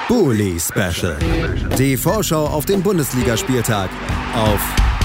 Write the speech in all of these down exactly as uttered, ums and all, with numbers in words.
Bully Special. Die Vorschau auf den Bundesligaspieltag auf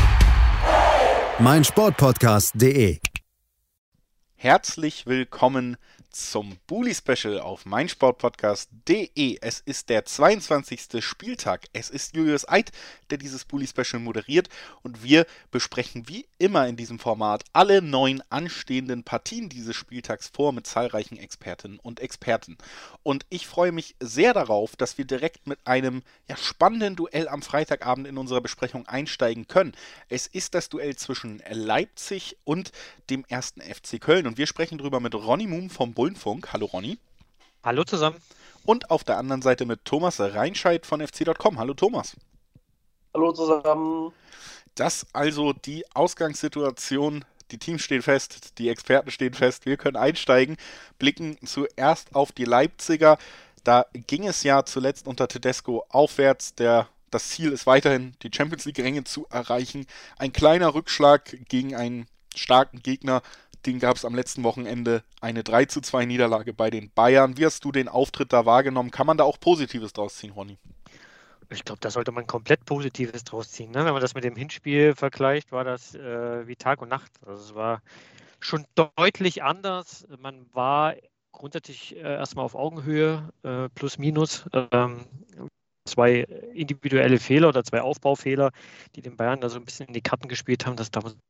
meinsportpodcast punkt de. Herzlich willkommen zum Bully Special auf meinsportpodcast punkt de. Es ist der zweiundzwanzigste Spieltag. Es ist Julius Eid, der dieses Bully Special moderiert, und wir besprechen wie immer in diesem Format alle neun anstehenden Partien dieses Spieltags vor mit zahlreichen Expertinnen und Experten. Und ich freue mich sehr darauf, dass wir direkt mit einem ja, spannenden Duell am Freitagabend in unserer Besprechung einsteigen können. Es ist das Duell zwischen Leipzig und dem ersten F C Köln. Und wir sprechen drüber mit Ronny Muhm vom Bullenfunk. Hallo Ronny. Hallo zusammen. Und auf der anderen Seite mit Thomas Reinscheid von F C Punkt com. Hallo Thomas. Hallo zusammen. Das also die Ausgangssituation. Die Teams stehen fest, die Experten stehen fest. Wir können einsteigen, blicken zuerst auf die Leipziger. Da ging es ja zuletzt unter Tedesco aufwärts. Der, das Ziel ist weiterhin, die Champions-League-Ränge zu erreichen. Ein kleiner Rückschlag gegen einen starken Gegner. Den gab es am letzten Wochenende, eine drei zu zwei Niederlage bei den Bayern. Wie hast du den Auftritt da wahrgenommen? Kann man da auch Positives draus ziehen, Ronny? Ich glaube, da sollte man komplett Positives draus ziehen. Ne? Wenn man das mit dem Hinspiel vergleicht, war das äh, wie Tag und Nacht. Also es war schon deutlich anders. Man war grundsätzlich äh, erstmal auf Augenhöhe, äh, plus minus. Ähm, zwei individuelle Fehler oder zwei Aufbaufehler, die den Bayern da so ein bisschen in die Karten gespielt haben. Das darf man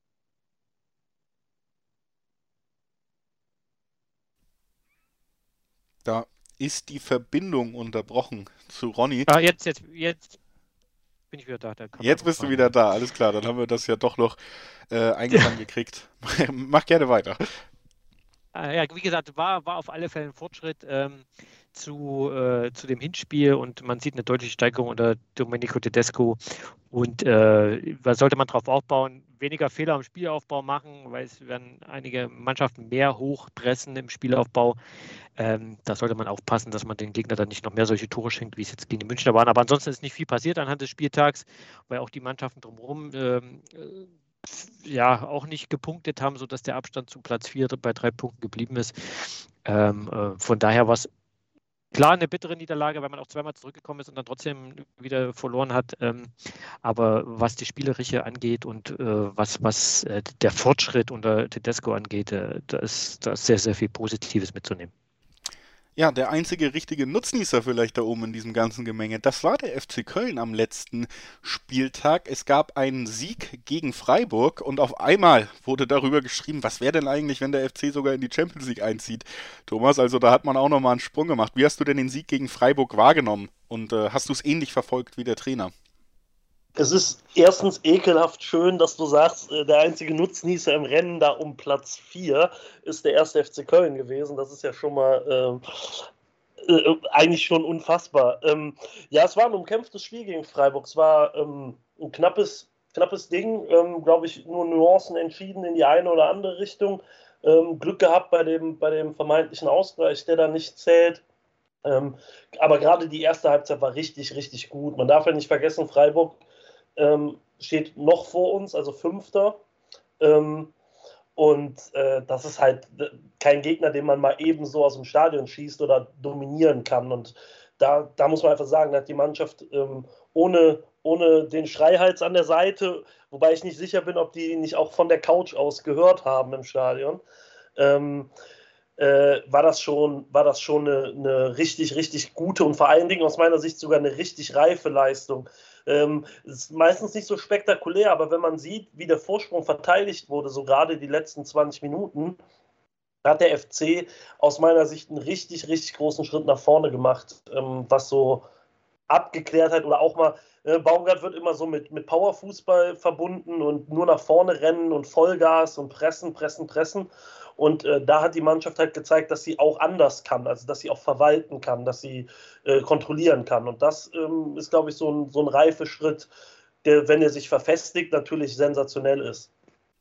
Da ist die Verbindung unterbrochen zu Ronny. Ah, jetzt, jetzt, jetzt bin ich wieder da. Jetzt bist du wieder da, alles klar. Dann haben wir das ja doch noch äh, eingefangen gekriegt. Mach gerne weiter. Ah, ja, wie gesagt, war, war auf alle Fälle ein Fortschritt ähm, zu, äh, zu dem Hinspiel, und man sieht eine deutliche Steigerung unter Domenico Tedesco. Und äh, was sollte man darauf aufbauen? Weniger Fehler im Spielaufbau machen, weil es werden einige Mannschaften mehr hochpressen im Spielaufbau. Ähm, da sollte man aufpassen, dass man den Gegner dann nicht noch mehr solche Tore schenkt, wie es jetzt gegen die Münchner waren. Aber ansonsten ist nicht viel passiert anhand des Spieltags, weil auch die Mannschaften drumherum ähm, äh, ja auch nicht gepunktet haben, sodass der Abstand zu Platz vier bei drei Punkten geblieben ist. Ähm, äh, von daher war es klar eine bittere Niederlage, weil man auch zweimal zurückgekommen ist und dann trotzdem wieder verloren hat. Ähm, aber was die Spielerische angeht und äh, was, was äh, der Fortschritt unter Tedesco angeht, äh, da ist, da ist sehr, sehr viel Positives mitzunehmen. Ja, der einzige richtige Nutznießer vielleicht da oben in diesem ganzen Gemenge, das war der F C Köln am letzten Spieltag. Es gab einen Sieg gegen Freiburg und auf einmal wurde darüber geschrieben, was wäre denn eigentlich, wenn der F C sogar in die Champions League einzieht. Thomas, also da hat man auch nochmal einen Sprung gemacht. Wie hast du denn den Sieg gegen Freiburg wahrgenommen und äh, hast du es ähnlich verfolgt wie der Trainer? Es ist erstens ekelhaft schön, dass du sagst, der einzige Nutznießer im Rennen da um Platz vier ist der erste F C Köln gewesen. Das ist ja schon mal äh, äh, eigentlich schon unfassbar. Ähm, ja, es war ein umkämpftes Spiel gegen Freiburg. Es war ähm, ein knappes, knappes Ding, ähm, glaube ich, nur Nuancen entschieden in die eine oder andere Richtung. Ähm, Glück gehabt bei dem, bei dem vermeintlichen Ausgleich, der da nicht zählt. Ähm, aber gerade die erste Halbzeit war richtig, richtig gut. Man darf ja nicht vergessen, Freiburg Ähm, steht noch vor uns, also Fünfter. Ähm, und äh, das ist halt kein Gegner, den man mal eben so aus dem Stadion schießt oder dominieren kann. Und da, da muss man einfach sagen, hat die Mannschaft ähm, ohne, ohne den Schreihals an der Seite, wobei ich nicht sicher bin, ob die nicht auch von der Couch aus gehört haben im Stadion, ähm, äh, war das schon, war das schon eine, eine richtig, richtig gute und vor allen Dingen aus meiner Sicht sogar eine richtig reife Leistung. Ähm, ist meistens nicht so spektakulär, aber wenn man sieht, wie der Vorsprung verteidigt wurde, so gerade die letzten zwanzig Minuten, hat der F C aus meiner Sicht einen richtig, richtig großen Schritt nach vorne gemacht, ähm, was so Abgeklärtheit oder auch mal, äh, Baumgart wird immer so mit, mit Powerfußball verbunden und nur nach vorne rennen und Vollgas und pressen, pressen, pressen. Und äh, da hat die Mannschaft halt gezeigt, dass sie auch anders kann, also dass sie auch verwalten kann, dass sie äh, kontrollieren kann. Und das ähm, ist, glaube ich, so ein, so ein Reifeschritt, der, wenn er sich verfestigt, natürlich sensationell ist.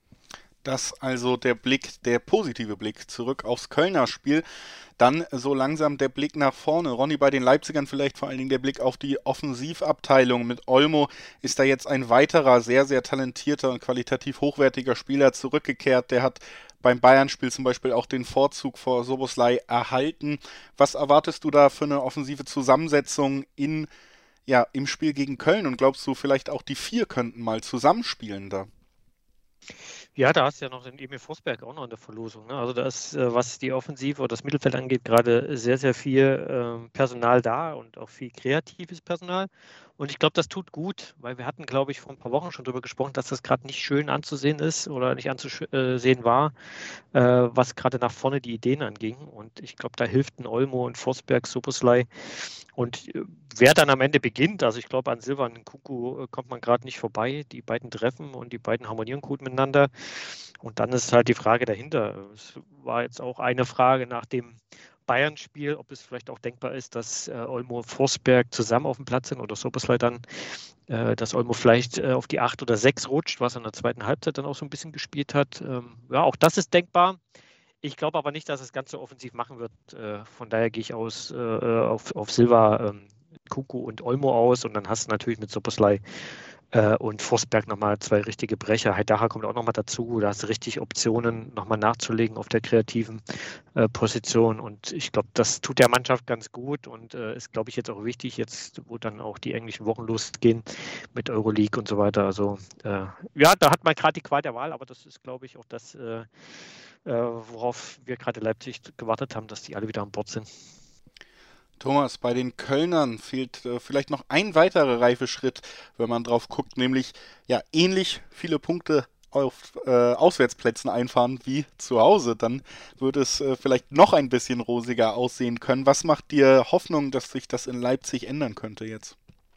Das also der Blick, der positive Blick zurück aufs Kölner Spiel. Dann so langsam der Blick nach vorne. Ronny, bei den Leipzigern vielleicht vor allen Dingen der Blick auf die Offensivabteilung. Mit Olmo ist da jetzt ein weiterer sehr, sehr talentierter und qualitativ hochwertiger Spieler zurückgekehrt. Der hat beim Bayern-Spiel zum Beispiel auch den Vorzug vor Szoboszlai erhalten. Was erwartest du da für eine offensive Zusammensetzung in, ja, im Spiel gegen Köln? Und glaubst du vielleicht auch die vier könnten mal zusammenspielen da? Ja, da hast du ja noch den Emil Forsberg auch noch in der Verlosung. Ne? Also da ist, äh, was die Offensive oder das Mittelfeld angeht, gerade sehr, sehr viel äh, Personal da und auch viel kreatives Personal. Und ich glaube, das tut gut, weil wir hatten, glaube ich, vor ein paar Wochen schon darüber gesprochen, dass das gerade nicht schön anzusehen ist oder nicht anzusehen war, äh, was gerade nach vorne die Ideen anging. Und ich glaube, da hilft ein Olmo und Forsberg, Szoboszlai. Und äh, wer dann am Ende beginnt, also ich glaube, an Silvan und Kuku äh, kommt man gerade nicht vorbei. Die beiden treffen und die beiden harmonieren gut miteinander. Und dann ist halt die Frage dahinter. Es war jetzt auch eine Frage nach dem Bayern-Spiel, ob es vielleicht auch denkbar ist, dass äh, Olmo und Forsberg zusammen auf dem Platz sind oder Szoboszlai dann, äh, dass Olmo vielleicht äh, auf die acht oder sechs rutscht, was er in der zweiten Halbzeit dann auch so ein bisschen gespielt hat. Ähm, ja, auch das ist denkbar. Ich glaube aber nicht, dass es ganz so offensiv machen wird. Äh, von daher gehe ich aus, äh, auf, auf Silva, ähm, Kuku und Olmo aus und dann hast du natürlich mit Szoboszlai äh, und Forsberg nochmal zwei richtige Brecher. Heidaha kommt auch nochmal dazu. Da hast du richtig Optionen, nochmal nachzulegen auf der kreativen äh, Position. Und ich glaube, das tut der Mannschaft ganz gut und äh, ist, glaube ich, jetzt auch wichtig, jetzt, wo dann auch die englischen Wochen losgehen mit Euroleague und so weiter. Also äh, ja, da hat man gerade die Qual der Wahl, aber das ist, glaube ich, auch das, äh, äh, worauf wir gerade in Leipzig gewartet haben, dass die alle wieder an Bord sind. Thomas, bei den Kölnern fehlt äh, vielleicht noch ein weiterer Reifeschritt, wenn man drauf guckt, nämlich ja ähnlich viele Punkte auf äh, Auswärtsplätzen einfahren wie zu Hause. Dann würde es äh, vielleicht noch ein bisschen rosiger aussehen können. Was macht dir Hoffnung, dass sich das in Leipzig ändern könnte jetzt?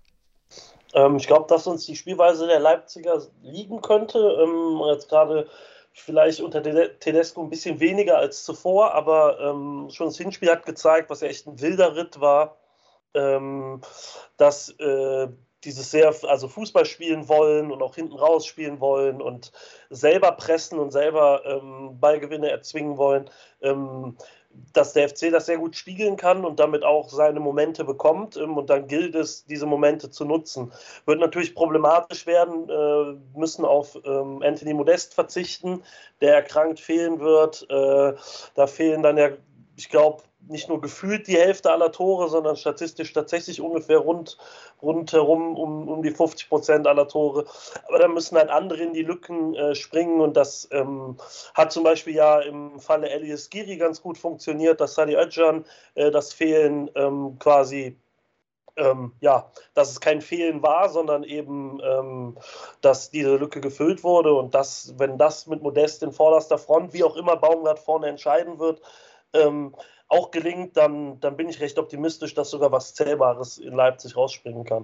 Ähm, ich glaube, dass uns die Spielweise der Leipziger liegen könnte. Ähm, jetzt gerade vielleicht unter Tedesco ein bisschen weniger als zuvor, aber ähm, schon das Hinspiel hat gezeigt, was ja echt ein wilder Ritt war, ähm, dass äh, dieses sehr, also Fußball spielen wollen und auch hinten raus spielen wollen und selber pressen und selber ähm, Ballgewinne erzwingen wollen, ähm, dass der F C das sehr gut spiegeln kann und damit auch seine Momente bekommt ähm, und dann gilt es, diese Momente zu nutzen. Wird natürlich problematisch werden, äh, müssen auf ähm, Anthony Modest verzichten, der erkrankt fehlen wird. Äh, da fehlen dann ja, ich glaube, nicht nur gefühlt die Hälfte aller Tore, sondern statistisch tatsächlich ungefähr rund, rundherum um, um die fünfzig Prozent aller Tore. Aber da müssen halt andere in die Lücken äh, springen und das ähm, hat zum Beispiel ja im Falle Elias Giri ganz gut funktioniert, dass Sadi Özcan äh, das Fehlen ähm, quasi Ähm, ja, dass es kein Fehlen war, sondern eben, ähm, dass diese Lücke gefüllt wurde und dass, wenn das mit Modest in vorderster Front, wie auch immer Baumgart vorne entscheiden wird, ähm, auch gelingt, dann, dann bin ich recht optimistisch, dass sogar was Zählbares in Leipzig rausspringen kann.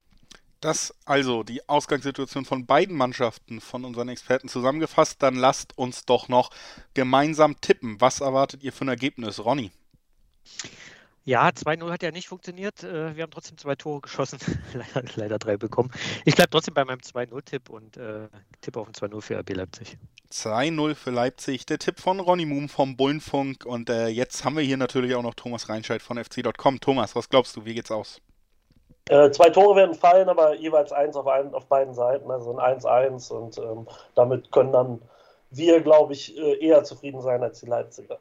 Das also die Ausgangssituation von beiden Mannschaften von unseren Experten zusammengefasst. Dann lasst uns doch noch gemeinsam tippen. Was erwartet ihr für ein Ergebnis, Ronny? Ja, zwei null hat ja nicht funktioniert. Wir haben trotzdem zwei Tore geschossen. leider, leider drei bekommen. Ich bleibe trotzdem bei meinem zwei null-Tipp und äh, tippe auf ein zwei null für R B Leipzig. zwei null für Leipzig. Der Tipp von Ronny Muhm vom Bullenfunk. Und äh, jetzt haben wir hier natürlich auch noch Thomas Reinscheid von F C Punkt com. Thomas, was glaubst du, wie geht's aus? Äh, zwei Tore werden fallen, aber jeweils eins auf, ein, auf beiden Seiten. Also ein eins eins und ähm, damit können dann wir, glaube ich, eher zufrieden sein als die Leipziger.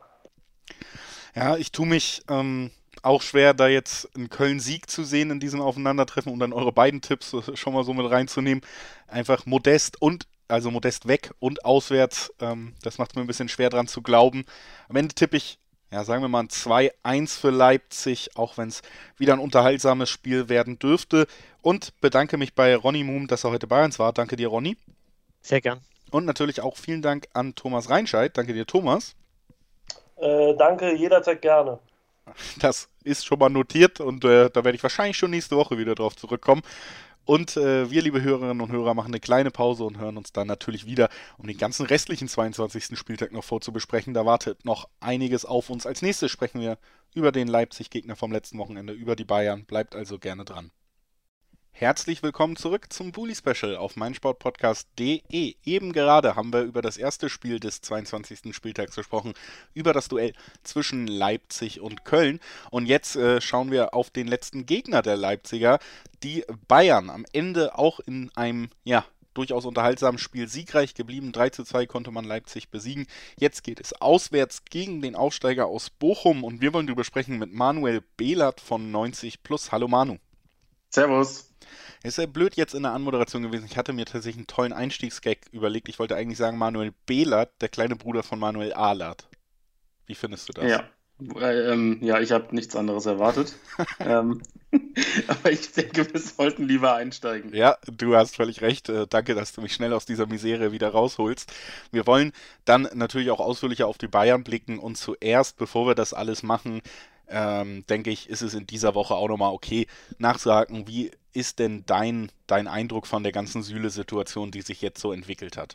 Ja, ich tue mich ähm, auch schwer, da jetzt einen Köln-Sieg zu sehen in diesem Aufeinandertreffen und dann eure beiden Tipps schon mal so mit reinzunehmen. Einfach Modest und, also Modest weg und auswärts. Ähm, das macht mir ein bisschen schwer dran zu glauben. Am Ende tippe ich, ja, sagen wir mal ein zwei eins für Leipzig, auch wenn es wieder ein unterhaltsames Spiel werden dürfte. Und bedanke mich bei Ronny Muhm, dass er heute bei uns war. Danke dir, Ronny. Sehr gern. Und natürlich auch vielen Dank an Thomas Reinscheid. Danke dir, Thomas. Äh, danke, jederzeit gerne. Das ist schon mal notiert und äh, da werde ich wahrscheinlich schon nächste Woche wieder drauf zurückkommen. Und äh, wir, liebe Hörerinnen und Hörer, machen eine kleine Pause und hören uns dann natürlich wieder, um den ganzen restlichen zweiundzwanzigsten Spieltag noch vorzubesprechen. Da wartet noch einiges auf uns. Als nächstes sprechen wir über den Leipzig-Gegner vom letzten Wochenende, über die Bayern. Bleibt also gerne dran. Herzlich willkommen zurück zum Bully Special auf meinsportpodcast punkt de. Eben gerade haben wir über das erste Spiel des zweiundzwanzigsten Spieltags gesprochen, über das Duell zwischen Leipzig und Köln. Und jetzt äh, schauen wir auf den letzten Gegner der Leipziger, die Bayern. Am Ende auch in einem, ja, durchaus unterhaltsamen Spiel siegreich geblieben. drei zu zwei konnte man Leipzig besiegen. Jetzt geht es auswärts gegen den Aufsteiger aus Bochum und wir wollen darüber sprechen mit Manuel Behlert von neunzig plus. Hallo Manu. Servus. Es ist ja blöd jetzt in der Anmoderation gewesen. Ich hatte mir tatsächlich einen tollen Einstiegsgag überlegt. Ich wollte eigentlich sagen Manuel Behlert, der kleine Bruder von Manuel Ahlert. Wie findest du das? Ja, äh, ähm, ja ich habe nichts anderes erwartet. ähm, aber ich denke, wir sollten lieber einsteigen. Ja, du hast völlig recht. Äh, danke, dass du mich schnell aus dieser Misere wieder rausholst. Wir wollen dann natürlich auch ausführlicher auf die Bayern blicken und zuerst, bevor wir das alles machen, ähm, denke ich, ist es in dieser Woche auch nochmal okay, nachsagen, wie ist denn dein, dein Eindruck von der ganzen Süle-Situation, die sich jetzt so entwickelt hat?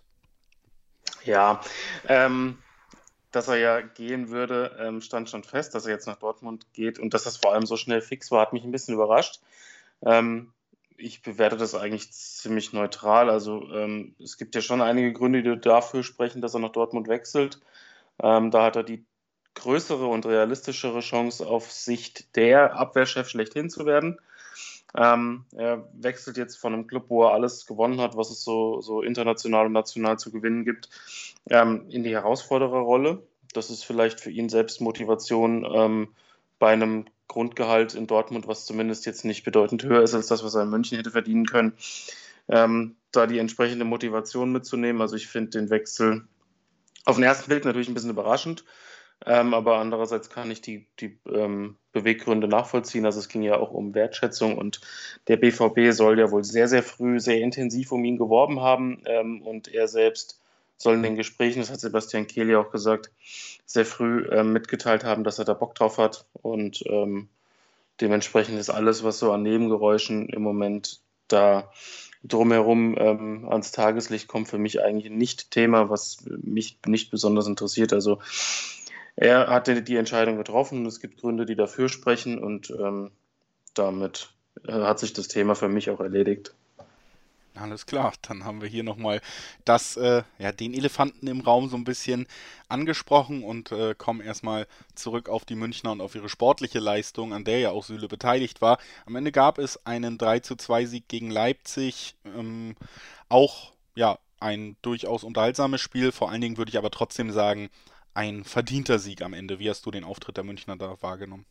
Ja, ähm, dass er ja gehen würde, ähm, stand schon fest, dass er jetzt nach Dortmund geht und dass das vor allem so schnell fix war, hat mich ein bisschen überrascht. Ähm, ich bewerte das eigentlich ziemlich neutral. Also ähm, es gibt ja schon einige Gründe, die dafür sprechen, dass er nach Dortmund wechselt. Ähm, da hat er die größere und realistischere Chance, auf Sicht der Abwehrchef schlechthin zu werden. Ähm, er wechselt jetzt von einem Club, wo er alles gewonnen hat, was es so, so international und national zu gewinnen gibt, ähm, in die Herausfordererrolle. Das ist vielleicht für ihn selbst Motivation ähm, bei einem Grundgehalt in Dortmund, was zumindest jetzt nicht bedeutend höher ist als das, was er in München hätte verdienen können, ähm, da die entsprechende Motivation mitzunehmen. Also ich finde den Wechsel auf den ersten Blick natürlich ein bisschen überraschend. Ähm, aber andererseits kann ich die, die ähm, Beweggründe nachvollziehen. Also es ging ja auch um Wertschätzung und der B V B soll ja wohl sehr, sehr früh, sehr intensiv um ihn geworben haben ähm, und er selbst soll in den Gesprächen, das hat Sebastian Kehl ja auch gesagt, sehr früh ähm, mitgeteilt haben, dass er da Bock drauf hat und ähm, dementsprechend ist alles, was so an Nebengeräuschen im Moment da drumherum ähm, ans Tageslicht kommt, für mich eigentlich nicht Thema, was mich nicht besonders interessiert. Also er hatte die Entscheidung getroffen und es gibt Gründe, die dafür sprechen und ähm, damit äh, hat sich das Thema für mich auch erledigt. Alles klar, dann haben wir hier nochmal das, äh, ja, den Elefanten im Raum so ein bisschen angesprochen und äh, kommen erstmal zurück auf die Münchner und auf ihre sportliche Leistung, an der ja auch Süle beteiligt war. Am Ende gab es einen drei zu zwei Sieg gegen Leipzig, ähm, auch ja ein durchaus unterhaltsames Spiel, vor allen Dingen würde ich aber trotzdem sagen, ein verdienter Sieg am Ende. Wie hast du den Auftritt der Münchner da wahrgenommen?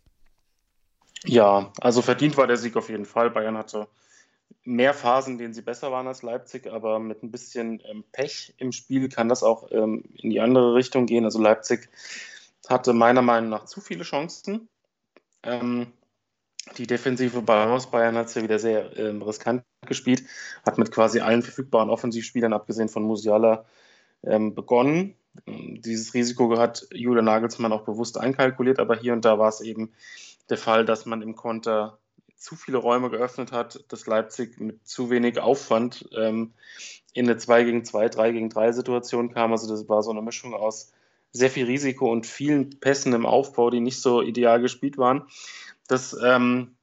Ja, also verdient war der Sieg auf jeden Fall. Bayern hatte mehr Phasen, in denen sie besser waren als Leipzig, aber mit ein bisschen ähm, Pech im Spiel kann das auch ähm, in die andere Richtung gehen. Also Leipzig hatte meiner Meinung nach zu viele Chancen. Ähm, die defensive Balance Bayern hat es ja wieder sehr ähm, riskant gespielt, hat mit quasi allen verfügbaren Offensivspielern, abgesehen von Musiala, ähm, begonnen. Dieses Risiko hat Julian Nagelsmann auch bewusst einkalkuliert, aber hier und da war es eben der Fall, dass man im Konter zu viele Räume geöffnet hat, dass Leipzig mit zu wenig Aufwand ähm, in eine zwei gegen zwei, drei gegen drei Situation kam. Also das war so eine Mischung aus sehr viel Risiko und vielen Pässen im Aufbau, die nicht so ideal gespielt waren. Das ähm,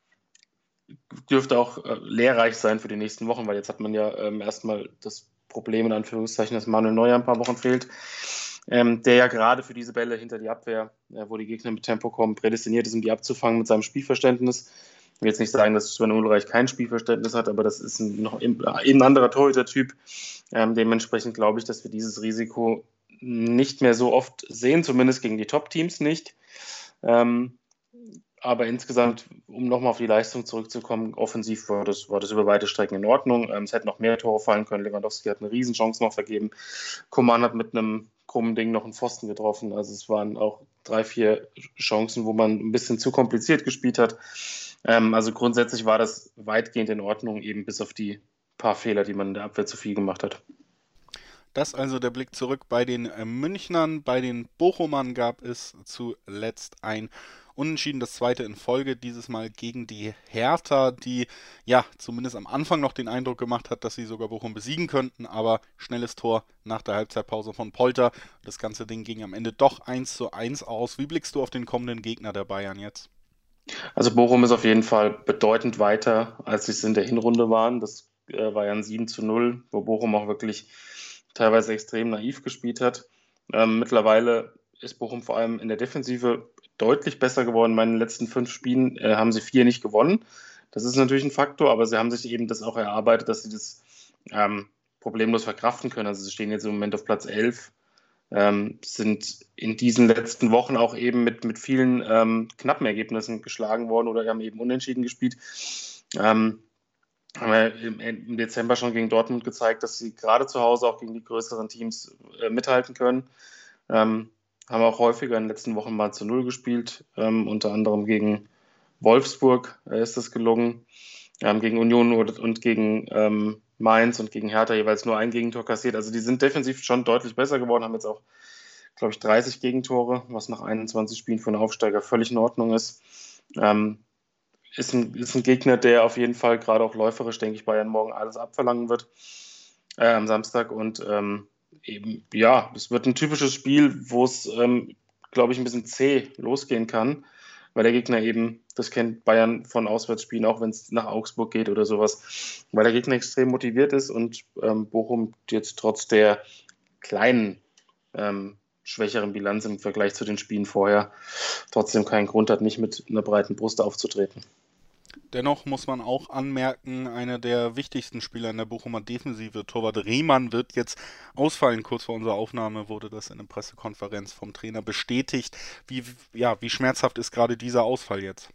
dürfte auch äh, lehrreich sein für die nächsten Wochen, weil jetzt hat man ja ähm, erstmal das Problem in Anführungszeichen, dass Manuel Neuer ein paar Wochen fehlt, ähm, der ja gerade für diese Bälle hinter die Abwehr, äh, wo die Gegner mit Tempo kommen, prädestiniert ist, um die abzufangen mit seinem Spielverständnis. Ich will jetzt nicht sagen, dass Sven Ulreich kein Spielverständnis hat, aber das ist ein, noch ein, ein anderer Torhüter-Typ. Ähm, dementsprechend glaube ich, dass wir dieses Risiko nicht mehr so oft sehen, zumindest gegen die Top-Teams nicht. Ähm, Aber insgesamt, um nochmal auf die Leistung zurückzukommen, offensiv war das, war das über weite Strecken in Ordnung. Ähm, es hätten noch mehr Tore fallen können. Lewandowski hat eine Riesenchance noch vergeben. Coman hat mit einem krummen Ding noch einen Pfosten getroffen. Also es waren auch drei, vier Chancen, wo man ein bisschen zu kompliziert gespielt hat. Ähm, also grundsätzlich war das weitgehend in Ordnung, eben bis auf die paar Fehler, die man in der Abwehr zu viel gemacht hat. Das also der Blick zurück bei den äh, Münchnern. Bei den Bochumern gab es zuletzt ein Unentschieden, das zweite in Folge, dieses Mal gegen die Hertha, die ja zumindest am Anfang noch den Eindruck gemacht hat, dass sie sogar Bochum besiegen könnten, aber schnelles Tor nach der Halbzeitpause von Polter. Das ganze Ding ging am Ende doch eins zu eins aus. Wie blickst du auf den kommenden Gegner der Bayern jetzt? Also Bochum ist auf jeden Fall bedeutend weiter, als sie es in der Hinrunde waren. Das äh, war ja ein sieben zu null, wo Bochum auch wirklich teilweise extrem naiv gespielt hat. Ähm, mittlerweile ist Bochum vor allem in der Defensive deutlich besser geworden. In meinen letzten fünf Spielen äh, haben sie vier nicht gewonnen. Das ist natürlich ein Faktor, aber sie haben sich eben das auch erarbeitet, dass sie das ähm, problemlos verkraften können. Also sie stehen jetzt im Moment auf Platz elf, ähm, sind in diesen letzten Wochen auch eben mit, mit vielen ähm, knappen Ergebnissen geschlagen worden oder haben eben unentschieden gespielt. Ähm, haben wir im, im Dezember schon gegen Dortmund gezeigt, dass sie gerade zu Hause auch gegen die größeren Teams äh, mithalten können. Ähm, haben auch häufiger in den letzten Wochen mal zu Null gespielt, ähm, unter anderem gegen Wolfsburg äh, ist das gelungen, ähm, gegen Union und, und gegen ähm, Mainz und gegen Hertha jeweils nur ein Gegentor kassiert. Also die sind defensiv schon deutlich besser geworden, haben jetzt auch, glaube ich, dreißig Gegentore, was nach einundzwanzig Spielen für einen Aufsteiger völlig in Ordnung ist. Ähm, ist, ein, ist ein Gegner, der auf jeden Fall gerade auch läuferisch, denke ich, Bayern morgen alles abverlangen wird äh, am Samstag. Und ähm, eben, ja, es wird ein typisches Spiel, wo es, ähm, glaube ich, ein bisschen zäh losgehen kann, weil der Gegner eben, das kennt Bayern von Auswärtsspielen, auch wenn es nach Augsburg geht oder sowas, weil der Gegner extrem motiviert ist und ähm, Bochum jetzt trotz der kleinen, ähm, schwächeren Bilanz im Vergleich zu den Spielen vorher trotzdem keinen Grund hat, nicht mit einer breiten Brust aufzutreten. Dennoch muss man auch anmerken, einer der wichtigsten Spieler in der Bochumer Defensive, Torwart Riemann, wird jetzt ausfallen. Kurz vor unserer Aufnahme wurde das in einer Pressekonferenz vom Trainer bestätigt. Wie, ja, wie schmerzhaft ist gerade dieser Ausfall jetzt?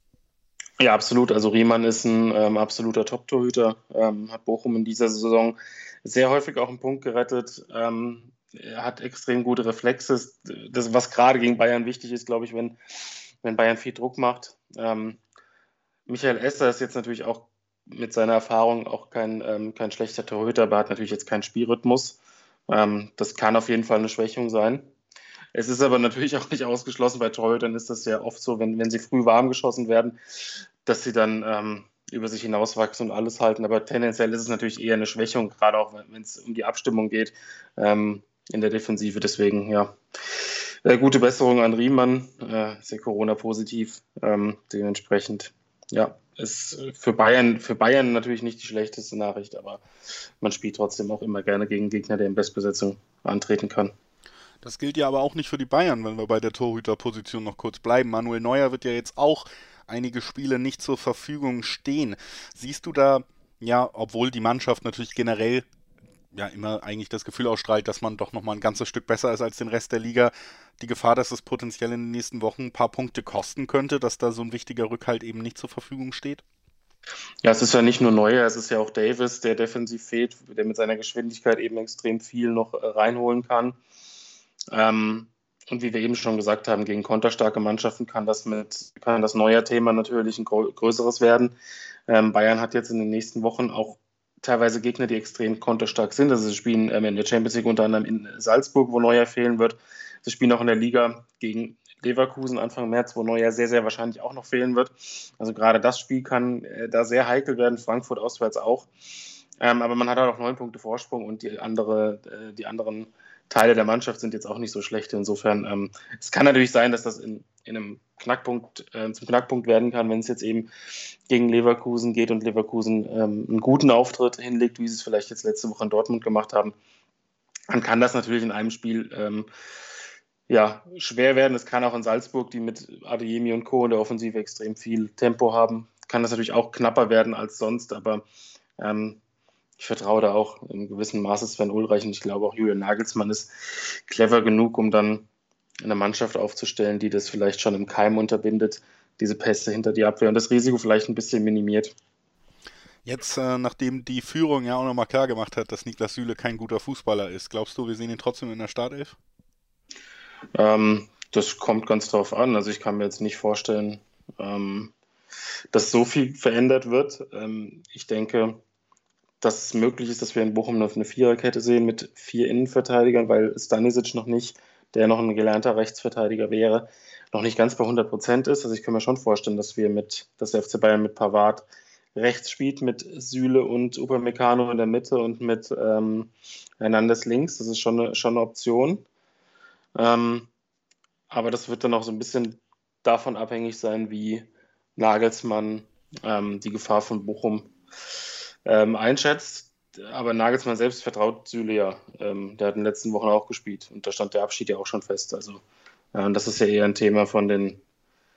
Ja, absolut. Also Riemann ist ein ähm, absoluter Top-Torhüter, ähm, hat Bochum in dieser Saison sehr häufig auch einen Punkt gerettet. Ähm, er hat extrem gute Reflexe. Das, was gerade gegen Bayern wichtig ist, glaube ich, wenn, wenn Bayern viel Druck macht. Ähm, Michael Esser ist jetzt natürlich auch mit seiner Erfahrung auch kein, ähm, kein schlechter Torhüter, aber hat natürlich jetzt keinen Spielrhythmus. Ähm, das kann auf jeden Fall eine Schwächung sein. Es ist aber natürlich auch nicht ausgeschlossen, bei Torhütern ist das ja oft so, wenn, wenn sie früh warm geschossen werden, dass sie dann ähm, über sich hinauswachsen und alles halten. Aber tendenziell ist es natürlich eher eine Schwächung, gerade auch wenn es um die Abstimmung geht ähm, in der Defensive. Deswegen, ja, äh, gute Besserung an Riemann, äh, ist ja Corona-positiv, ähm, dementsprechend. Ja, ist für Bayern, für Bayern natürlich nicht die schlechteste Nachricht, aber man spielt trotzdem auch immer gerne gegen Gegner, der in Bestbesetzung antreten kann. Das gilt ja aber auch nicht für die Bayern, wenn wir bei der Torhüterposition noch kurz bleiben. Manuel Neuer wird ja jetzt auch einige Spiele nicht zur Verfügung stehen. Siehst du da, ja, obwohl die Mannschaft natürlich generell ja immer eigentlich das Gefühl ausstrahlt, dass man doch nochmal ein ganzes Stück besser ist als den Rest der Liga, die Gefahr, dass es potenziell in den nächsten Wochen ein paar Punkte kosten könnte, dass da so ein wichtiger Rückhalt eben nicht zur Verfügung steht? Ja, es ist ja nicht nur Neuer, es ist ja auch Davis, der defensiv fehlt, der mit seiner Geschwindigkeit eben extrem viel noch äh, reinholen kann. Ähm, und wie wir eben schon gesagt haben, gegen konterstarke Mannschaften kann das mit kann das Neuer-Thema natürlich ein größeres werden. Ähm, Bayern hat jetzt in den nächsten Wochen auch teilweise Gegner, die extrem konterstark sind. Also sie spielen ähm, in der Champions League unter anderem in Salzburg, wo Neuer fehlen wird. Sie spielen auch in der Liga gegen Leverkusen Anfang März, wo Neuer sehr, sehr wahrscheinlich auch noch fehlen wird. Also gerade das Spiel kann äh, da sehr heikel werden, Frankfurt auswärts auch. Ähm, aber man hat halt auch neun Punkte Vorsprung und die, andere, äh, die anderen Teile der Mannschaft sind jetzt auch nicht so schlecht. Insofern, ähm, es kann natürlich sein, dass das in, in einem Knackpunkt äh, zum Knackpunkt werden kann, wenn es jetzt eben gegen Leverkusen geht und Leverkusen ähm, einen guten Auftritt hinlegt, wie sie es vielleicht jetzt letzte Woche in Dortmund gemacht haben. Dann kann das natürlich in einem Spiel ähm, ja, schwer werden. Es kann auch in Salzburg, die mit Adeyemi und Co. in der Offensive extrem viel Tempo haben, kann das natürlich auch knapper werden als sonst, aber ähm, ich vertraue da auch in gewissem Maße Sven Ulreich und ich glaube auch Julian Nagelsmann ist clever genug, um dann eine Mannschaft aufzustellen, die das vielleicht schon im Keim unterbindet, diese Pässe hinter die Abwehr und das Risiko vielleicht ein bisschen minimiert. Jetzt, äh, nachdem die Führung ja auch nochmal klar gemacht hat, dass Niklas Süle kein guter Fußballer ist, glaubst du, wir sehen ihn trotzdem in der Startelf? Ähm, das kommt ganz drauf an. Also ich kann mir jetzt nicht vorstellen, ähm, dass so viel verändert wird. Ähm, ich denke, dass es möglich ist, dass wir in Bochum noch eine Viererkette sehen mit vier Innenverteidigern, weil Stanisic noch nicht, der noch ein gelernter Rechtsverteidiger wäre, noch nicht ganz bei hundert Prozent ist. Also ich kann mir schon vorstellen, dass wir mit, dass der F C Bayern mit Pavard rechts spielt, mit Süle und Upamecano in der Mitte und mit ähm, Hernandez links. Das ist schon eine, schon eine Option. Ähm, aber das wird dann auch so ein bisschen davon abhängig sein, wie Nagelsmann ähm, die Gefahr von Bochum ähm, einschätzt. Aber Nagelsmann selbst vertraut Süle ja. Ähm, der hat in den letzten Wochen auch gespielt und da stand der Abschied ja auch schon fest. Also äh, das ist ja eher ein Thema von den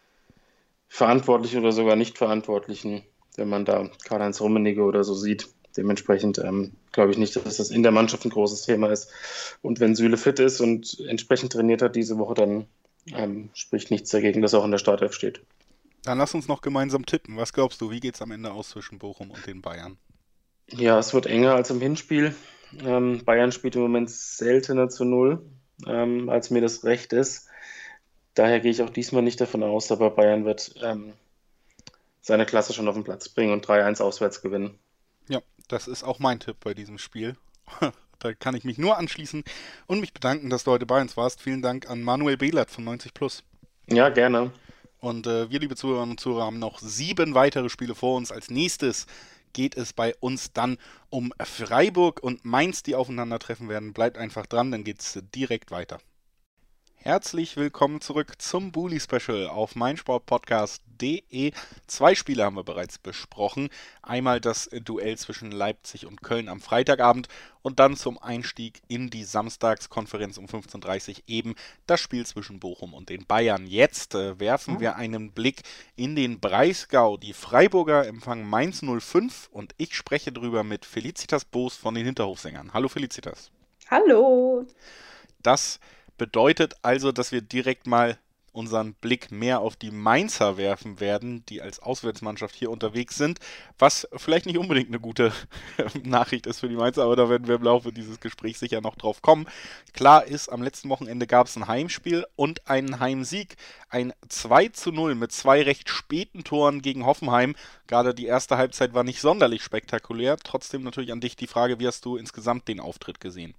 Verantwortlichen oder sogar Nicht-Verantwortlichen, wenn man da Karl-Heinz Rummenigge oder so sieht, Dementsprechend ähm, glaube ich nicht, dass das in der Mannschaft ein großes Thema ist. Und wenn Süle fit ist und entsprechend trainiert hat diese Woche, dann ähm, spricht nichts dagegen, dass er auch in der Startelf steht. Dann lass uns noch gemeinsam tippen. Was glaubst du, wie geht es am Ende aus zwischen Bochum und den Bayern? Ja, es wird enger als im Hinspiel. Ähm, Bayern spielt im Moment seltener zu null, ähm, als mir das recht ist. Daher gehe ich auch diesmal nicht davon aus, aber Bayern wird ähm, seine Klasse schon auf den Platz bringen und drei eins auswärts gewinnen. Ja, das ist auch mein Tipp bei diesem Spiel. Da kann ich mich nur anschließen und mich bedanken, dass du heute bei uns warst. Vielen Dank an Manuel Behlert von neunzig plus. Ja, gerne. Und äh, wir, liebe Zuhörerinnen und Zuhörer, haben noch sieben weitere Spiele vor uns. Als nächstes geht es bei uns dann um Freiburg und Mainz, die aufeinandertreffen werden. Bleibt einfach dran, dann geht es direkt weiter. Herzlich willkommen zurück zum Bully Special auf meinsportpodcast punkt de. Zwei Spiele haben wir bereits besprochen. Einmal das Duell zwischen Leipzig und Köln am Freitagabend und dann zum Einstieg in die Samstagskonferenz um fünfzehn Uhr dreißig eben das Spiel zwischen Bochum und den Bayern. Jetzt äh, werfen wir einen Blick in den Breisgau. Die Freiburger empfangen Mainz null fünf und ich spreche drüber mit Felicitas Boos von den Hinterhofsängern. Hallo Felicitas. Hallo. Das bedeutet also, dass wir direkt mal unseren Blick mehr auf die Mainzer werfen werden, die als Auswärtsmannschaft hier unterwegs sind, was vielleicht nicht unbedingt eine gute Nachricht ist für die Mainzer, aber da werden wir im Laufe dieses Gesprächs sicher noch drauf kommen. Klar ist, am letzten Wochenende gab es ein Heimspiel und einen Heimsieg. Ein zwei zu null mit zwei recht späten Toren gegen Hoffenheim. Gerade die erste Halbzeit war nicht sonderlich spektakulär. Trotzdem natürlich an dich die Frage, wie hast du insgesamt den Auftritt gesehen?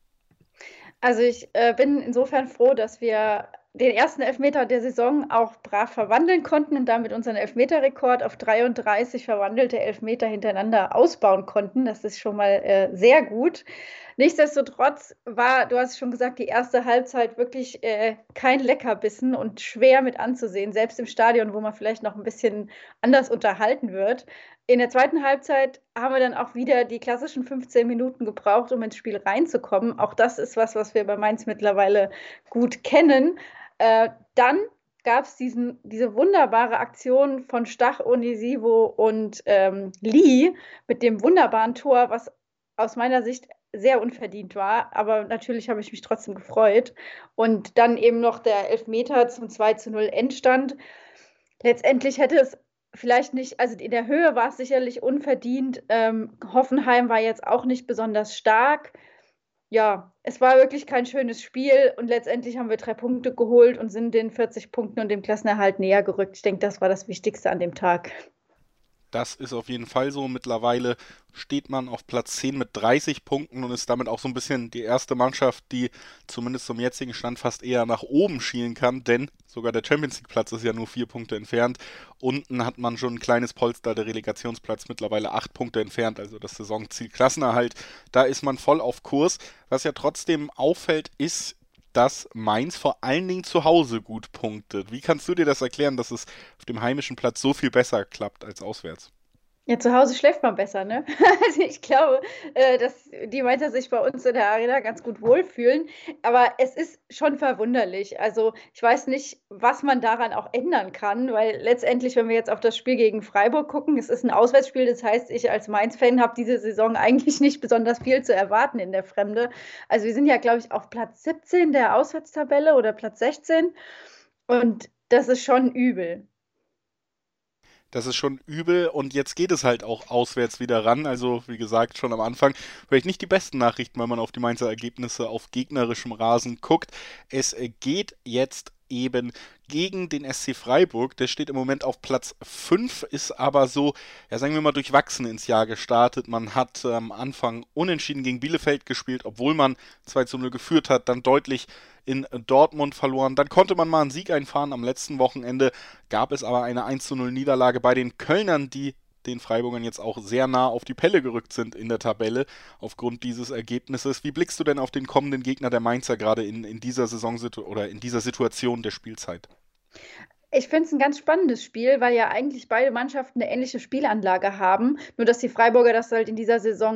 Also ich äh, bin insofern froh, dass wir den ersten Elfmeter der Saison auch brav verwandeln konnten und damit unseren Elfmeterrekord auf dreiunddreißig verwandelte Elfmeter hintereinander ausbauen konnten. Das ist schon mal äh, sehr gut. Nichtsdestotrotz war, du hast schon gesagt, die erste Halbzeit wirklich äh, kein Leckerbissen und schwer mit anzusehen, selbst im Stadion, wo man vielleicht noch ein bisschen anders unterhalten wird. In der zweiten Halbzeit haben wir dann auch wieder die klassischen fünfzehn Minuten gebraucht, um ins Spiel reinzukommen. Auch das ist was, was wir bei Mainz mittlerweile gut kennen. Äh, dann gab es diese wunderbare Aktion von Stach, Onisivo und ähm, Lee mit dem wunderbaren Tor, was aus meiner Sicht sehr unverdient war, aber natürlich habe ich mich trotzdem gefreut. Und dann eben noch der Elfmeter zum zwei zu null Endstand. Letztendlich hätte es vielleicht nicht, also in der Höhe war es sicherlich unverdient. Ähm, Hoffenheim war jetzt auch nicht besonders stark. Ja, es war wirklich kein schönes Spiel und letztendlich haben wir drei Punkte geholt und sind den vierzig Punkten und dem Klassenerhalt näher gerückt. Ich denke, das war das Wichtigste an dem Tag. Das ist auf jeden Fall so. Mittlerweile steht man auf Platz zehn mit dreißig Punkten und ist damit auch so ein bisschen die erste Mannschaft, die zumindest zum jetzigen Stand fast eher nach oben schielen kann, denn sogar der Champions League Platz ist ja nur vier Punkte entfernt. Unten hat man schon ein kleines Polster, der Relegationsplatz mittlerweile acht Punkte entfernt, also das Saisonziel Klassenerhalt. Da ist man voll auf Kurs. Was ja trotzdem auffällt, ist, dass Mainz vor allen Dingen zu Hause gut punktet. Wie kannst du dir das erklären, dass es auf dem heimischen Platz so viel besser klappt als auswärts? Ja, zu Hause schläft man besser, ne? Also ich glaube, äh, dass die Mainzer sich bei uns in der Arena ganz gut wohlfühlen. Aber es ist schon verwunderlich. Also ich weiß nicht, was man daran auch ändern kann, weil letztendlich, wenn wir jetzt auf das Spiel gegen Freiburg gucken, es ist ein Auswärtsspiel, das heißt, ich als Mainz-Fan habe diese Saison eigentlich nicht besonders viel zu erwarten in der Fremde. Also wir sind ja, glaube ich, auf Platz siebzehn der Auswärtstabelle oder Platz sechzehn und das ist schon übel. Das ist schon übel und jetzt geht es halt auch auswärts wieder ran. Also wie gesagt, schon am Anfang vielleicht nicht die besten Nachrichten, wenn man auf die Mainzer Ergebnisse auf gegnerischem Rasen guckt. Es geht jetzt eben gegen den S C Freiburg. Der steht im Moment auf Platz fünf, ist aber so, ja sagen wir mal, durchwachsen ins Jahr gestartet. Man hat am ähm, Anfang unentschieden gegen Bielefeld gespielt, obwohl man zwei zu null geführt hat, dann deutlich in Dortmund verloren. Dann konnte man mal einen Sieg einfahren. Am letzten Wochenende gab es aber eine eins zu null Niederlage bei den Kölnern, die den Freiburgern jetzt auch sehr nah auf die Pelle gerückt sind in der Tabelle aufgrund dieses Ergebnisses. Wie blickst du denn auf den kommenden Gegner der Mainzer gerade in, in dieser Saison oder in dieser Situation der Spielzeit? Ich finde es ein ganz spannendes Spiel, weil ja eigentlich beide Mannschaften eine ähnliche Spielanlage haben, nur dass die Freiburger das halt in dieser Saison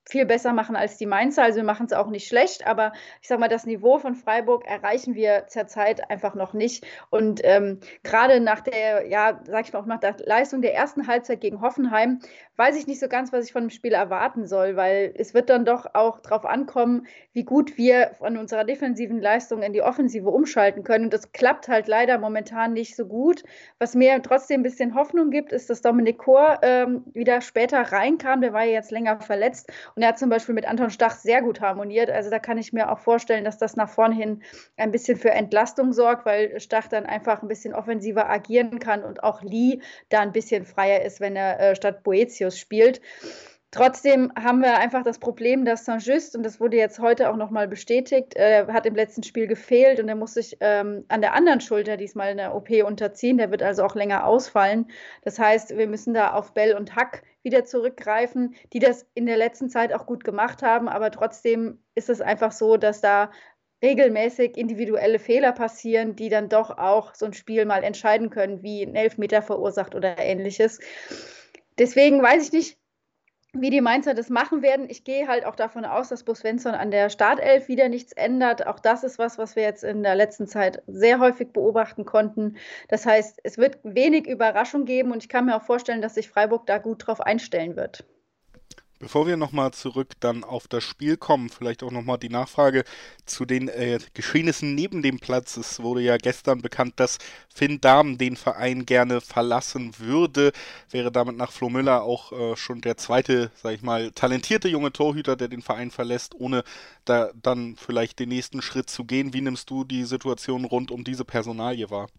viel besser machen als die Mainzer. Also wir machen es auch nicht schlecht, aber ich sage mal, das Niveau von Freiburg erreichen wir zurzeit einfach noch nicht. Und ähm, gerade nach der, ja, sag ich mal auch nach der Leistung der ersten Halbzeit gegen Hoffenheim, weiß ich nicht so ganz, was ich von dem Spiel erwarten soll, weil es wird dann doch auch darauf ankommen, wie gut wir von unserer defensiven Leistung in die Offensive umschalten können. Und das klappt halt leider momentan nicht so gut. Was mir trotzdem ein bisschen Hoffnung gibt, ist, dass Dominik Kor ähm, wieder später reinkam. Der war ja jetzt länger verletzt. Und er hat zum Beispiel mit Anton Stach sehr gut harmoniert. Also da kann ich mir auch vorstellen, dass das nach vorne hin ein bisschen für Entlastung sorgt, weil Stach dann einfach ein bisschen offensiver agieren kann und auch Lee da ein bisschen freier ist, wenn er äh, statt Boetius spielt. Trotzdem haben wir einfach das Problem, dass Saint-Just, und das wurde jetzt heute auch nochmal bestätigt, äh, hat im letzten Spiel gefehlt und er muss sich ähm, an der anderen Schulter diesmal eine O P unterziehen. Der wird also auch länger ausfallen. Das heißt, wir müssen da auf Bell und Hack wieder zurückgreifen, die das in der letzten Zeit auch gut gemacht haben. Aber trotzdem ist es einfach so, dass da regelmäßig individuelle Fehler passieren, die dann doch auch so ein Spiel mal entscheiden können, wie ein Elfmeter verursacht oder Ähnliches. Deswegen weiß ich nicht, wie die Mainzer das machen werden. Ich gehe halt auch davon aus, dass Bo Svensson an der Startelf wieder nichts ändert. Auch das ist was, was wir jetzt in der letzten Zeit sehr häufig beobachten konnten. Das heißt, es wird wenig Überraschung geben und ich kann mir auch vorstellen, dass sich Freiburg da gut drauf einstellen wird. Bevor wir nochmal zurück dann auf das Spiel kommen, vielleicht auch nochmal die Nachfrage zu den äh, Geschehnissen neben dem Platz. Es wurde ja gestern bekannt, dass Finn Dahm den Verein gerne verlassen würde. Wäre damit nach Flo Müller auch äh, schon der zweite, sag ich mal, talentierte junge Torhüter, der den Verein verlässt, ohne da dann vielleicht den nächsten Schritt zu gehen. Wie nimmst du die Situation rund um diese Personalie wahr?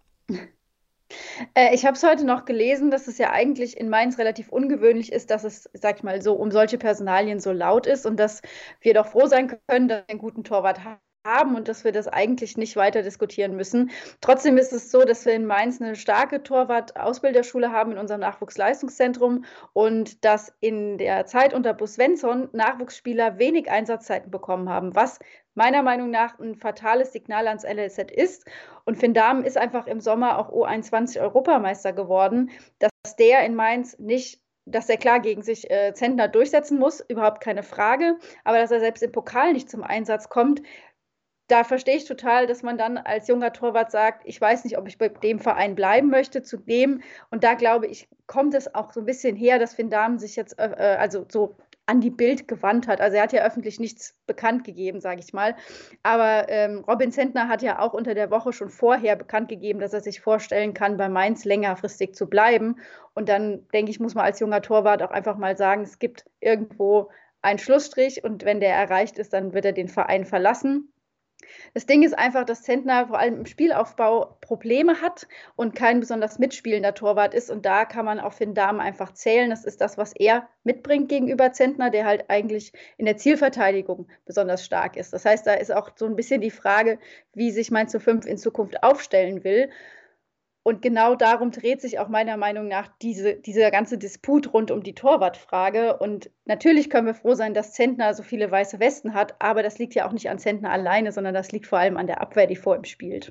Äh, ich habe es heute noch gelesen, dass es ja eigentlich in Mainz relativ ungewöhnlich ist, dass es, sag ich mal, so um solche Personalien so laut ist und dass wir doch froh sein können, dass wir einen guten Torwart haben und dass wir das eigentlich nicht weiter diskutieren müssen. Trotzdem ist es so, dass wir in Mainz eine starke Torwart-Ausbilderschule haben in unserem Nachwuchsleistungszentrum und dass in der Zeit unter Bo Svensson Nachwuchsspieler wenig Einsatzzeiten bekommen haben, was meiner Meinung nach ein fatales Signal ans L S Z ist. Und Finn Dahm ist einfach im Sommer auch U einundzwanzig Europameister geworden, dass der in Mainz nicht, dass er klar gegen sich äh, Zentner durchsetzen muss, überhaupt keine Frage, aber dass er selbst im Pokal nicht zum Einsatz kommt, da verstehe ich total, dass man dann als junger Torwart sagt, ich weiß nicht, ob ich bei dem Verein bleiben möchte, zu dem. Und da glaube ich, kommt es auch so ein bisschen her, dass Finn Dahm sich jetzt äh, also so an die Bild gewandt hat. Also er hat ja öffentlich nichts bekannt gegeben, sage ich mal. Aber ähm, Robin Zentner hat ja auch unter der Woche schon vorher bekannt gegeben, dass er sich vorstellen kann, bei Mainz längerfristig zu bleiben. Und dann, denke ich, muss man als junger Torwart auch einfach mal sagen, es gibt irgendwo einen Schlussstrich und wenn der erreicht ist, dann wird er den Verein verlassen. Das Ding ist einfach, dass Zentner vor allem im Spielaufbau Probleme hat und kein besonders mitspielender Torwart ist. Und da kann man auf Finn Dahm einfach zählen. Das ist das, was er mitbringt gegenüber Zentner, der halt eigentlich in der Zielverteidigung besonders stark ist. Das heißt, da ist auch so ein bisschen die Frage, wie sich Mainz null fünf in Zukunft aufstellen will. Und genau darum dreht sich auch meiner Meinung nach diese, dieser ganze Disput rund um die Torwartfrage. Und natürlich können wir froh sein, dass Zentner so viele weiße Westen hat, aber das liegt ja auch nicht an Zentner alleine, sondern das liegt vor allem an der Abwehr, die vor ihm spielt.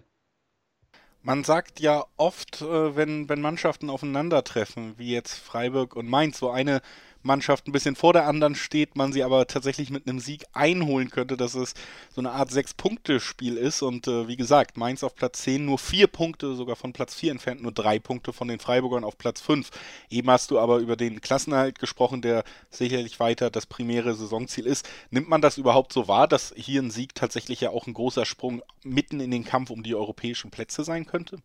Man sagt ja oft, wenn, wenn Mannschaften aufeinandertreffen, wie jetzt Freiburg und Mainz, wo eine Mannschaft ein bisschen vor der anderen steht, man sie aber tatsächlich mit einem Sieg einholen könnte, dass es so eine Art Sechs-Punkte-Spiel ist und äh, wie gesagt, Mainz auf Platz zehn nur vier Punkte, sogar von Platz vier entfernt, nur drei Punkte von den Freiburgern auf Platz fünf. Eben hast du aber über den Klassenerhalt gesprochen, der sicherlich weiter das primäre Saisonziel ist. Nimmt man das überhaupt so wahr, dass hier ein Sieg tatsächlich ja auch ein großer Sprung mitten in den Kampf um die europäischen Plätze sein könnte?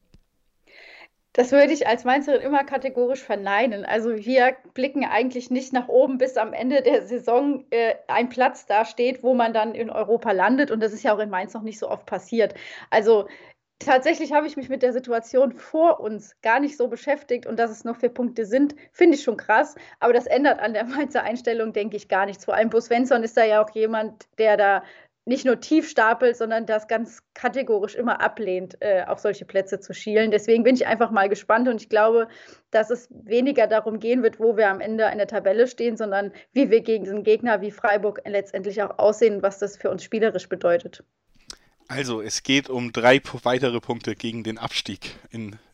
Das würde ich als Mainzerin immer kategorisch verneinen. Also wir blicken eigentlich nicht nach oben, bis am Ende der Saison äh, ein Platz da steht, wo man dann in Europa landet. Und das ist ja auch in Mainz noch nicht so oft passiert. Also tatsächlich habe ich mich mit der Situation vor uns gar nicht so beschäftigt. Und dass es noch vier Punkte sind, finde ich schon krass. Aber das ändert an der Mainzer Einstellung, denke ich, gar nichts. Vor allem Bo Svensson ist da ja auch jemand, der da nicht nur tief stapelt, sondern das ganz kategorisch immer ablehnt, äh, auf solche Plätze zu schielen. Deswegen bin ich einfach mal gespannt und ich glaube, dass es weniger darum gehen wird, wo wir am Ende in der Tabelle stehen, sondern wie wir gegen den Gegner wie Freiburg letztendlich auch aussehen und was das für uns spielerisch bedeutet. Also, es geht um drei weitere Punkte gegen den Abstieg in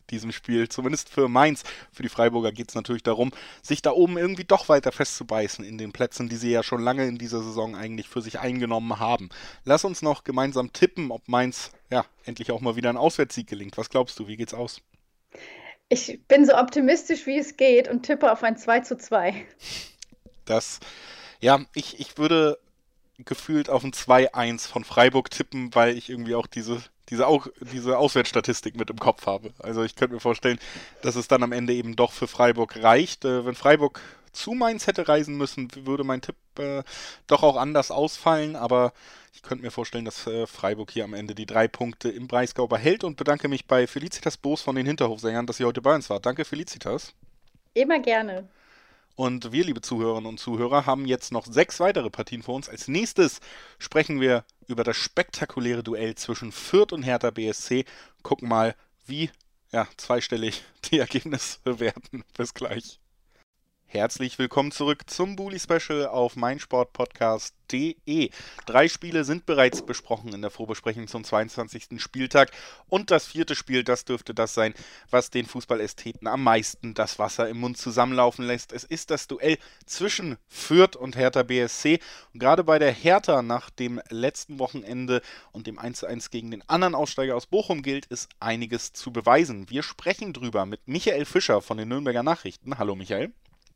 diesem Spiel, zumindest für Mainz. Für die Freiburger geht es natürlich darum, sich da oben irgendwie doch weiter festzubeißen in den Plätzen, die sie ja schon lange in dieser Saison eigentlich für sich eingenommen haben. Lass uns noch gemeinsam tippen, ob Mainz ja endlich auch mal wieder ein Auswärtssieg gelingt. Was glaubst du, wie geht's aus? Ich bin so optimistisch, wie es geht und tippe auf ein zwei zu zwei. Das, ja, ich, ich würde gefühlt auf ein zwei eins von Freiburg tippen, weil ich irgendwie auch diese, diese, auch, diese Auswärtsstatistik mit im Kopf habe. Also ich könnte mir vorstellen, dass es dann am Ende eben doch für Freiburg reicht. Äh, wenn Freiburg zu Mainz hätte reisen müssen, würde mein Tipp äh, doch auch anders ausfallen, aber ich könnte mir vorstellen, dass äh, Freiburg hier am Ende die drei Punkte im Breisgau behält und bedanke mich bei Felicitas Boos von den Hinterhofsängern, dass sie heute bei uns war. Danke, Felicitas. Immer gerne. Und wir, liebe Zuhörerinnen und Zuhörer, haben jetzt noch sechs weitere Partien vor uns. Als nächstes sprechen wir über das spektakuläre Duell zwischen Fürth und Hertha B S C. Gucken mal, wie ja, zweistellig die Ergebnisse werden. Bis gleich. Herzlich willkommen zurück zum Bully Special auf meinsportpodcast punkt de. Drei Spiele sind bereits besprochen in der Vorbesprechung zum zweiundzwanzigsten Spieltag und das vierte Spiel, das dürfte das sein, was den Fußballästheten am meisten das Wasser im Mund zusammenlaufen lässt. Es ist das Duell zwischen Fürth und Hertha B S C und gerade bei der Hertha nach dem letzten Wochenende und dem eins zu eins gegen den anderen Aussteiger aus Bochum gilt es einiges zu beweisen. Wir sprechen drüber mit Michael Fischer von den Nürnberger Nachrichten. Hallo Michael.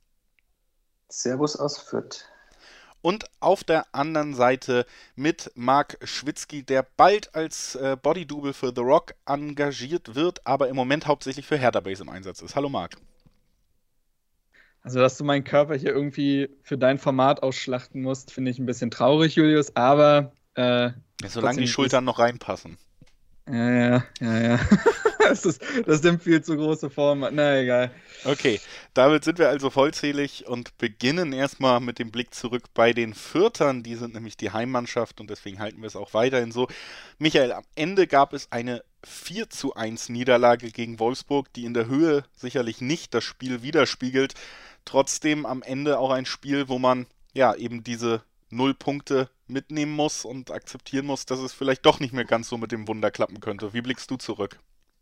Servus aus Fürth. Und auf der anderen Seite mit Marc Schwitzky, der bald als äh, Bodydouble für The Rock engagiert wird, aber im Moment hauptsächlich für Hertha Base im Einsatz ist. Hallo Marc. Also, dass du meinen Körper hier irgendwie für dein Format ausschlachten musst, finde ich ein bisschen traurig, Julius, aber... Äh, ja, solange die Schultern noch reinpassen. Ja, ja, ja, ja. Das ist, das nimmt viel zu große Form. Na, egal. Okay, damit sind wir also vollzählig und beginnen erstmal mit dem Blick zurück bei den Fürthern. Die sind nämlich die Heimmannschaft und deswegen halten wir es auch weiterhin so. Michael, am Ende gab es eine vier zu eins Niederlage gegen Wolfsburg, die in der Höhe sicherlich nicht das Spiel widerspiegelt. Trotzdem am Ende auch ein Spiel, wo man ja eben diese null Punkte mitnehmen muss und akzeptieren muss, dass es vielleicht doch nicht mehr ganz so mit dem Wunder klappen könnte. Wie blickst du zurück?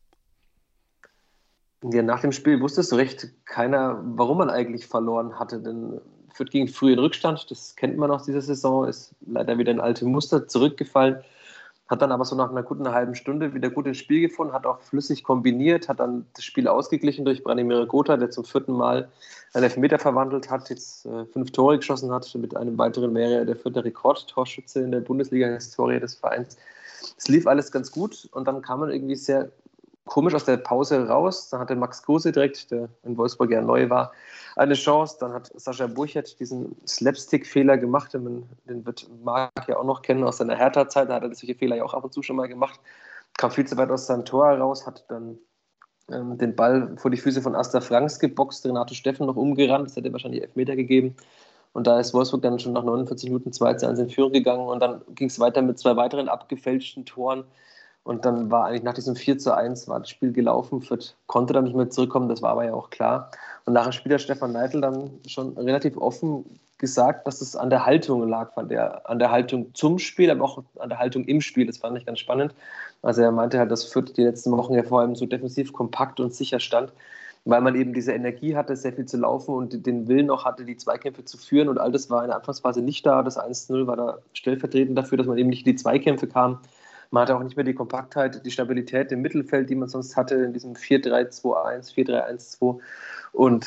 Ja, nach dem Spiel wusste so recht keiner, warum man eigentlich verloren hatte, denn Fürth ging früh in Rückstand, das kennt man aus dieser Saison, ist leider wieder in alte Muster zurückgefallen, hat dann aber so nach einer guten halben Stunde wieder gut ins Spiel gefunden, hat auch flüssig kombiniert, hat dann das Spiel ausgeglichen durch Branimir Gotha, der zum vierten Mal einen Elfmeter verwandelt hat, jetzt äh, fünf Tore geschossen hat, mit einem weiteren wäre er der vierte Rekordtorschütze in der Bundesliga-Historie des Vereins. Es lief alles ganz gut und dann kam man irgendwie sehr komisch aus der Pause raus. Dann hatte Max Kruse direkt, der in Wolfsburg ja neu war, eine Chance. Dann hat Sascha Burchert diesen Slapstick-Fehler gemacht. Den, den wird Marc ja auch noch kennen aus seiner Hertha-Zeit. Da hat er solche Fehler ja auch ab und zu schon mal gemacht. Kam viel zu weit aus seinem Tor heraus, hat dann ähm, den Ball vor die Füße von Asta Franks geboxt, Renato Steffen noch umgerannt. Das hätte wahrscheinlich Elfmeter gegeben. Und da ist Wolfsburg dann schon nach neunundvierzig Minuten zwei zu eins in Führung gegangen. Und dann ging es weiter mit zwei weiteren abgefälschten Toren. Und dann war eigentlich nach diesem vier zu eins war das Spiel gelaufen. Fürth konnte dann nicht mehr zurückkommen, das war aber ja auch klar. Und nach dem Spiel hat Stefan Neidl dann schon relativ offen gesagt, dass es an der Haltung lag, fand er. An der Haltung zum Spiel, aber auch an der Haltung im Spiel. Das fand ich ganz spannend. Also er meinte halt, dass Fürth die letzten Wochen ja vor allem so defensiv kompakt und sicher stand, weil man eben diese Energie hatte, sehr viel zu laufen und den Willen auch hatte, die Zweikämpfe zu führen. Und all das war in der Anfangsphase nicht da. Das eins zu null war da stellvertretend dafür, dass man eben nicht in die Zweikämpfe kam. Man hatte auch nicht mehr die Kompaktheit, die Stabilität im Mittelfeld, die man sonst hatte in diesem vier drei zwei eins, vier drei eins zwei. Und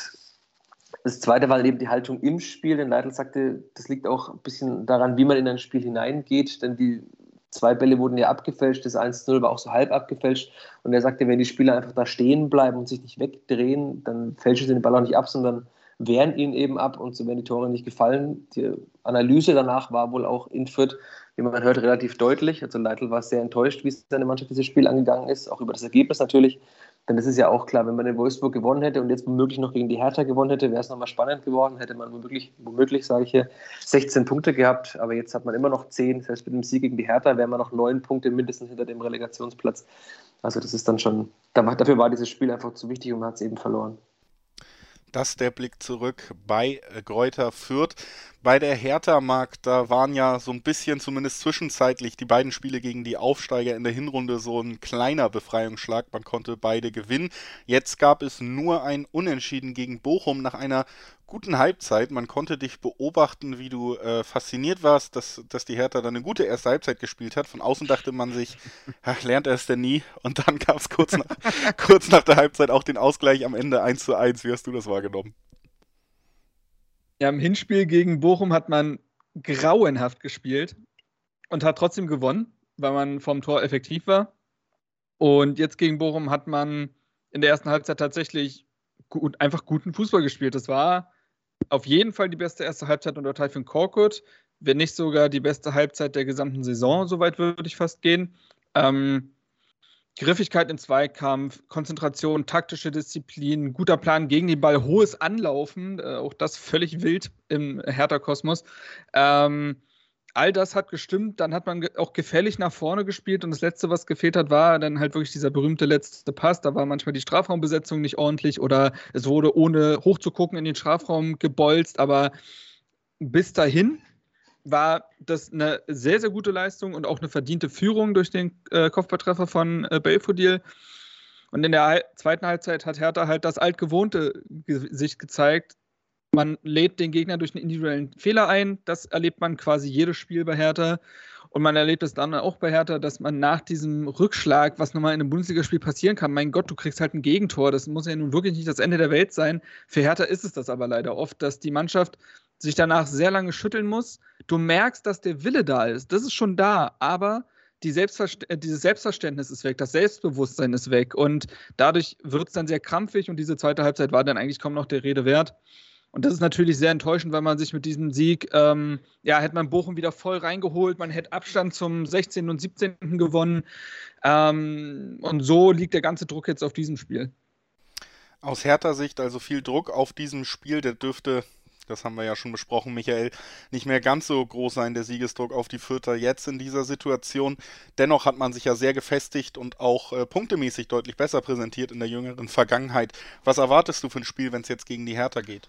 das Zweite war eben die Haltung im Spiel. Denn Leitl sagte, das liegt auch ein bisschen daran, wie man in ein Spiel hineingeht. Denn die zwei Bälle wurden ja abgefälscht, das eins zu null war auch so halb abgefälscht. Und er sagte, wenn die Spieler einfach da stehen bleiben und sich nicht wegdrehen, dann fälschen sie den Ball auch nicht ab, sondern wehren ihn eben ab und so werden die Tore nicht gefallen. Die Analyse danach war wohl auch in Fürth, wie man hört, relativ deutlich. Also Leitl war sehr enttäuscht, wie seine Mannschaft dieses Spiel angegangen ist, auch über das Ergebnis natürlich. Denn das ist ja auch klar, wenn man in Wolfsburg gewonnen hätte und jetzt womöglich noch gegen die Hertha gewonnen hätte, wäre es nochmal spannend geworden, hätte man womöglich, womöglich sage ich hier, sechzehn Punkte gehabt, aber jetzt hat man immer noch zehn, das heißt mit dem Sieg gegen die Hertha wären wir noch neun Punkte mindestens hinter dem Relegationsplatz. Also das ist dann schon, dafür war dieses Spiel einfach zu wichtig und man hat es eben verloren. Das der Blick zurück bei äh, Greuther Fürth. Bei der Hertha, Marc, da waren ja so ein bisschen, zumindest zwischenzeitlich, die beiden Spiele gegen die Aufsteiger in der Hinrunde so ein kleiner Befreiungsschlag. Man konnte beide gewinnen. Jetzt gab es nur ein Unentschieden gegen Bochum nach einer guten Halbzeit. Man konnte dich beobachten, wie du äh, fasziniert warst, dass, dass die Hertha dann eine gute erste Halbzeit gespielt hat. Von außen dachte man sich, ach, lernt er es denn nie? Und dann gab es kurz nach, kurz nach der Halbzeit auch den Ausgleich am Ende eins zu eins. Wie hast du das wahrgenommen? Ja, im Hinspiel gegen Bochum hat man grauenhaft gespielt und hat trotzdem gewonnen, weil man vom Tor effektiv war. Und jetzt gegen Bochum hat man in der ersten Halbzeit tatsächlich gut, einfach guten Fußball gespielt. Das war auf jeden Fall die beste erste Halbzeit unter Tayfun Korkut, wenn nicht sogar die beste Halbzeit der gesamten Saison, soweit würde ich fast gehen. Ähm, Griffigkeit im Zweikampf, Konzentration, taktische Disziplin, guter Plan gegen den Ball, hohes Anlaufen, äh, auch das völlig wild im Hertha-Kosmos. Ähm, all das hat gestimmt, dann hat man ge- auch gefällig nach vorne gespielt und das Letzte, was gefehlt hat, war dann halt wirklich dieser berühmte letzte Pass. Da war manchmal die Strafraumbesetzung nicht ordentlich oder es wurde ohne hochzugucken in den Strafraum gebolzt, aber bis dahin war das eine sehr, sehr gute Leistung und auch eine verdiente Führung durch den äh, Kopfballtreffer von äh, Belfodil. Und in der Hal- zweiten Halbzeit hat Hertha halt das altgewohnte ge- sich gezeigt. Man lädt den Gegner durch einen individuellen Fehler ein. Das erlebt man quasi jedes Spiel bei Hertha. Und man erlebt es dann auch bei Hertha, dass man nach diesem Rückschlag, was nochmal in einem Bundesligaspiel passieren kann, mein Gott, du kriegst halt ein Gegentor. Das muss ja nun wirklich nicht das Ende der Welt sein. Für Hertha ist es das aber leider oft, dass die Mannschaft sich danach sehr lange schütteln muss. Du merkst, dass der Wille da ist. Das ist schon da, aber die Selbstverst- äh, dieses Selbstverständnis ist weg, das Selbstbewusstsein ist weg und dadurch wird es dann sehr krampfig und diese zweite Halbzeit war dann eigentlich kaum noch der Rede wert. Und das ist natürlich sehr enttäuschend, weil man sich mit diesem Sieg, ähm, ja, hätte man Bochum wieder voll reingeholt, man hätte Abstand zum sechzehnten und siebzehnten gewonnen. Ähm, und so liegt der ganze Druck jetzt auf diesem Spiel. Aus Hertha-Sicht also viel Druck auf diesem Spiel, der dürfte, das haben wir ja schon besprochen, Michael, nicht mehr ganz so groß sein, der Siegesdruck auf die Fürther jetzt in dieser Situation. Dennoch hat man sich ja sehr gefestigt und auch äh, punktemäßig deutlich besser präsentiert in der jüngeren Vergangenheit. Was erwartest du für ein Spiel, wenn es jetzt gegen die Hertha geht?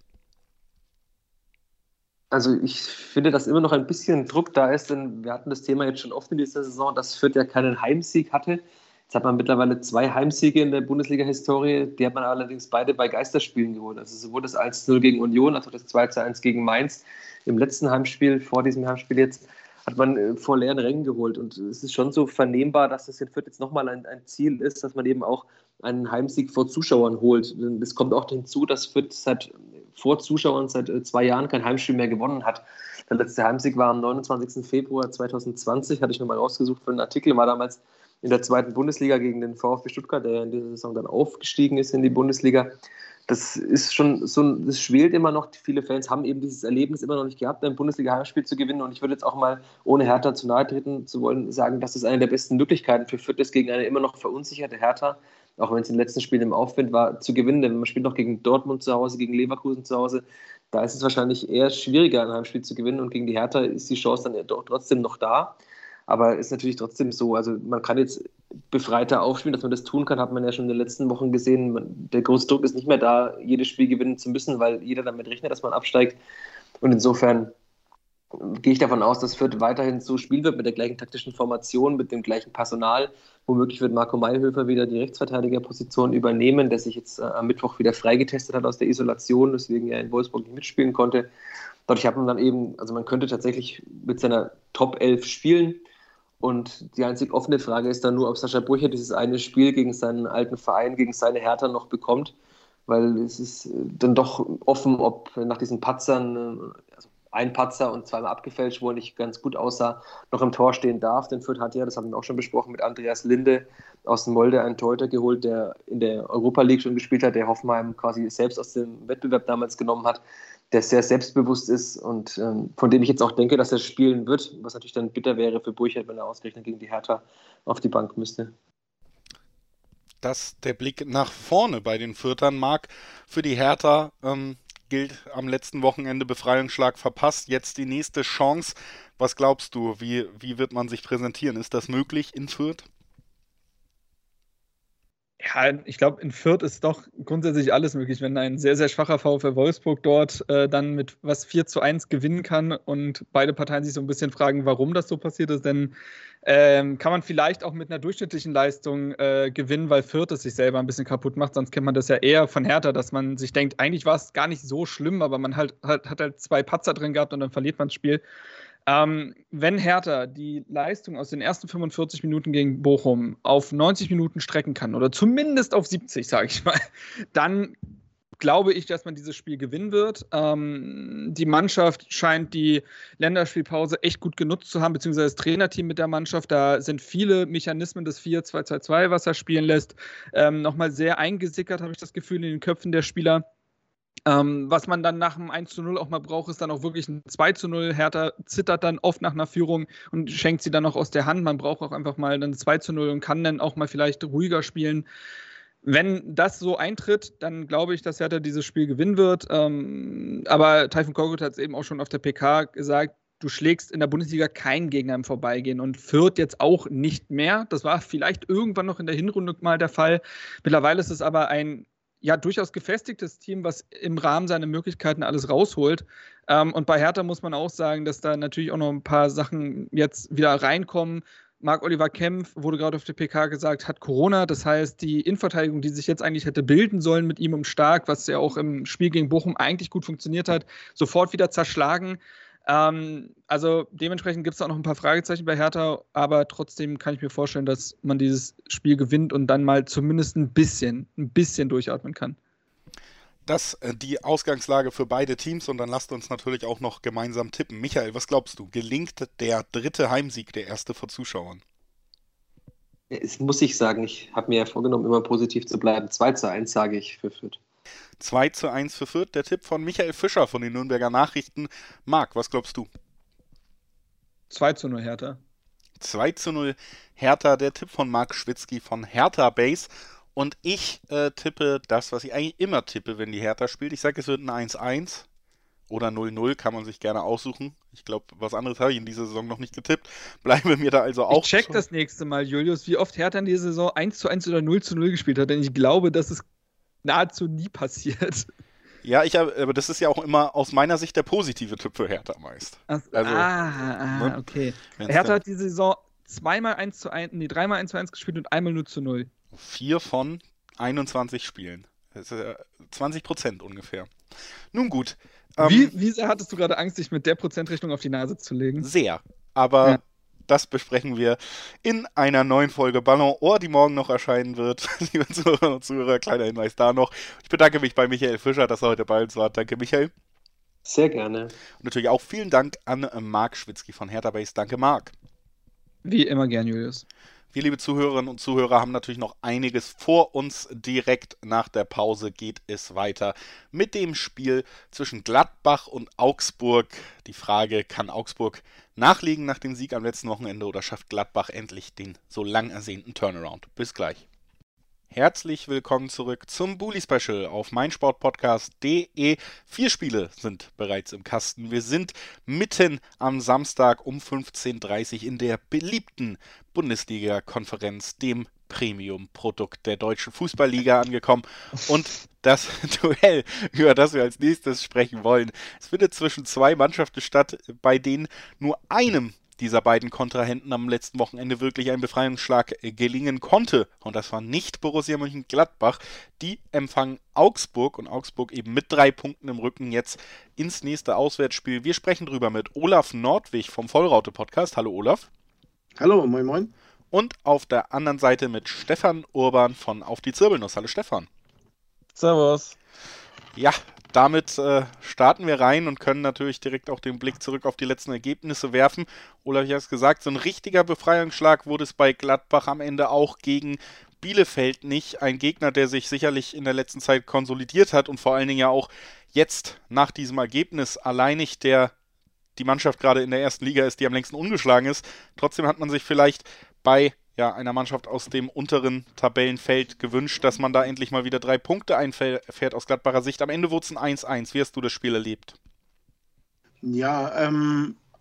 Also ich finde, dass immer noch ein bisschen Druck da ist, denn wir hatten das Thema jetzt schon oft in dieser Saison, dass Fürth ja keinen Heimsieg hatte. Jetzt hat man mittlerweile zwei Heimsiege in der Bundesliga-Historie, die hat man allerdings beide bei Geisterspielen geholt. Also sowohl das eins zu null gegen Union, als auch das zwei zu eins gegen Mainz. Im letzten Heimspiel, vor diesem Heimspiel jetzt, hat man vor leeren Rängen geholt. Und es ist schon so vernehmbar, dass das in Fürth jetzt nochmal ein, ein Ziel ist, dass man eben auch einen Heimsieg vor Zuschauern holt. Es kommt auch hinzu, dass Fürth seit vor Zuschauern seit zwei Jahren kein Heimspiel mehr gewonnen hat. Der letzte Heimsieg war am neunundzwanzigsten Februar zweitausendzwanzig, hatte ich nochmal rausgesucht für einen Artikel, war damals in der zweiten Bundesliga gegen den VfB Stuttgart, der in dieser Saison dann aufgestiegen ist in die Bundesliga. Das ist schon so, das schwelt immer noch. Viele Fans haben eben dieses Erlebnis immer noch nicht gehabt, ein Bundesliga-Heimspiel zu gewinnen. Und ich würde jetzt auch mal, ohne Hertha zu nahe treten zu wollen, sagen, dass es eine der besten Möglichkeiten für Fürth ist, gegen eine immer noch verunsicherte Hertha, auch wenn es in den letzten Spielen im Aufwind war, zu gewinnen. Denn man spielt noch gegen Dortmund zu Hause, gegen Leverkusen zu Hause. Da ist es wahrscheinlich eher schwieriger, ein Heimspiel zu gewinnen. Und gegen die Hertha ist die Chance dann ja doch trotzdem noch da. Aber ist natürlich trotzdem so, also man kann jetzt befreiter aufspielen, dass man das tun kann, hat man ja schon in den letzten Wochen gesehen. Man, der große Druck ist nicht mehr da, jedes Spiel gewinnen zu müssen, weil jeder damit rechnet, dass man absteigt. Und insofern gehe ich davon aus, dass Fürth weiterhin so spielen wird mit der gleichen taktischen Formation, mit dem gleichen Personal. Womöglich wird Marco Mayhöfer wieder die Rechtsverteidigerposition übernehmen, der sich jetzt äh, am Mittwoch wieder freigetestet hat aus der Isolation, deswegen er in Wolfsburg nicht mitspielen konnte. Dadurch hat man dann eben, also man könnte tatsächlich mit seiner Top elf spielen. Und die einzig offene Frage ist dann nur, ob Sascha Burcher dieses eine Spiel gegen seinen alten Verein, gegen seine Hertha noch bekommt, weil es ist dann doch offen, ob nach diesen Patzern, also ein Patzer und zweimal abgefälscht, wo er nicht ganz gut aussah, noch im Tor stehen darf. Denn Fürth hat ja, das haben wir auch schon besprochen, mit Andreas Linde aus Molde einen Torhüter geholt, der in der Europa League schon gespielt hat, der Hoffenheim quasi selbst aus dem Wettbewerb damals genommen hat, der sehr selbstbewusst ist und ähm, von dem ich jetzt auch denke, dass er spielen wird, was natürlich dann bitter wäre für Burchard, wenn er ausgerechnet gegen die Hertha auf die Bank müsste. Das der Blick nach vorne bei den Fürthern, Marc. Für die Hertha ähm, gilt am letzten Wochenende Befreiungsschlag verpasst. Jetzt die nächste Chance. Was glaubst du, wie, wie wird man sich präsentieren? Ist das möglich in Fürth? Ja, ich glaube, in Fürth ist doch grundsätzlich alles möglich, wenn ein sehr, sehr schwacher VfL Wolfsburg dort äh, dann mit was vier zu eins gewinnen kann und beide Parteien sich so ein bisschen fragen, warum das so passiert ist, denn ähm, kann man vielleicht auch mit einer durchschnittlichen Leistung äh, gewinnen, weil Fürth es sich selber ein bisschen kaputt macht, sonst kennt man das ja eher von Hertha, dass man sich denkt, eigentlich war es gar nicht so schlimm, aber man halt, halt, hat halt zwei Patzer drin gehabt und dann verliert man das Spiel. Ähm, wenn Hertha die Leistung aus den ersten fünfundvierzig Minuten gegen Bochum auf neunzig Minuten strecken kann, oder zumindest auf siebzig, sage ich mal, dann glaube ich, dass man dieses Spiel gewinnen wird. Ähm, die Mannschaft scheint die Länderspielpause echt gut genutzt zu haben, beziehungsweise das Trainerteam mit der Mannschaft. Da sind viele Mechanismen des vier zwei zwei zwei, was er spielen lässt, ähm, nochmal sehr eingesickert, habe ich das Gefühl, in den Köpfen der Spieler. Ähm, was man dann nach dem eins zu null auch mal braucht, ist dann auch wirklich ein zwei zu null. Hertha zittert dann oft nach einer Führung und schenkt sie dann auch aus der Hand. Man braucht auch einfach mal dann zwei zu null und kann dann auch mal vielleicht ruhiger spielen. Wenn das so eintritt, dann glaube ich, dass Hertha dieses Spiel gewinnen wird. Ähm, aber Tayfun Korkut hat es eben auch schon auf der P K gesagt, du schlägst in der Bundesliga keinen Gegner im Vorbeigehen und Fürth jetzt auch nicht mehr. Das war vielleicht irgendwann noch in der Hinrunde mal der Fall. Mittlerweile ist es aber ein ja, durchaus gefestigtes Team, was im Rahmen seiner Möglichkeiten alles rausholt. Ähm, und bei Hertha muss man auch sagen, dass da natürlich auch noch ein paar Sachen jetzt wieder reinkommen. Marc-Oliver Kempf, wurde gerade auf der P K gesagt, hat Corona. Das heißt, die Innenverteidigung, die sich jetzt eigentlich hätte bilden sollen mit ihm und Stark, was ja auch im Spiel gegen Bochum eigentlich gut funktioniert hat, sofort wieder zerschlagen. Ähm, also dementsprechend gibt es auch noch ein paar Fragezeichen bei Hertha, aber trotzdem kann ich mir vorstellen, dass man dieses Spiel gewinnt und dann mal zumindest ein bisschen, ein bisschen durchatmen kann. Das äh, die Ausgangslage für beide Teams und dann lasst uns natürlich auch noch gemeinsam tippen. Michael, was glaubst du? Gelingt der dritte Heimsieg, der erste vor Zuschauern? Es muss ich sagen, ich habe mir ja vorgenommen, immer positiv zu bleiben. zwei zu eins sage ich für Fürth. zwei zu eins für Fürth, der Tipp von Michael Fischer von den Nürnberger Nachrichten. Marc, was glaubst du? zwei zu null Hertha. zwei zu null Hertha, der Tipp von Marc Schwitzky von Hertha Base. Und ich äh, tippe das, was ich eigentlich immer tippe, wenn die Hertha spielt. Ich sage, es wird ein eins eins oder null null, kann man sich gerne aussuchen. Ich glaube, was anderes habe ich in dieser Saison noch nicht getippt. Bleibe mir da also auch. Ich check das nächste Mal, Julius, wie oft Hertha in dieser Saison eins zu eins oder null zu null gespielt hat. Denn ich glaube, dass es nahezu nie passiert. Ja, ich hab, aber das ist ja auch immer aus meiner Sicht der positive Tipp für Hertha meist. Ach, also, ah, ah ne? Okay. Wenn's Hertha dann hat diese Saison zweimal eins zu eins, nee, dreimal eins zu eins gespielt und einmal null zu null. Vier von einundzwanzig Spielen. Das ist äh, zwanzig Prozent ungefähr. Nun gut. Ähm, wie, wie sehr hattest du gerade Angst, dich mit der Prozentrechnung auf die Nase zu legen? Sehr. Aber ja. Das besprechen wir in einer neuen Folge Ballon Ohr, die morgen noch erscheinen wird. Liebe Zuhörerinnen und Zuhörer, kleiner Hinweis da noch. Ich bedanke mich bei Michael Fischer, dass er heute bei uns war. Danke, Michael. Sehr gerne. Und natürlich auch vielen Dank an Marc Schwitzky von Hertha Base. Danke, Marc. Wie immer gern, Julius. Wir, liebe Zuhörerinnen und Zuhörer, haben natürlich noch einiges vor uns. Direkt nach der Pause geht es weiter mit dem Spiel zwischen Gladbach und Augsburg. Die Frage, kann Augsburg nachlegen nach dem Sieg am letzten Wochenende oder schafft Gladbach endlich den so lang ersehnten Turnaround? Bis gleich. Herzlich willkommen zurück zum Bully Special auf meinsportpodcast punkt de. Vier Spiele sind bereits im Kasten. Wir sind mitten am Samstag um fünfzehn Uhr dreißig in der beliebten Bundesliga-Konferenz, dem Premium-Produkt der deutschen Fußballliga, angekommen. Und das Duell, über das wir als nächstes sprechen wollen, es findet zwischen zwei Mannschaften statt, bei denen nur einem dieser beiden Kontrahenten am letzten Wochenende wirklich ein Befreiungsschlag gelingen konnte. Und das war nicht Borussia Mönchengladbach. Die empfangen Augsburg und Augsburg eben mit drei Punkten im Rücken jetzt ins nächste Auswärtsspiel. Wir sprechen drüber mit Olaf Nordwig vom Vollraute-Podcast. Hallo Olaf. Hallo, moin moin. Und auf der anderen Seite mit Stefan Urban von Auf die Zirbelnuss. Hallo Stefan. Servus. Ja, damit äh, starten wir rein und können natürlich direkt auch den Blick zurück auf die letzten Ergebnisse werfen. Olaf, ich habe es gesagt, so ein richtiger Befreiungsschlag wurde es bei Gladbach am Ende auch gegen Bielefeld nicht. Ein Gegner, der sich sicherlich in der letzten Zeit konsolidiert hat und vor allen Dingen ja auch jetzt nach diesem Ergebnis alleinig der die Mannschaft gerade in der ersten Liga ist, die am längsten ungeschlagen ist. Trotzdem hat man sich vielleicht bei ja, einer Mannschaft aus dem unteren Tabellenfeld gewünscht, dass man da endlich mal wieder drei Punkte einfährt aus Gladbacher Sicht. Am Ende wurde es ein eins eins. Wie hast du das Spiel erlebt? Ja, ähm,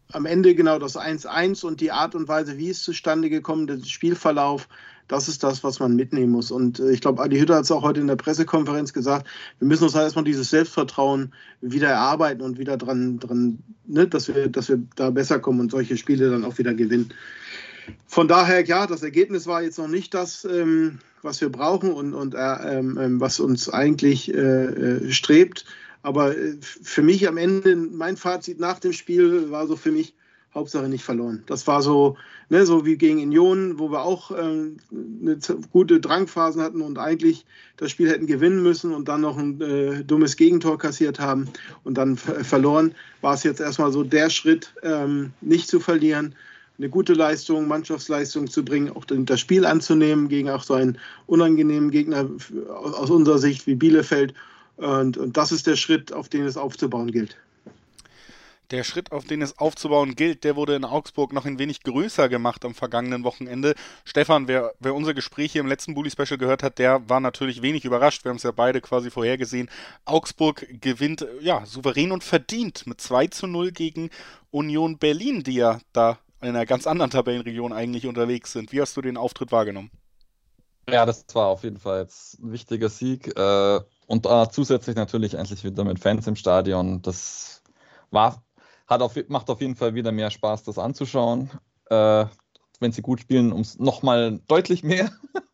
am Ende genau das eins eins und die Art und Weise, wie es zustande gekommen ist, der Spielverlauf, das ist das, was man mitnehmen muss. Und äh, ich glaube, Adi Hütter hat es auch heute in der Pressekonferenz gesagt, wir müssen uns halt erstmal dieses Selbstvertrauen wieder erarbeiten und wieder dran, dran ne, dass wir, dass wir da besser kommen und solche Spiele dann auch wieder gewinnen. Von daher, ja, das Ergebnis war jetzt noch nicht das, ähm, was wir brauchen und, und äh, ähm, was uns eigentlich äh, strebt. Aber äh, für mich am Ende, mein Fazit nach dem Spiel war so für mich, Hauptsache nicht verloren. Das war so, ne, so wie gegen Union, wo wir auch ähm, eine gute Drangphasen hatten und eigentlich das Spiel hätten gewinnen müssen und dann noch ein äh, dummes Gegentor kassiert haben und dann ver- verloren. War es jetzt erstmal so der Schritt, ähm, nicht zu verlieren, eine gute Leistung, Mannschaftsleistung zu bringen, auch das Spiel anzunehmen gegen auch so einen unangenehmen Gegner aus unserer Sicht wie Bielefeld. Und, und das ist der Schritt, auf den es aufzubauen gilt. Der Schritt, auf den es aufzubauen gilt, der wurde in Augsburg noch ein wenig größer gemacht am vergangenen Wochenende. Stefan, wer, wer unser Gespräch hier im letzten Bully-Special gehört hat, der war natürlich wenig überrascht. Wir haben es ja beide quasi vorhergesehen. Augsburg gewinnt ja souverän und verdient mit zwei zu null gegen Union Berlin, die ja da in einer ganz anderen Tabellenregion eigentlich unterwegs sind. Wie hast du den Auftritt wahrgenommen? Ja, das war auf jeden Fall jetzt ein wichtiger Sieg. Äh, und äh, zusätzlich natürlich endlich wieder mit Fans im Stadion. Das war, hat auf, macht auf jeden Fall wieder mehr Spaß, das anzuschauen. Äh, wenn sie gut spielen, ums nochmal deutlich mehr.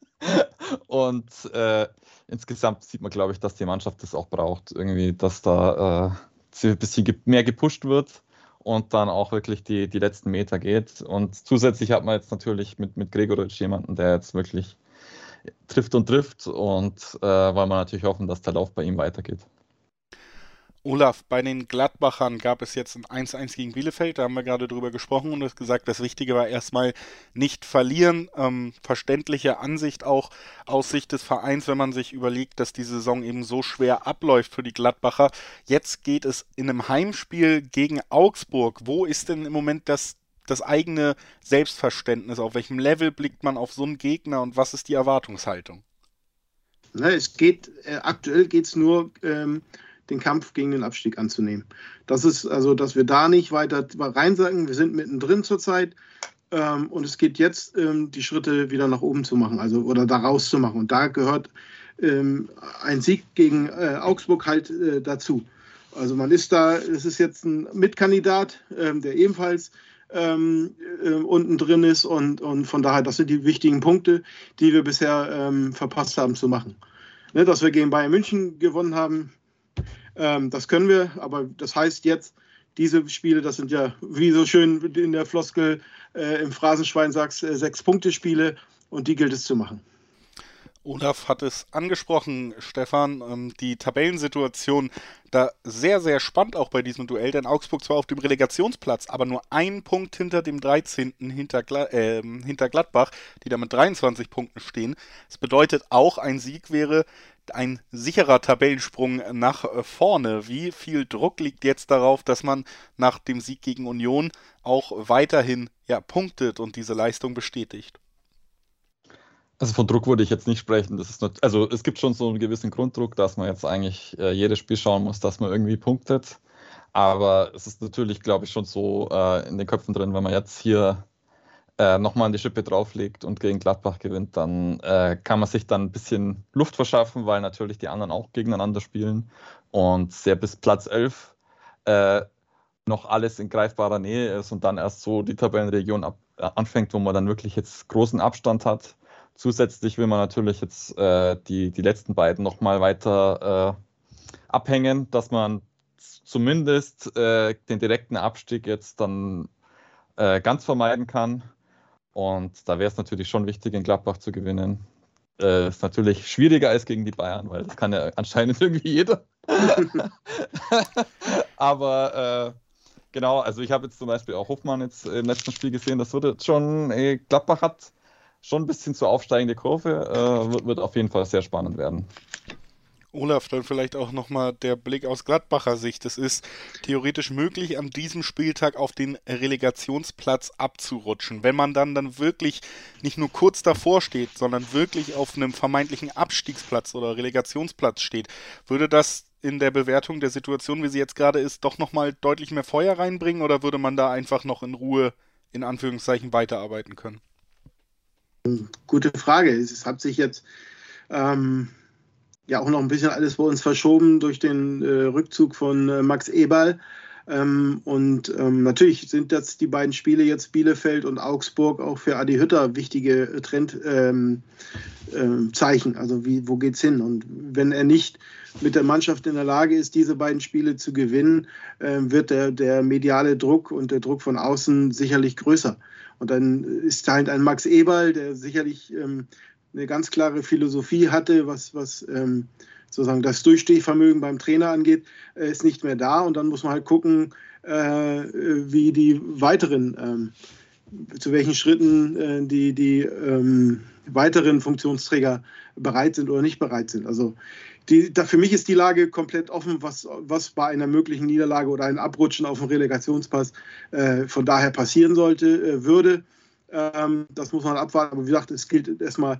Und äh, insgesamt sieht man, glaube ich, dass die Mannschaft das auch braucht. Irgendwie, dass da äh, ein bisschen mehr gepusht wird. Und dann auch wirklich die, die letzten Meter geht. Und zusätzlich hat man jetzt natürlich mit, mit Gregoritsch jemanden, der jetzt wirklich trifft und trifft. Und äh, weil man natürlich hoffen, dass der Lauf bei ihm weitergeht. Olaf, bei den Gladbachern gab es jetzt ein eins eins gegen Bielefeld, da haben wir gerade drüber gesprochen und du hast gesagt, das Wichtige war erstmal nicht verlieren. Ähm, verständliche Ansicht auch aus Sicht des Vereins, wenn man sich überlegt, dass die Saison eben so schwer abläuft für die Gladbacher. Jetzt geht es in einem Heimspiel gegen Augsburg. Wo ist denn im Moment das, das eigene Selbstverständnis? Auf welchem Level blickt man auf so einen Gegner und was ist die Erwartungshaltung? Ne, es geht, äh, aktuell geht es nur... Ähm den Kampf gegen den Abstieg anzunehmen. Das ist also, dass wir da nicht weiter reinsacken. Wir sind mittendrin zurzeit ähm, und es geht jetzt, ähm, die Schritte wieder nach oben zu machen, also oder da rauszumachen. Und da gehört ähm, ein Sieg gegen äh, Augsburg halt äh, dazu. Also man ist da, es ist jetzt ein Mitkandidat, ähm, der ebenfalls ähm, äh, unten drin ist und, und von daher, das sind die wichtigen Punkte, die wir bisher ähm, verpasst haben zu machen. Ne, dass wir gegen Bayern München gewonnen haben, Ähm, das können wir, aber das heißt jetzt, diese Spiele, das sind ja, wie so schön in der Floskel äh, im Phrasenschwein sagst, äh, Sechs-Punkte-Spiele und die gilt es zu machen. Olaf hat es angesprochen, Stefan, ähm, die Tabellensituation da sehr, sehr spannend auch bei diesem Duell, denn Augsburg zwar auf dem Relegationsplatz, aber nur einen Punkt hinter dem dreizehnten hinter, Gla- äh, hinter Gladbach, die da mit dreiundzwanzig Punkten stehen. Das bedeutet auch, ein Sieg wäre ein sicherer Tabellensprung nach vorne. Wie viel Druck liegt jetzt darauf, dass man nach dem Sieg gegen Union auch weiterhin ja, punktet und diese Leistung bestätigt? Also von Druck würde ich jetzt nicht sprechen. Das ist not- also es gibt schon so einen gewissen Grunddruck, dass man jetzt eigentlich äh, jedes Spiel schauen muss, dass man irgendwie punktet. Aber es ist natürlich, glaube ich, schon so äh, in den Köpfen drin, wenn man jetzt hier äh, nochmal an die Schippe drauflegt und gegen Gladbach gewinnt, dann äh, kann man sich dann ein bisschen Luft verschaffen, weil natürlich die anderen auch gegeneinander spielen und sehr bis Platz elf äh, noch alles in greifbarer Nähe ist und dann erst so die Tabellenregion ab, äh, anfängt, wo man dann wirklich jetzt großen Abstand hat. Zusätzlich will man natürlich jetzt äh, die, die letzten beiden nochmal weiter äh, abhängen, dass man zumindest äh, den direkten Abstieg jetzt dann äh, ganz vermeiden kann. Und da wäre es natürlich schon wichtig, in Gladbach zu gewinnen. Äh, ist natürlich schwieriger als gegen die Bayern, weil das kann ja anscheinend irgendwie jeder. Aber äh, genau, also ich habe jetzt zum Beispiel auch Hofmann jetzt im letzten Spiel gesehen, das wird jetzt schon, ey, Gladbach hat schon ein bisschen zur aufsteigende Kurve, äh, wird, wird auf jeden Fall sehr spannend werden. Olaf, dann vielleicht auch nochmal der Blick aus Gladbacher Sicht. Es ist theoretisch möglich, an diesem Spieltag auf den Relegationsplatz abzurutschen. Wenn man dann, dann wirklich nicht nur kurz davor steht, sondern wirklich auf einem vermeintlichen Abstiegsplatz oder Relegationsplatz steht, würde das in der Bewertung der Situation, wie sie jetzt gerade ist, doch nochmal deutlich mehr Feuer reinbringen oder würde man da einfach noch in Ruhe, in Anführungszeichen, weiterarbeiten können? Gute Frage. Es hat sich jetzt ähm, ja auch noch ein bisschen alles bei uns verschoben durch den äh, Rückzug von äh, Max Eberl. Ähm, und ähm, natürlich sind das die beiden Spiele jetzt Bielefeld und Augsburg auch für Adi Hütter wichtige Trendzeichen. Ähm, äh, also wie, wo geht's hin? Und wenn er nicht mit der Mannschaft in der Lage ist, diese beiden Spiele zu gewinnen, äh, wird der, der mediale Druck und der Druck von außen sicherlich größer. Und dann ist halt ein Max Eberl, der sicherlich ähm, eine ganz klare Philosophie hatte, was, was ähm, sozusagen das Durchstehvermögen beim Trainer angeht, äh, ist nicht mehr da. Und dann muss man halt gucken, äh, wie die weiteren, ähm, zu welchen Schritten äh, die, die ähm, weiteren Funktionsträger bereit sind oder nicht bereit sind. Also die, da für mich ist die Lage komplett offen, was, was bei einer möglichen Niederlage oder einem Abrutschen auf dem Relegationspass äh, von daher passieren sollte, äh, würde. Ähm, das muss man abwarten. Aber wie gesagt, es gilt erstmal,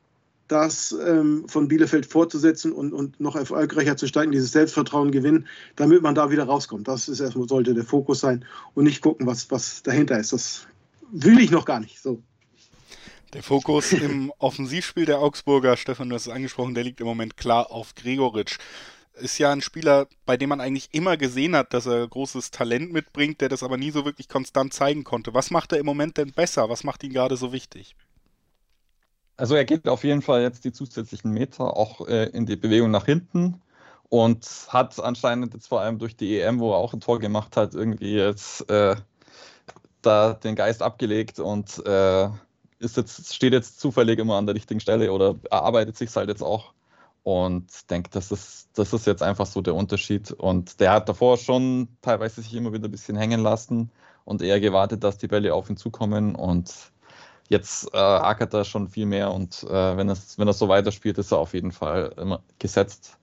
das ähm, von Bielefeld fortzusetzen und, und noch erfolgreicher zu steigen, dieses Selbstvertrauen gewinnen, damit man da wieder rauskommt. Das ist erstmal, sollte der Fokus sein und nicht gucken, was, was dahinter ist. Das will ich noch gar nicht. So. Der Fokus im Offensivspiel der Augsburger, Stefan, du hast es angesprochen, der liegt im Moment klar auf Gregoritsch. Ist ja ein Spieler, bei dem man eigentlich immer gesehen hat, dass er großes Talent mitbringt, der das aber nie so wirklich konstant zeigen konnte. Was macht er im Moment denn besser? Was macht ihn gerade so wichtig? Also er geht auf jeden Fall jetzt die zusätzlichen Meter auch äh, in die Bewegung nach hinten und hat anscheinend jetzt vor allem durch die E M, wo er auch ein Tor gemacht hat, irgendwie jetzt äh, da den Geist abgelegt und äh, ist jetzt, steht jetzt zufällig immer an der richtigen Stelle oder erarbeitet sich halt jetzt auch und denke, das ist, das ist jetzt einfach so der Unterschied. Und der hat davor schon teilweise sich immer wieder ein bisschen hängen lassen und eher gewartet, dass die Bälle auf ihn zukommen und jetzt äh, ackert er schon viel mehr und äh, wenn, es, wenn er so weiterspielt, ist er auf jeden Fall immer gesetzt.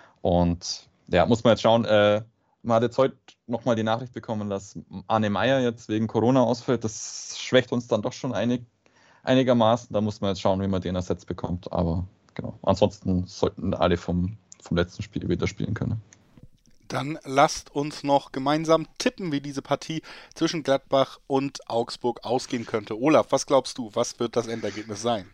Und ja, muss man jetzt schauen. Äh, man hat jetzt heute nochmal die Nachricht bekommen, dass Arne Meyer jetzt wegen Corona ausfällt. Das schwächt uns dann doch schon einig, einigermaßen. Da muss man jetzt schauen, wie man den ersetzt bekommt. Aber genau, ansonsten sollten alle vom, vom letzten Spiel wieder spielen können. Dann lasst uns noch gemeinsam tippen, wie diese Partie zwischen Gladbach und Augsburg ausgehen könnte. Olaf, was glaubst du, was wird das Endergebnis sein?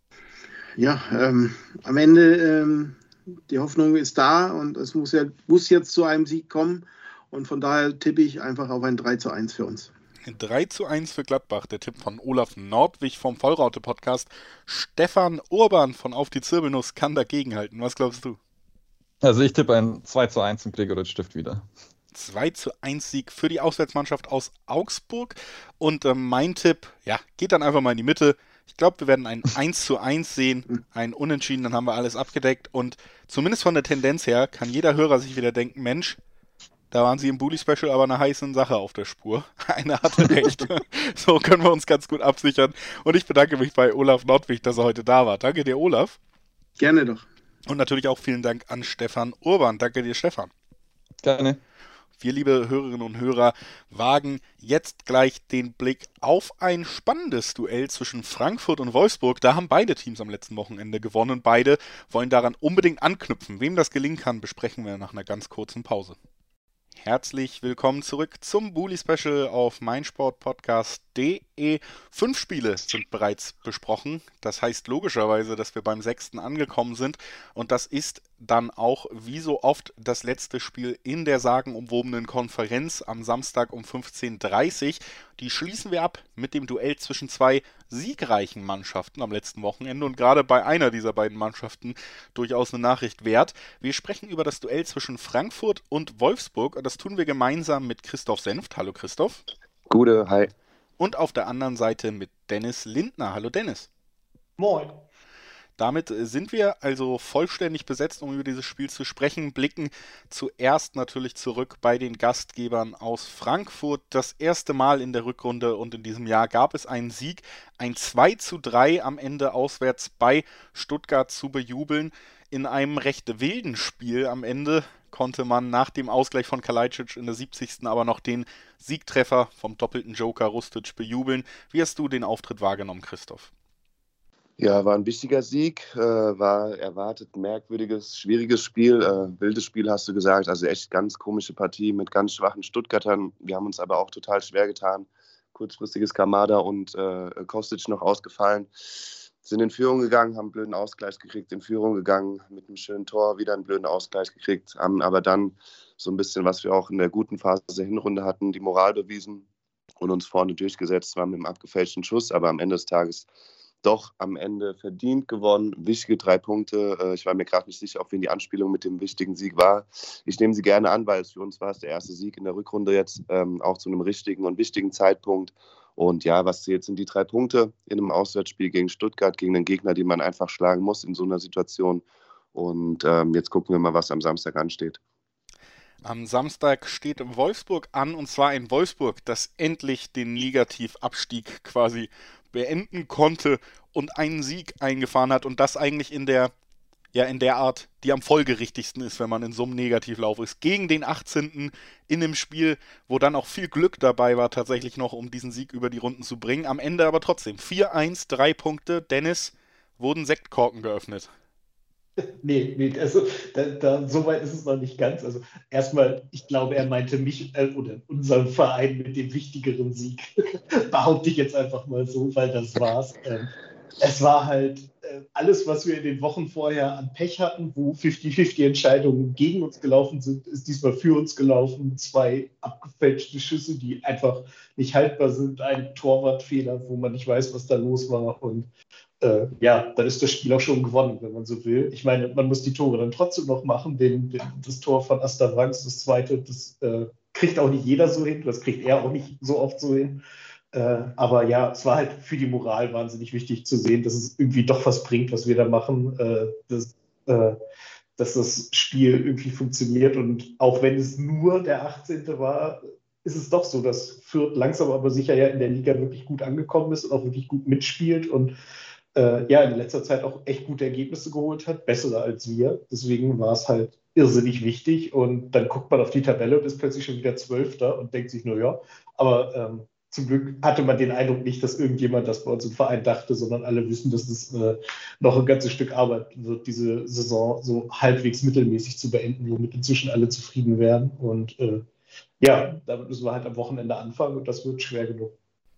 Ja, ähm, am Ende, ähm, die Hoffnung ist da und es muss, ja, muss jetzt zu einem Sieg kommen. Und von daher tippe ich einfach auf ein drei zu eins für uns. drei zu eins für Gladbach, der Tipp von Olaf Nordwig vom Vollraute-Podcast. Stefan Urban von Auf die Zirbelnuss kann dagegenhalten. Was glaubst du? Also ich tippe ein zwei zu eins und Gregoritsch trifft wieder. zwei zu eins Sieg für die Auswärtsmannschaft aus Augsburg. Und äh, mein Tipp, ja, geht dann einfach mal in die Mitte. Ich glaube, wir werden ein eins zu eins sehen, ein Unentschieden, dann haben wir alles abgedeckt. Und zumindest von der Tendenz her kann jeder Hörer sich wieder denken, Mensch, da waren sie im Bully-Special aber eine heiße Sache auf der Spur. Einer hatte recht. So können wir uns ganz gut absichern. Und ich bedanke mich bei Olaf Nordwig, dass er heute da war. Danke dir, Olaf. Gerne doch. Und natürlich auch vielen Dank an Stefan Urban. Danke dir, Stefan. Gerne. Wir, liebe Hörerinnen und Hörer, wagen jetzt gleich den Blick auf ein spannendes Duell zwischen Frankfurt und Wolfsburg. Da haben beide Teams am letzten Wochenende gewonnen. Beide wollen daran unbedingt anknüpfen. Wem das gelingen kann, besprechen wir nach einer ganz kurzen Pause. Herzlich willkommen zurück zum Bully-Special auf meinsportpodcast punkt de. Fünf Spiele sind bereits besprochen. Das heißt logischerweise, dass wir beim sechsten angekommen sind. Und das ist dann auch wie so oft das letzte Spiel in der sagenumwobenen Konferenz am Samstag um fünfzehn Uhr dreißig. Die schließen wir ab mit dem Duell zwischen zwei siegreichen Mannschaften am letzten Wochenende und gerade bei einer dieser beiden Mannschaften durchaus eine Nachricht wert. Wir sprechen über das Duell zwischen Frankfurt und Wolfsburg und das tun wir gemeinsam mit Christoph Senft. Hallo Christoph. Gute, hi. Und auf der anderen Seite mit Dennis Lindner. Hallo Dennis. Moin. Damit sind wir also vollständig besetzt, um über dieses Spiel zu sprechen. Blicken zuerst natürlich zurück bei den Gastgebern aus Frankfurt. Das erste Mal in der Rückrunde und in diesem Jahr gab es einen Sieg, ein zwei zu drei am Ende auswärts bei Stuttgart zu bejubeln. In einem recht wilden Spiel am Ende konnte man nach dem Ausgleich von Kalajdzic in der siebzigsten aber noch den Siegtreffer vom doppelten Joker Rustic bejubeln. Wie hast du den Auftritt wahrgenommen, Christoph? Ja, war ein wichtiger Sieg, äh, war erwartet merkwürdiges, schwieriges Spiel, äh, wildes Spiel hast du gesagt, also echt ganz komische Partie mit ganz schwachen Stuttgartern. Wir haben uns aber auch total schwer getan. Kurzfristiges Kamada und äh, Kostic noch ausgefallen. Sind in Führung gegangen, haben einen blöden Ausgleich gekriegt, in Führung gegangen, mit einem schönen Tor wieder einen blöden Ausgleich gekriegt, haben aber dann so ein bisschen, was wir auch in der guten Phase der Hinrunde hatten, die Moral bewiesen und uns vorne durchgesetzt, zwar mit einem abgefälschten Schuss, aber am Ende des Tages doch am Ende verdient gewonnen. Wichtige drei Punkte. Ich war mir gerade nicht sicher, auf wen die Anspielung mit dem wichtigen Sieg war. Ich nehme sie gerne an, weil es für uns war es der erste Sieg in der Rückrunde jetzt, ähm, auch zu einem richtigen und wichtigen Zeitpunkt. Und ja, was zählt, sind die drei Punkte in einem Auswärtsspiel gegen Stuttgart, gegen einen Gegner, den man einfach schlagen muss in so einer Situation. Und ähm, jetzt gucken wir mal, was am Samstag ansteht. Am Samstag steht Wolfsburg an, und zwar ein Wolfsburg, das endlich den Negativabstieg quasi beenden konnte und einen Sieg eingefahren hat, und das eigentlich in der, ja, in der Art, die am folgerichtigsten ist, wenn man in so einem Negativlauf ist. Gegen den achtzehnten in einem Spiel, wo dann auch viel Glück dabei war, tatsächlich noch, um diesen Sieg über die Runden zu bringen. Am Ende aber trotzdem vier eins, drei Punkte. Dennis, wurden Sektkorken geöffnet? Nee, nee, also da, da, so weit ist es noch nicht ganz. Also erstmal, ich glaube, er meinte mich äh, oder unseren Verein mit dem wichtigeren Sieg. Behaupte ich jetzt einfach mal so, weil das war's. Ähm, es war halt äh, alles, was wir in den Wochen vorher an Pech hatten, wo fünfzig fünfzig Entscheidungen gegen uns gelaufen sind, ist diesmal für uns gelaufen. Zwei abgefälschte Schüsse, die einfach nicht haltbar sind. Ein Torwartfehler, wo man nicht weiß, was da los war. Und Äh, ja, dann ist das Spiel auch schon gewonnen, wenn man so will. Ich meine, man muss die Tore dann trotzdem noch machen. Den, den, das Tor von Astavranks, das zweite, das äh, kriegt auch nicht jeder so hin. Das kriegt er auch nicht so oft so hin. Äh, aber ja, es war halt für die Moral wahnsinnig wichtig zu sehen, dass es irgendwie doch was bringt, was wir da machen. Äh, dass, äh, dass das Spiel irgendwie funktioniert. Und auch wenn es nur der achtzehnte war, ist es doch so, dass Fürth langsam aber sicher ja in der Liga wirklich gut angekommen ist und auch wirklich gut mitspielt und äh, ja, in letzter Zeit auch echt gute Ergebnisse geholt hat, bessere als wir. Deswegen war es halt irrsinnig wichtig. Und dann guckt man auf die Tabelle und ist plötzlich schon wieder Zwölfter und denkt sich nur, ja, aber ähm, zum Glück hatte man den Eindruck nicht, dass irgendjemand das bei uns im Verein dachte, sondern alle wissen, dass es äh, noch ein ganzes Stück Arbeit wird, diese Saison so halbwegs mittelmäßig zu beenden, womit inzwischen alle zufrieden werden. Und äh, ja, damit müssen wir halt am Wochenende anfangen und das wird schwer genug.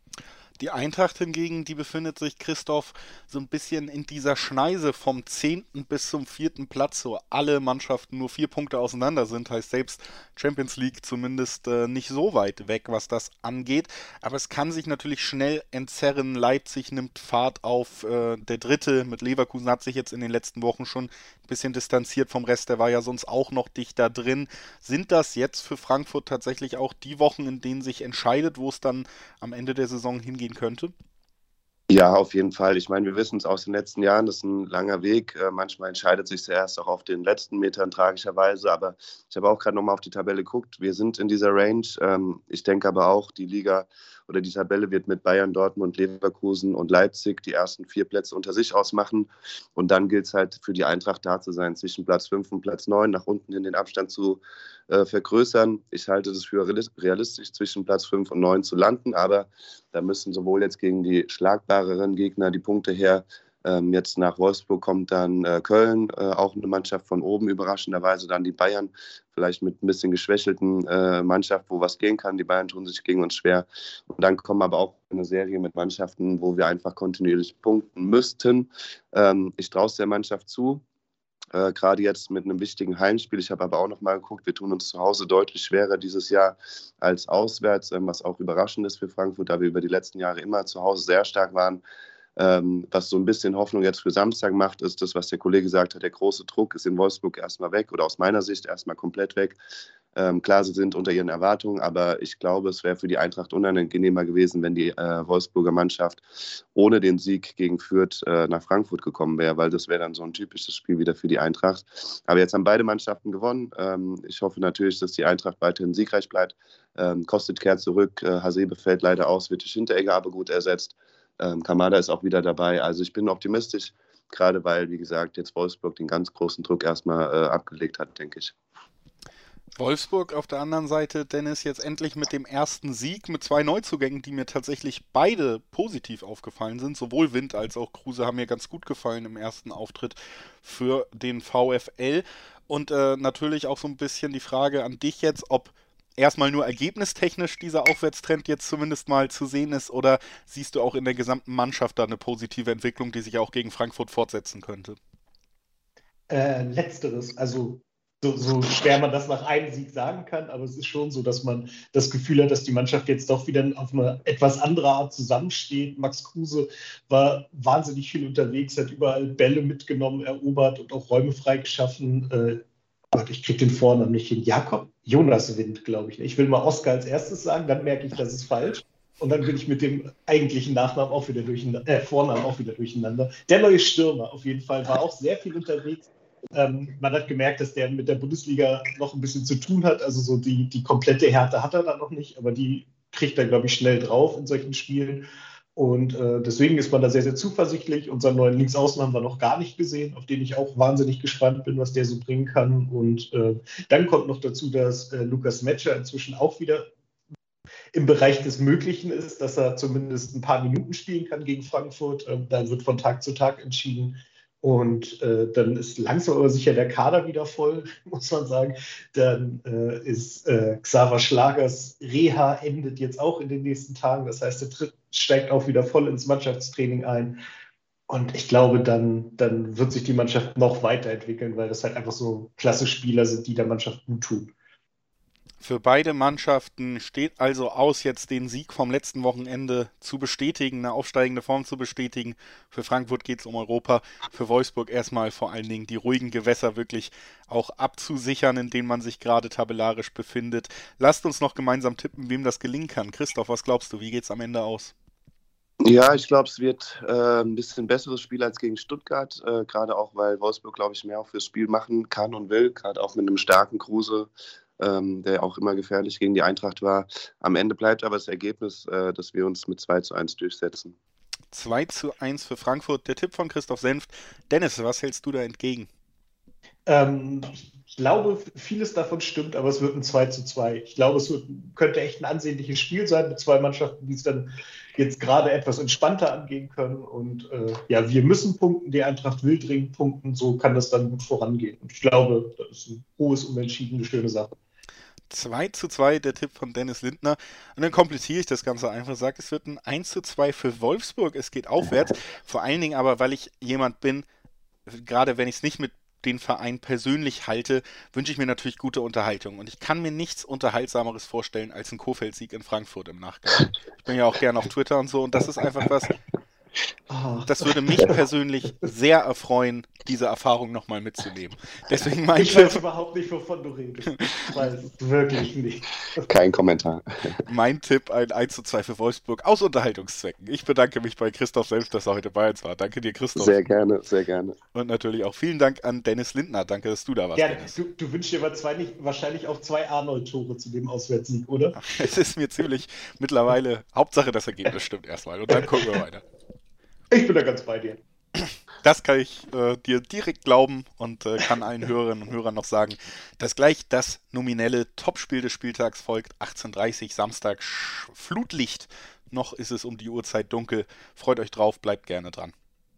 Die Eintracht hingegen, die befindet sich, Christoph, so ein bisschen in dieser Schneise vom zehnten bis zum vierten Platz, wo alle Mannschaften nur vier Punkte auseinander sind, heißt selbst Champions League zumindest äh, nicht so weit weg, was das angeht. Aber es kann sich natürlich schnell entzerren. Leipzig nimmt Fahrt auf. Äh, der Dritte mit Leverkusen hat sich jetzt in den letzten Wochen schon ein bisschen distanziert vom Rest, der war ja sonst auch noch dichter drin. Sind das jetzt für Frankfurt tatsächlich auch die Wochen, in denen sich entscheidet, wo es dann am Ende der Saison hingeht könnte? Ja, auf jeden Fall. Ich meine, wir wissen es aus den letzten Jahren, das ist ein langer Weg. Äh, manchmal entscheidet sich es erst auch auf den letzten Metern tragischerweise, aber ich habe auch gerade nochmal auf die Tabelle geguckt. Wir sind in dieser Range. Ähm, ich denke aber auch, die Liga oder die Tabelle wird mit Bayern, Dortmund, Leverkusen und Leipzig die ersten vier Plätze unter sich ausmachen. Und dann gilt es halt für die Eintracht da zu sein, zwischen Platz fünf und Platz neun, nach unten hin den Abstand zu äh, vergrößern. Ich halte es für realistisch, zwischen Platz fünf und neun zu landen, aber da müssen sowohl jetzt gegen die schlagbareren Gegner die Punkte her. Ähm, jetzt nach Wolfsburg kommt dann äh, Köln, äh, auch eine Mannschaft von oben, überraschenderweise dann die Bayern, vielleicht mit ein bisschen geschwächelten äh, Mannschaft, wo was gehen kann. Die Bayern tun sich gegen uns schwer. Und dann kommen aber auch eine Serie mit Mannschaften, wo wir einfach kontinuierlich punkten müssten. Ähm, ich traue es der Mannschaft zu. Äh, gerade jetzt mit einem wichtigen Heimspiel. Ich habe aber auch noch mal geguckt, wir tun uns zu Hause deutlich schwerer dieses Jahr als auswärts, ähm, was auch überraschend ist für Frankfurt, da wir über die letzten Jahre immer zu Hause sehr stark waren. Ähm, was so ein bisschen Hoffnung jetzt für Samstag macht, ist das, was der Kollege gesagt hat, der große Druck ist in Wolfsburg erstmal weg oder aus meiner Sicht erstmal komplett weg. Ähm, klar, sie sind unter ihren Erwartungen, aber ich glaube, es wäre für die Eintracht unangenehmer gewesen, wenn die äh, Wolfsburger Mannschaft ohne den Sieg gegen Fürth äh, nach Frankfurt gekommen wäre, weil das wäre dann so ein typisches Spiel wieder für die Eintracht. Aber jetzt haben beide Mannschaften gewonnen. Ähm, ich hoffe natürlich, dass die Eintracht weiterhin siegreich bleibt. Ähm, Kostic kehrt zurück, äh, Hasebe fällt leider aus, wird durch Hinteregger aber gut ersetzt. Ähm, Kamada ist auch wieder dabei. Also ich bin optimistisch, gerade weil, wie gesagt, jetzt Wolfsburg den ganz großen Druck erstmal äh, abgelegt hat, denke ich. Wolfsburg auf der anderen Seite, Dennis, jetzt endlich mit dem ersten Sieg mit zwei Neuzugängen, die mir tatsächlich beide positiv aufgefallen sind. Sowohl Wind als auch Kruse haben mir ganz gut gefallen im ersten Auftritt für den VfL. Und äh, natürlich auch so ein bisschen die Frage an dich jetzt, ob erstmal nur ergebnistechnisch dieser Aufwärtstrend jetzt zumindest mal zu sehen ist, oder siehst du auch in der gesamten Mannschaft da eine positive Entwicklung, die sich auch gegen Frankfurt fortsetzen könnte? Äh, letzteres, also so, so schwer man das nach einem Sieg sagen kann, aber es ist schon so, dass man das Gefühl hat, dass die Mannschaft jetzt doch wieder auf eine etwas andere Art zusammensteht. Max Kruse war wahnsinnig viel unterwegs, hat überall Bälle mitgenommen, erobert und auch Räume freigeschaffen. Äh, Gott, ich kriege den Vornamen nicht hin. Jakob Jonas Wind, glaube ich. Ich will mal Oskar als erstes sagen, dann merke ich, das ist falsch. Und dann bin ich mit dem eigentlichen Nachnamen auch wieder durcheinander, äh, Vornamen auch wieder durcheinander. Der neue Stürmer auf jeden Fall war auch sehr viel unterwegs. Ähm, man hat gemerkt, dass der mit der Bundesliga noch ein bisschen zu tun hat. Also so die, die komplette Härte hat er da noch nicht, aber die kriegt er, glaube ich, schnell drauf in solchen Spielen. Und äh, deswegen ist man da sehr, sehr zuversichtlich. Unseren neuen Linksaußen haben wir noch gar nicht gesehen, auf den ich auch wahnsinnig gespannt bin, was der so bringen kann. Und äh, dann kommt noch dazu, dass äh, Lukas Metscher inzwischen auch wieder im Bereich des Möglichen ist, dass er zumindest ein paar Minuten spielen kann gegen Frankfurt. Ähm, da wird von Tag zu Tag entschieden. Und äh, dann ist langsam aber sicher der Kader wieder voll, muss man sagen. Dann äh, ist äh, Xaver Schlagers Reha endet jetzt auch in den nächsten Tagen. Das heißt, der Tritt steigt auch wieder voll ins Mannschaftstraining ein. Und ich glaube, dann, dann wird sich die Mannschaft noch weiterentwickeln, weil das halt einfach so klasse Spieler sind, die der Mannschaft gut tun. Für beide Mannschaften steht also aus, jetzt den Sieg vom letzten Wochenende zu bestätigen, eine aufsteigende Form zu bestätigen. Für Frankfurt geht es um Europa, für Wolfsburg erstmal vor allen Dingen die ruhigen Gewässer wirklich auch abzusichern, in denen man sich gerade tabellarisch befindet. Lasst uns noch gemeinsam tippen, wem das gelingen kann. Christoph, was glaubst du, wie geht es am Ende aus? Ja, ich glaube, es wird äh, ein bisschen besseres Spiel als gegen Stuttgart, äh, gerade auch, weil Wolfsburg, glaube ich, mehr auch fürs Spiel machen kann und will, gerade auch mit einem starken Kruse, ähm, der auch immer gefährlich gegen die Eintracht war. Am Ende bleibt aber das Ergebnis, äh, dass wir uns mit zwei zu eins durchsetzen. zwei zu eins für Frankfurt, der Tipp von Christoph Senft. Dennis, was hältst du da entgegen? Ähm, ich glaube, vieles davon stimmt, aber es wird ein zwei zu zwei. Ich glaube, es wird, könnte echt ein ansehnliches Spiel sein mit zwei Mannschaften, die es dann jetzt gerade etwas entspannter angehen können. Und äh, ja, wir müssen punkten, die Eintracht will dringend punkten, so kann das dann gut vorangehen. Und ich glaube, das ist ein hohes Unentschieden, eine schöne Sache. zwei zu zwei, der Tipp von Dennis Lindner. Und dann komplettiere ich das Ganze einfach, sage, es wird ein eins zu zwei für Wolfsburg. Es geht aufwärts. Vor allen Dingen aber, weil ich jemand bin, gerade wenn ich es nicht mit den Verein persönlich halte, wünsche ich mir natürlich gute Unterhaltung. Und ich kann mir nichts Unterhaltsameres vorstellen als ein Kofeld-Sieg in Frankfurt im Nachgang. Ich bin ja auch gern auf Twitter und so, und das ist einfach was, das würde mich persönlich sehr erfreuen, diese Erfahrung nochmal mitzunehmen. Deswegen mein ich weiß überhaupt nicht, wovon du redest. Ich weiß es wirklich nicht. Kein Kommentar. Mein Tipp, ein eins zu zwei für Wolfsburg aus Unterhaltungszwecken. Ich bedanke mich bei Christoph selbst, dass er heute bei uns war. Danke dir, Christoph. Sehr gerne, sehr gerne. Und natürlich auch vielen Dank an Dennis Lindner. Danke, dass du da warst, Ja, Dennis. du, du wünschst dir wahrscheinlich, wahrscheinlich auch zwei Arnold-Tore zu dem Auswärtssieg, oder? Es ist mir ziemlich mittlerweile, Hauptsache das Ergebnis stimmt erstmal. Und dann gucken wir weiter. Ich bin da ganz bei dir. Das kann ich äh, dir direkt glauben und äh, kann allen Hörerinnen und Hörern noch sagen, dass gleich das nominelle Topspiel des Spieltags folgt. achtzehn Uhr dreißig, Samstag, Sch- Flutlicht. Noch ist es um die Uhrzeit dunkel. Freut euch drauf, bleibt gerne dran.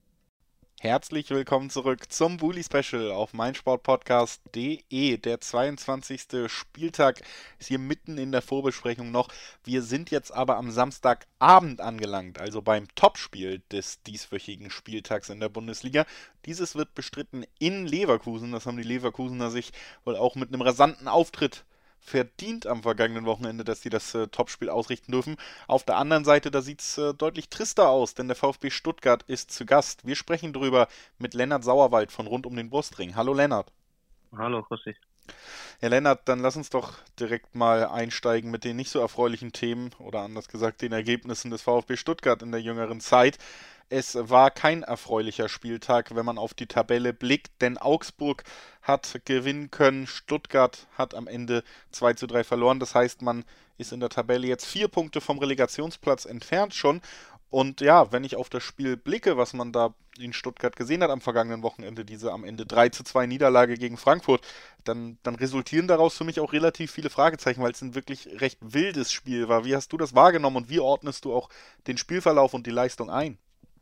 Herzlich willkommen zurück zum Bully Special auf meinsportpodcast punkt de. Der zweiundzwanzigste Spieltag ist hier mitten in der Vorbesprechung noch. Wir sind jetzt aber am Samstagabend angelangt, also beim Topspiel des dieswöchigen Spieltags in der Bundesliga. Dieses wird bestritten in Leverkusen. Das haben die Leverkusener sich wohl auch mit einem rasanten Auftritt verdient am vergangenen Wochenende, dass sie das äh, Topspiel ausrichten dürfen. Auf der anderen Seite, da sieht es äh, deutlich trister aus, denn der VfB Stuttgart ist zu Gast. Wir sprechen drüber mit Lennart Sauerwald von Rund um den Brustring. Hallo Lennart. Hallo, grüß dich. Ja, Lennart, dann lass uns doch direkt mal einsteigen mit den nicht so erfreulichen Themen oder anders gesagt den Ergebnissen des VfB Stuttgart in der jüngeren Zeit. Es war kein erfreulicher Spieltag, wenn man auf die Tabelle blickt, denn Augsburg hat gewinnen können, Stuttgart hat am Ende zwei zu drei verloren. Das heißt, man ist in der Tabelle jetzt vier Punkte vom Relegationsplatz entfernt schon. Und ja, wenn ich auf das Spiel blicke, was man da in Stuttgart gesehen hat am vergangenen Wochenende, diese am Ende drei zu zwei Niederlage gegen Frankfurt, dann, dann resultieren daraus für mich auch relativ viele Fragezeichen, weil es ein wirklich recht wildes Spiel war. Wie hast du das wahrgenommen und wie ordnest du auch den Spielverlauf und die Leistung ein?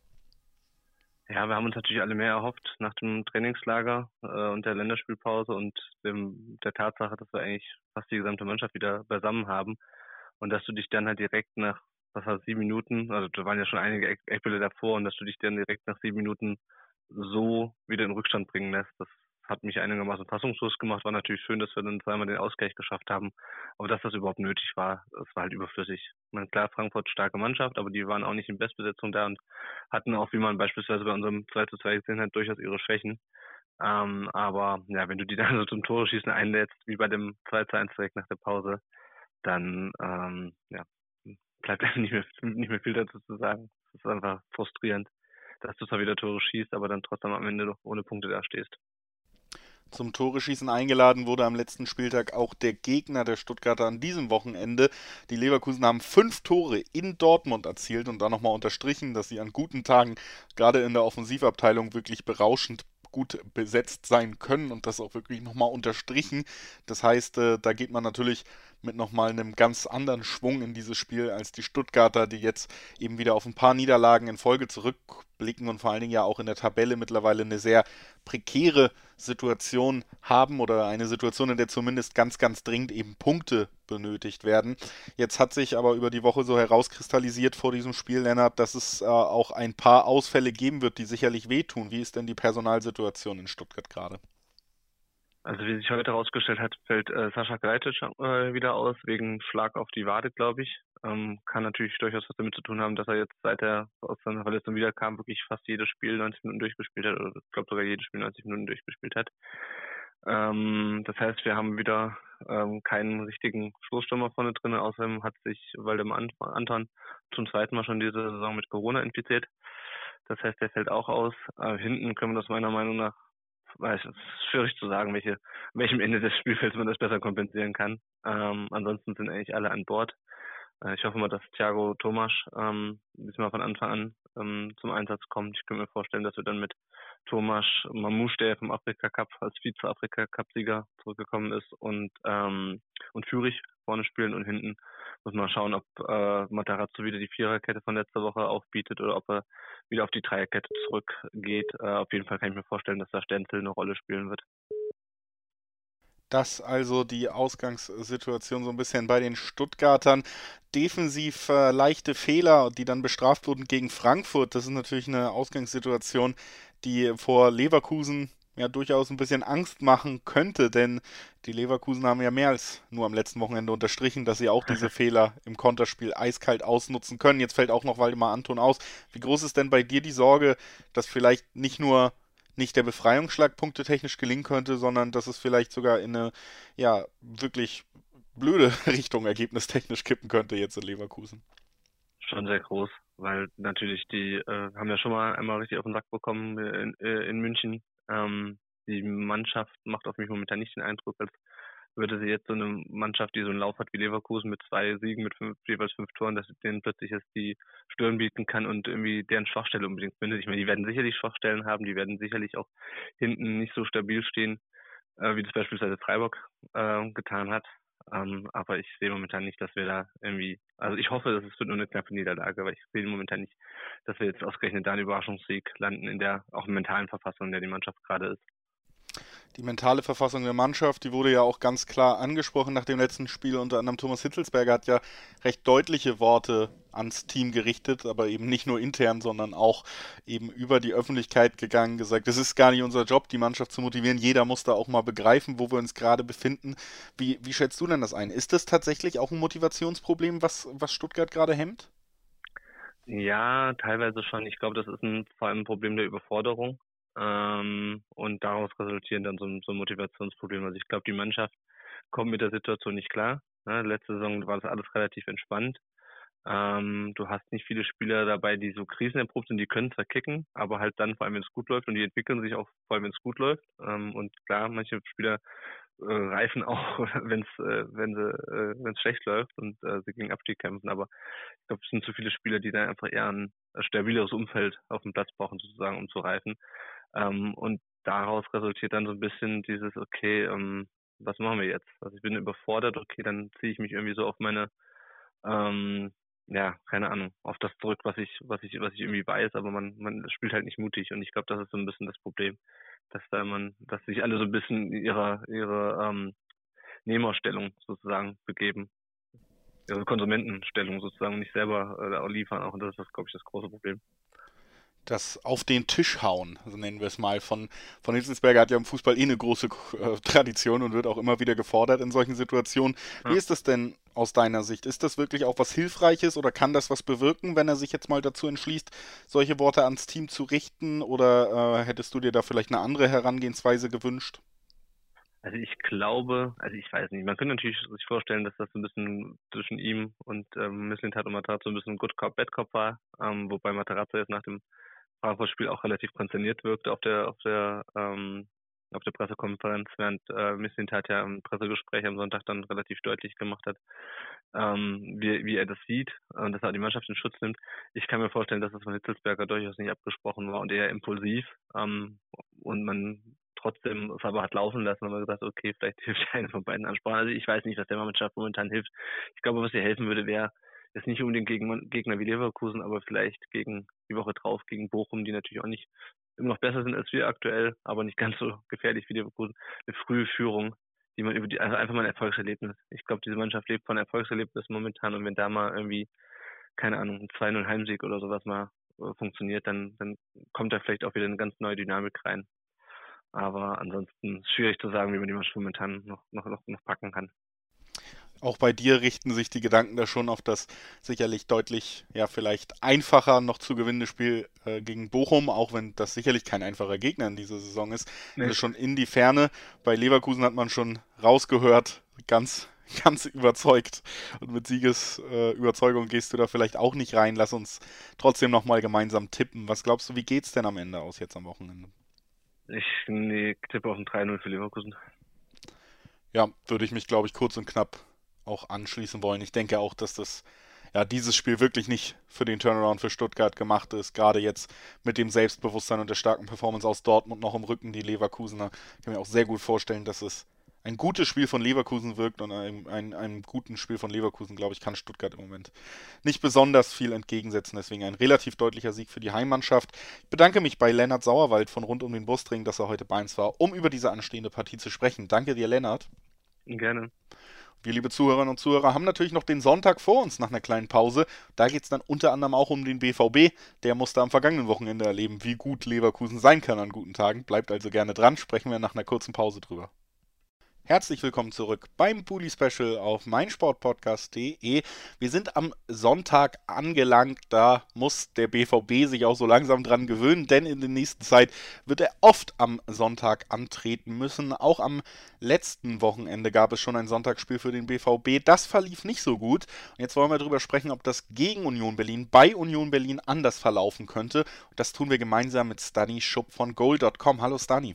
Ja, wir haben uns natürlich alle mehr erhofft nach dem Trainingslager äh, und der Länderspielpause und dem, der Tatsache, dass wir eigentlich fast die gesamte Mannschaft wieder beisammen haben und dass du dich dann halt direkt nach, was war sieben Minuten, also da waren ja schon einige Eck- Eckbälle davor und dass du dich dann direkt nach sieben Minuten so wieder in Rückstand bringen lässt, das hat mich einigermaßen fassungslos gemacht. War natürlich schön, dass wir dann zweimal den Ausgleich geschafft haben, aber dass das überhaupt nötig war, das war halt überflüssig. Ich meine, klar, Frankfurt starke Mannschaft, aber die waren auch nicht in Bestbesetzung da und hatten auch, wie man beispielsweise bei unserem zwei zu zwei gesehen hat, durchaus ihre Schwächen. Ähm, aber ja, wenn du die dann so zum Tore schießen einlädst, wie bei dem zwei zu eins direkt nach der Pause, dann ähm, ja, bleibt einem nicht mehr, nicht mehr viel dazu zu sagen. Es ist einfach frustrierend, dass du zwar wieder Tore schießt, aber dann trotzdem am Ende doch ohne Punkte dastehst. Zum Tore-Schießen eingeladen wurde am letzten Spieltag auch der Gegner der Stuttgarter an diesem Wochenende. Die Leverkusen haben fünf Tore in Dortmund erzielt und da nochmal unterstrichen, dass sie an guten Tagen gerade in der Offensivabteilung wirklich berauschend gut besetzt sein können und das auch wirklich nochmal unterstrichen. Das heißt, äh, da geht man natürlich mit nochmal einem ganz anderen Schwung in dieses Spiel als die Stuttgarter, die jetzt eben wieder auf ein paar Niederlagen in Folge zurückblicken und vor allen Dingen ja auch in der Tabelle mittlerweile eine sehr prekäre Situation haben oder eine Situation, in der zumindest ganz, ganz dringend eben Punkte benötigt werden. Jetzt hat sich aber über die Woche so herauskristallisiert vor diesem Spiel, Lennart, dass es äh, auch ein paar Ausfälle geben wird, die sicherlich wehtun. Wie ist denn die Personalsituation in Stuttgart gerade? Also wie sich heute herausgestellt hat, fällt äh, Sascha Greitic äh, wieder aus, wegen Schlag auf die Wade, glaube ich. Ähm, kann natürlich durchaus was damit zu tun haben, dass er jetzt, seit er aus seiner Verletzung wiederkam, wirklich fast jedes Spiel neunzig Minuten durchgespielt hat, oder ich glaube sogar jedes Spiel neunzig Minuten durchgespielt hat. Ähm, das heißt, wir haben wieder ähm, keinen richtigen Stoßstürmer vorne drin. Außerdem hat sich Waldemar Anton zum zweiten Mal schon diese Saison mit Corona infiziert. Das heißt, der fällt auch aus. Äh, hinten können wir das meiner Meinung nach, weiß, es ist schwierig zu sagen, welche, an welchem Ende des Spielfelds man das besser kompensieren kann. Ähm, ansonsten sind eigentlich alle an Bord. Äh, ich hoffe mal, dass Thiago Tomasch ähm, diesmal von Anfang an ähm, zum Einsatz kommt. Ich könnte mir vorstellen, dass wir dann mit Tomasch Mamouche, der vom Afrika Cup als Vize-Afrika-Cup-Sieger zurückgekommen ist, und ähm, und Fürich vorne spielen, und hinten muss man schauen, ob äh, Matarazzo wieder die Viererkette von letzter Woche aufbietet oder ob er wieder auf die Dreierkette zurückgeht. Äh, auf jeden Fall kann ich mir vorstellen, dass da Stenzel eine Rolle spielen wird. Das also die Ausgangssituation so ein bisschen bei den Stuttgartern. Defensiv äh, leichte Fehler, die dann bestraft wurden gegen Frankfurt. Das ist natürlich eine Ausgangssituation, die vor Leverkusen ja durchaus ein bisschen Angst machen könnte, denn die Leverkusen haben ja mehr als nur am letzten Wochenende unterstrichen, dass sie auch diese Fehler im Konterspiel eiskalt ausnutzen können. Jetzt fällt auch noch Waldemar Anton aus. Wie groß ist denn bei dir die Sorge, dass vielleicht nicht nur nicht der Befreiungsschlag punktetechnisch gelingen könnte, sondern dass es vielleicht sogar in eine ja wirklich blöde Richtung ergebnistechnisch kippen könnte jetzt in Leverkusen? Schon sehr groß, weil natürlich die äh, haben ja schon mal einmal richtig auf den Sack bekommen in, in München. Ähm, die Mannschaft macht auf mich momentan nicht den Eindruck, als würde sie jetzt so eine Mannschaft, die so einen Lauf hat wie Leverkusen mit zwei Siegen, mit fünf, jeweils fünf Toren, dass denen plötzlich jetzt die Stirn bieten kann und irgendwie deren Schwachstelle unbedingt findet. Ich meine, die werden sicherlich Schwachstellen haben, die werden sicherlich auch hinten nicht so stabil stehen, äh, wie das beispielsweise Freiburg äh, getan hat. Ähm, aber ich sehe momentan nicht, dass wir da irgendwie, also ich hoffe, dass es wird nur eine knappe Niederlage, aber ich sehe momentan nicht, dass wir jetzt ausgerechnet da einen Überraschungssieg landen in der auch mentalen Verfassung, in der die Mannschaft gerade ist. Die mentale Verfassung der Mannschaft, die wurde ja auch ganz klar angesprochen nach dem letzten Spiel. Unter anderem Thomas Hitzelsberger hat ja recht deutliche Worte ans Team gerichtet, aber eben nicht nur intern, sondern auch eben über die Öffentlichkeit gegangen, gesagt, es ist gar nicht unser Job, die Mannschaft zu motivieren. Jeder muss da auch mal begreifen, wo wir uns gerade befinden. Wie, wie schätzt du denn das ein? Ist das tatsächlich auch ein Motivationsproblem, was, was Stuttgart gerade hemmt? Ja, teilweise schon. Ich glaube, das ist ein, vor allem ein Problem der Überforderung. Ähm, und daraus resultieren dann so, so ein Motivationsproblem. Also ich glaube, die Mannschaft kommt mit der Situation nicht klar. Ne? Letzte Saison war das alles relativ entspannt. Ähm, du hast nicht viele Spieler dabei, die so krisenerprobt sind, die können zwar kicken, aber halt dann vor allem, wenn es gut läuft, und die entwickeln sich auch vor allem, wenn es gut läuft. Ähm, und klar, manche Spieler äh, reifen auch, wenn's, äh, wenn sie, äh, wenn es schlecht läuft und äh, sie gegen Abstieg kämpfen. Aber ich glaube, es sind zu viele Spieler, die dann einfach eher ein stabileres Umfeld auf dem Platz brauchen, sozusagen, um zu reifen. Ähm, und daraus resultiert dann so ein bisschen dieses, okay, ähm, was machen wir jetzt? Also ich bin überfordert, okay, dann ziehe ich mich irgendwie so auf meine, ähm, ja, keine Ahnung, auf das zurück, was ich, was ich, was ich irgendwie weiß, aber man, man spielt halt nicht mutig und ich glaube, das ist so ein bisschen das Problem, dass da man, dass sich alle so ein bisschen in ihrer, ihre ähm, Nehmerstellung sozusagen begeben, ihre Konsumentenstellung sozusagen nicht selber äh, auch liefern, auch und das ist, das, glaube ich, das große Problem. Das auf den Tisch hauen, so nennen wir es mal. Von, von Hitzelsberger hat ja im Fußball eh eine große äh, Tradition und wird auch immer wieder gefordert in solchen Situationen. Wie Ja. ist das denn aus deiner Sicht? Ist das wirklich auch was Hilfreiches oder kann das was bewirken, wenn er sich jetzt mal dazu entschließt, solche Worte ans Team zu richten? Oder äh, hättest du dir da vielleicht eine andere Herangehensweise gewünscht? Also ich glaube, also ich weiß nicht, man könnte natürlich sich vorstellen, dass das so ein bisschen zwischen ihm und ähm, Mislintat und Matarazzo ein bisschen Good Cop, Bad Cop war, ähm, wobei Matarazzo jetzt nach dem Frankfurt-Spiel auch relativ konzerniert wirkte auf der auf der ähm, auf der Pressekonferenz, während äh, Mislintat ja im Pressegespräch am Sonntag dann relativ deutlich gemacht hat, ähm, wie, wie er das sieht und dass er die Mannschaft in Schutz nimmt. Ich kann mir vorstellen, dass das von Hitzelsberger durchaus nicht abgesprochen war und eher impulsiv ähm, und man trotzdem es aber hat laufen lassen und man gesagt, okay, vielleicht hilft eine von beiden Ansprachen. Also ich weiß nicht, was der Mannschaft momentan hilft. Ich glaube, was ihr helfen würde, wäre jetzt nicht unbedingt gegen Gegner wie Leverkusen, aber vielleicht gegen die Woche drauf gegen Bochum, die natürlich auch nicht immer noch besser sind als wir aktuell, aber nicht ganz so gefährlich wie Leverkusen. Eine frühe Führung, die man über die, also einfach mal ein Erfolgserlebnis. Ich glaube, diese Mannschaft lebt von Erfolgserlebnissen momentan und wenn da mal irgendwie, keine Ahnung, ein zwei null Heimsieg oder sowas mal äh, funktioniert, dann, dann kommt da vielleicht auch wieder eine ganz neue Dynamik rein. Aber ansonsten ist schwierig zu sagen, wie man die Mannschaft momentan noch, noch, noch, noch packen kann. Auch bei dir richten sich die Gedanken da schon auf das sicherlich deutlich, ja, vielleicht einfacher noch zu gewinnende Spiel äh, gegen Bochum, auch wenn das sicherlich kein einfacher Gegner in dieser Saison ist. Nee. Also schon in die Ferne. Bei Leverkusen hat man schon rausgehört, ganz, ganz überzeugt. Und mit Siegesüberzeugung äh, gehst du da vielleicht auch nicht rein. Lass uns trotzdem nochmal gemeinsam tippen. Was glaubst du, wie geht's denn am Ende aus jetzt am Wochenende? Ich nee, tippe auf ein drei null für Leverkusen. Ja, würde ich mich, glaube ich, kurz und knapp auch anschließen wollen. Ich denke auch, dass das ja dieses Spiel wirklich nicht für den Turnaround für Stuttgart gemacht ist. Gerade jetzt mit dem Selbstbewusstsein und der starken Performance aus Dortmund noch im Rücken, die Leverkusener. Ich kann mir auch sehr gut vorstellen, dass es ein gutes Spiel von Leverkusen wirkt und einem, einem, einem guten Spiel von Leverkusen, glaube ich, kann Stuttgart im Moment nicht besonders viel entgegensetzen. Deswegen ein relativ deutlicher Sieg für die Heimmannschaft. Ich bedanke mich bei Lennart Sauerwald von Rund um den Brustring, dass er heute bei uns war, um über diese anstehende Partie zu sprechen. Danke dir, Lennart. Gerne. Wir, liebe Zuhörerinnen und Zuhörer, haben natürlich noch den Sonntag vor uns nach einer kleinen Pause. Da geht es dann unter anderem auch um den B V B. Der musste am vergangenen Wochenende erleben, wie gut Leverkusen sein kann an guten Tagen. Bleibt also gerne dran, sprechen wir nach einer kurzen Pause drüber. Herzlich willkommen zurück beim Bully Special auf meinsportpodcast punkt de. Wir sind am Sonntag angelangt, da muss der B V B sich auch so langsam dran gewöhnen, denn in der nächsten Zeit wird er oft am Sonntag antreten müssen. Auch am letzten Wochenende gab es schon ein Sonntagsspiel für den B V B. Das verlief nicht so gut. Und jetzt wollen wir darüber sprechen, ob das gegen Union Berlin bei Union Berlin anders verlaufen könnte. Und das tun wir gemeinsam mit Stani Schupp von goal punkt com. Hallo Stani.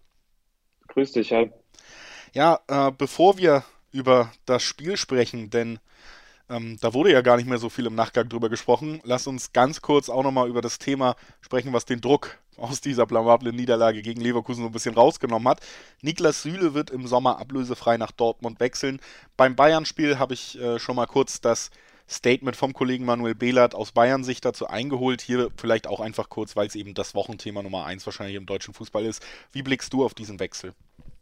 Grüß dich, hi. Ja, äh, bevor wir über das Spiel sprechen, denn ähm, da wurde ja gar nicht mehr so viel im Nachgang drüber gesprochen, lass uns ganz kurz auch nochmal über das Thema sprechen, was den Druck aus dieser blamablen Niederlage gegen Leverkusen so ein bisschen rausgenommen hat. Niklas Süle wird im Sommer ablösefrei nach Dortmund wechseln. Beim Bayern-Spiel habe ich äh, schon mal kurz das Statement vom Kollegen Manuel Behlert aus Bayern-Sicht dazu eingeholt. Hier vielleicht auch einfach kurz, weil es eben das Wochenthema Nummer eins wahrscheinlich im deutschen Fußball ist. Wie blickst du auf diesen Wechsel?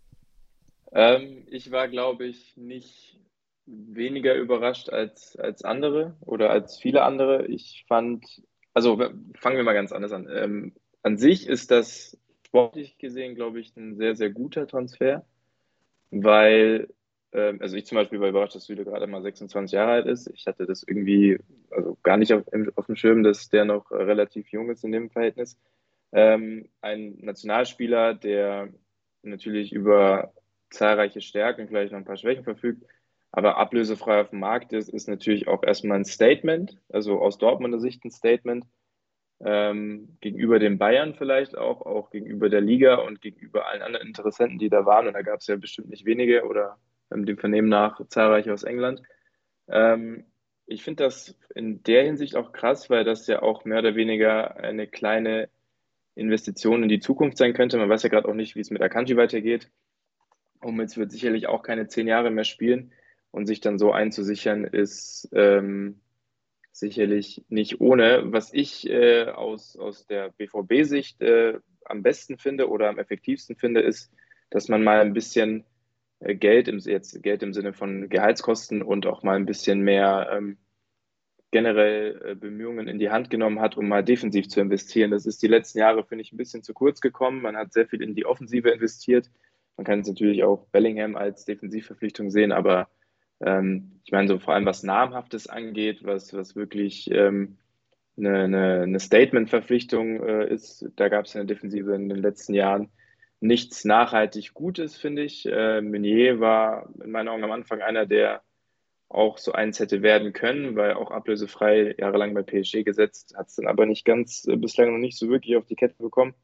Ähm, ich war, glaube ich, nicht weniger überrascht als, als andere oder als viele andere. Ich fand, also fangen wir mal ganz anders an. Ähm, an sich ist das sportlich gesehen, glaube ich, ein sehr, sehr guter Transfer, weil, ähm, also ich zum Beispiel war überrascht, dass Süle gerade mal sechsundzwanzig Jahre alt ist. Ich hatte das irgendwie also gar nicht auf, auf dem Schirm, dass der noch relativ jung ist in dem Verhältnis. Ähm, ein Nationalspieler, der natürlich über zahlreiche Stärken, vielleicht noch ein paar Schwächen verfügt, aber ablösefrei auf dem Markt ist, ist natürlich auch erstmal ein Statement, also aus Dortmunder Sicht ein Statement. ähm, gegenüber den Bayern vielleicht auch, auch gegenüber der Liga und gegenüber allen anderen Interessenten, die da waren. Und da gab es ja bestimmt nicht wenige oder ähm, dem Vernehmen nach zahlreiche aus England. Ähm, ich finde das in der Hinsicht auch krass, weil das ja auch mehr oder weniger eine kleine Investition in die Zukunft sein könnte. Man weiß ja gerade auch nicht, wie es mit Akanji weitergeht. Hummels wird sicherlich auch keine zehn Jahre mehr spielen und sich dann so einzusichern, ist ähm, sicherlich nicht ohne. Was ich äh, aus, aus der B V B-Sicht äh, am besten finde oder am effektivsten finde, ist, dass man mal ein bisschen äh, Geld, im, jetzt Geld im Sinne von Gehaltskosten und auch mal ein bisschen mehr ähm, generell äh, Bemühungen in die Hand genommen hat, um mal defensiv zu investieren. Das ist die letzten Jahre, finde ich, ein bisschen zu kurz gekommen. Man hat sehr viel in die Offensive investiert. Man kann es natürlich auch Bellingham als Defensivverpflichtung sehen, aber ähm, ich meine, so vor allem was Namhaftes angeht, was, was wirklich ähm, eine, eine, eine Statement-Verpflichtung äh, ist, da gab es in der Defensive in den letzten Jahren nichts nachhaltig Gutes, finde ich. Äh, Meunier war in meinen Augen am Anfang einer, der auch so eins hätte werden können, weil auch ablösefrei jahrelang bei P S G gesetzt, hat es dann aber nicht ganz, äh, bislang noch nicht so wirklich auf die Kette bekommen.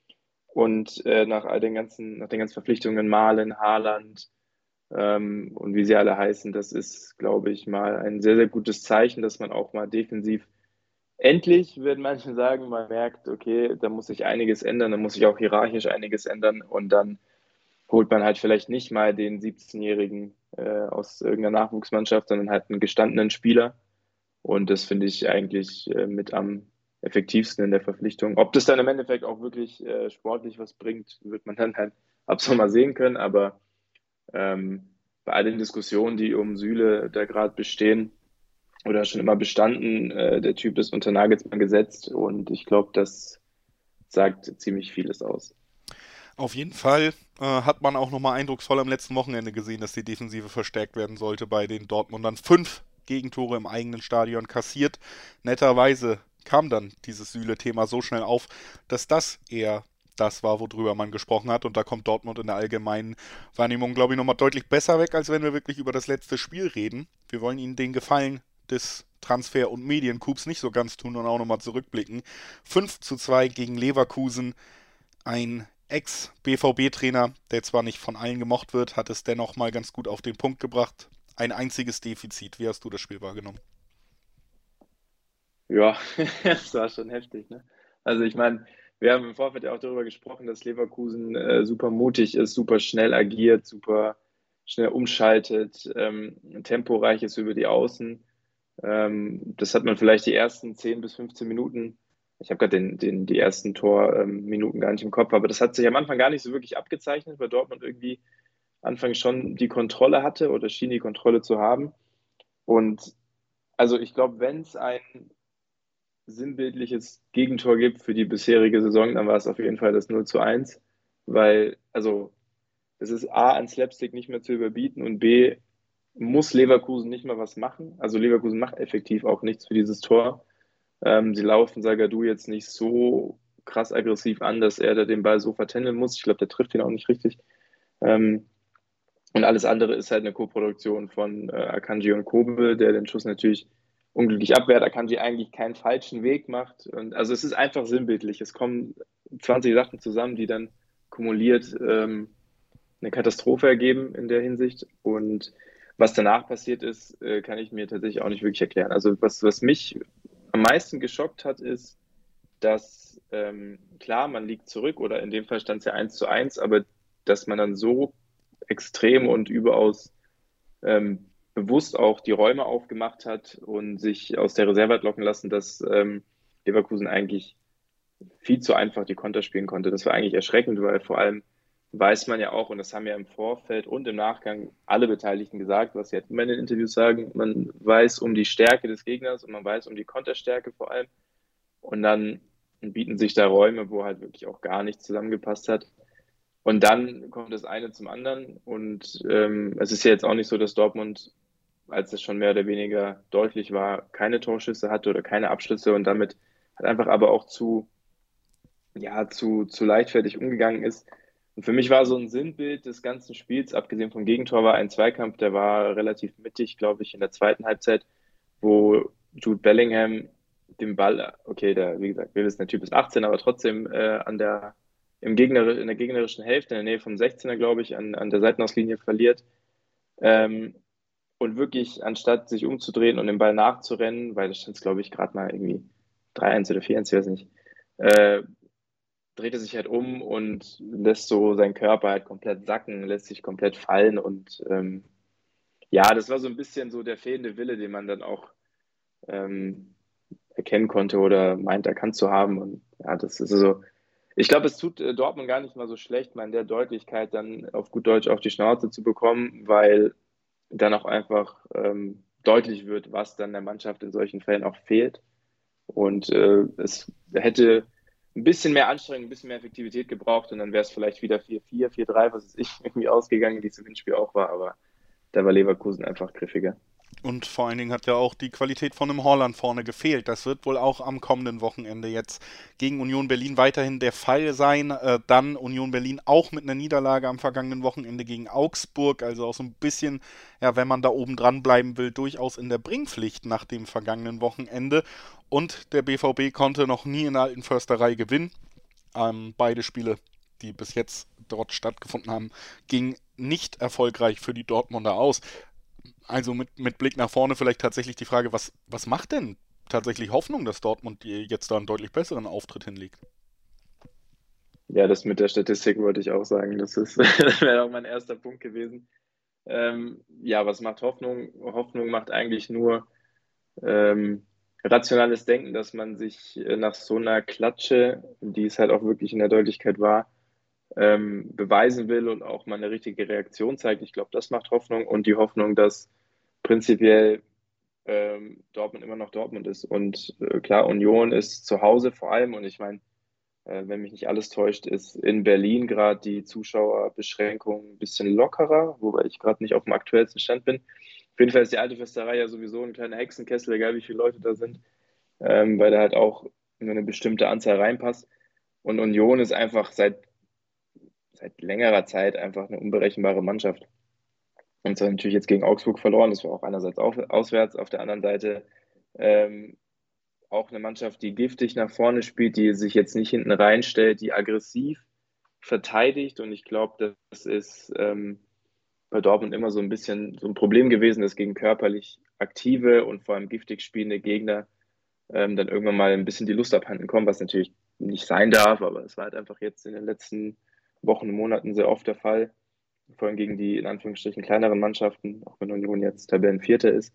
Und äh, nach all den ganzen, nach den ganzen Verpflichtungen, Malen, Haaland ähm, und wie sie alle heißen, das ist, glaube ich, mal ein sehr, sehr gutes Zeichen, dass man auch mal defensiv endlich, würden manche sagen, man merkt, okay, da muss sich einiges ändern, da muss sich auch hierarchisch einiges ändern und dann holt man halt vielleicht nicht mal den siebzehnjährigen äh, aus irgendeiner Nachwuchsmannschaft, sondern halt einen gestandenen Spieler. Und das finde ich eigentlich äh, mit am effektivsten in der Verpflichtung. Ob das dann im Endeffekt auch wirklich äh, sportlich was bringt, wird man dann halt ab Sommer sehen können. Aber ähm, bei all den Diskussionen, die um Süle da gerade bestehen oder schon immer bestanden, äh, der Typ ist unter Nagelsmann gesetzt und ich glaube, das sagt ziemlich vieles aus. Auf jeden Fall äh, hat man auch nochmal eindrucksvoll am letzten Wochenende gesehen, dass die Defensive verstärkt werden sollte bei den Dortmundern. Fünf Gegentore im eigenen Stadion kassiert. Netterweise kam dann dieses Süle-Thema so schnell auf, dass das eher das war, worüber man gesprochen hat. Und da kommt Dortmund in der allgemeinen Wahrnehmung, glaube ich, nochmal deutlich besser weg, als wenn wir wirklich über das letzte Spiel reden. Wir wollen Ihnen den Gefallen des Transfer- und Medienkups nicht so ganz tun und auch nochmal zurückblicken. fünf zu zwei gegen Leverkusen. Ein Ex-B V B-Trainer, der zwar nicht von allen gemocht wird, hat es dennoch mal ganz gut auf den Punkt gebracht. Ein einziges Defizit. Wie hast du das Spiel wahrgenommen? Ja, das war schon heftig, ne? Also ich meine, wir haben im Vorfeld ja auch darüber gesprochen, dass Leverkusen äh, super mutig ist, super schnell agiert, super schnell umschaltet, ähm, temporeich ist über die Außen. Ähm, das hat man vielleicht die ersten zehn bis fünfzehn Minuten, ich habe gerade den, den, die ersten Torminuten ähm, gar nicht im Kopf, aber das hat sich am Anfang gar nicht so wirklich abgezeichnet, weil Dortmund irgendwie anfangs schon die Kontrolle hatte oder schien die Kontrolle zu haben. Und also ich glaube, wenn es ein sinnbildliches Gegentor gibt für die bisherige Saison, dann war es auf jeden Fall das null zu eins, weil, also, es ist A, an Slapstick nicht mehr zu überbieten und B, muss Leverkusen nicht mal was machen. Also Leverkusen macht effektiv auch nichts für dieses Tor. Ähm, sie laufen Zagadou jetzt nicht so krass aggressiv an, dass er da den Ball so vertändeln muss. Ich glaube, der trifft ihn auch nicht richtig. Ähm, und alles andere ist halt eine Koproduktion von äh, Akanji und Kobel, der den Schuss natürlich unglücklich abwehrt. Akanji eigentlich keinen falschen Weg macht. Und also es ist einfach sinnbildlich. Es kommen zwanzig Sachen zusammen, die dann kumuliert ähm, eine Katastrophe ergeben in der Hinsicht. Und was danach passiert ist, äh, kann ich mir tatsächlich auch nicht wirklich erklären. Also was, was mich am meisten geschockt hat, ist, dass ähm, klar, man liegt zurück oder in dem Fall stand es ja eins zu eins, aber dass man dann so extrem und überaus ähm, bewusst auch die Räume aufgemacht hat und sich aus der Reserve hat locken lassen, dass ähm, Leverkusen eigentlich viel zu einfach die Konter spielen konnte. Das war eigentlich erschreckend, weil vor allem weiß man ja auch, und das haben ja im Vorfeld und im Nachgang alle Beteiligten gesagt, was sie halt immer in den Interviews sagen, man weiß um die Stärke des Gegners und man weiß um die Konterstärke vor allem. Und dann bieten sich da Räume, wo halt wirklich auch gar nichts zusammengepasst hat. Und dann kommt das eine zum anderen. Und ähm, es ist ja jetzt auch nicht so, dass Dortmund, als es schon mehr oder weniger deutlich war, keine Torschüsse hatte oder keine Abschlüsse und damit halt einfach aber auch zu, ja, zu, zu leichtfertig umgegangen ist. Und für mich war so ein Sinnbild des ganzen Spiels, abgesehen vom Gegentor, war ein Zweikampf, der war relativ mittig, glaube ich, in der zweiten Halbzeit, wo Jude Bellingham den Ball, okay, der, wie gesagt, wir wissen, der Typ ist achtzehn, aber trotzdem äh, an der, im Gegner, in der gegnerischen Hälfte, in der Nähe vom sechzehner, glaube ich, an, an der Seitenauslinie verliert. Ähm, und wirklich, anstatt sich umzudrehen und den Ball nachzurennen, weil da stand es, glaube ich, gerade mal irgendwie drei eins oder vier eins, ich weiß nicht, äh, dreht er sich halt um und lässt so seinen Körper halt komplett sacken, lässt sich komplett fallen und ähm, ja, das war so ein bisschen so der fehlende Wille, den man dann auch ähm, erkennen konnte oder meint, erkannt zu haben. Und ja, das ist so. Ich glaube, es tut äh, Dortmund gar nicht mal so schlecht, mal in der Deutlichkeit dann auf gut Deutsch auf die Schnauze zu bekommen, weil dann auch einfach ähm, deutlich wird, was dann der Mannschaft in solchen Fällen auch fehlt. Und äh, es hätte ein bisschen mehr Anstrengung, ein bisschen mehr Effektivität gebraucht und dann wäre es vielleicht wieder vier vier, vier drei, was ist ich, irgendwie ausgegangen, wie es im Hinspiel auch war, aber da war Leverkusen einfach griffiger. Und vor allen Dingen hat ja auch die Qualität von einem Haaland vorne gefehlt. Das wird wohl auch am kommenden Wochenende jetzt gegen Union Berlin weiterhin der Fall sein. Äh, dann Union Berlin auch mit einer Niederlage am vergangenen Wochenende gegen Augsburg. Also auch so ein bisschen, ja, wenn man da oben dran bleiben will, durchaus in der Bringpflicht nach dem vergangenen Wochenende. Und der B V B konnte noch nie in der alten Försterei gewinnen. Ähm, beide Spiele, die bis jetzt dort stattgefunden haben, gingen nicht erfolgreich für die Dortmunder aus. Also mit, mit Blick nach vorne vielleicht tatsächlich die Frage, was, was macht denn tatsächlich Hoffnung, dass Dortmund jetzt da einen deutlich besseren Auftritt hinlegt? Ja, das mit der Statistik wollte ich auch sagen. Das ist, das wäre auch mein erster Punkt gewesen. Ähm, ja, was macht Hoffnung? Hoffnung macht eigentlich nur ähm, rationales Denken, dass man sich nach so einer Klatsche, die es halt auch wirklich in der Deutlichkeit war, ähm, beweisen will und auch mal eine richtige Reaktion zeigt. Ich glaube, das macht Hoffnung und die Hoffnung, dass prinzipiell ähm, Dortmund immer noch Dortmund ist. Und äh, klar, Union ist zu Hause vor allem und ich meine, äh, wenn mich nicht alles täuscht, ist in Berlin gerade die Zuschauerbeschränkung ein bisschen lockerer, wobei ich gerade nicht auf dem aktuellsten Stand bin. Auf jeden Fall ist die alte Försterei ja sowieso ein kleiner Hexenkessel, egal wie viele Leute da sind, ähm, weil da halt auch nur eine bestimmte Anzahl reinpasst. Und Union ist einfach seit, seit längerer Zeit einfach eine unberechenbare Mannschaft. Und zwar natürlich jetzt gegen Augsburg verloren, das war auch einerseits auf, auswärts, auf der anderen Seite ähm, auch eine Mannschaft, die giftig nach vorne spielt, die sich jetzt nicht hinten reinstellt, die aggressiv verteidigt. Und ich glaube, das ist ähm, bei Dortmund immer so ein bisschen so ein Problem gewesen, dass gegen körperlich aktive und vor allem giftig spielende Gegner ähm, dann irgendwann mal ein bisschen die Lust abhanden kommen, was natürlich nicht sein darf, aber es war halt einfach jetzt in den letzten Wochen und Monaten sehr oft der Fall, vor allem gegen die in Anführungsstrichen kleineren Mannschaften, auch wenn Union jetzt Tabellenvierter ist.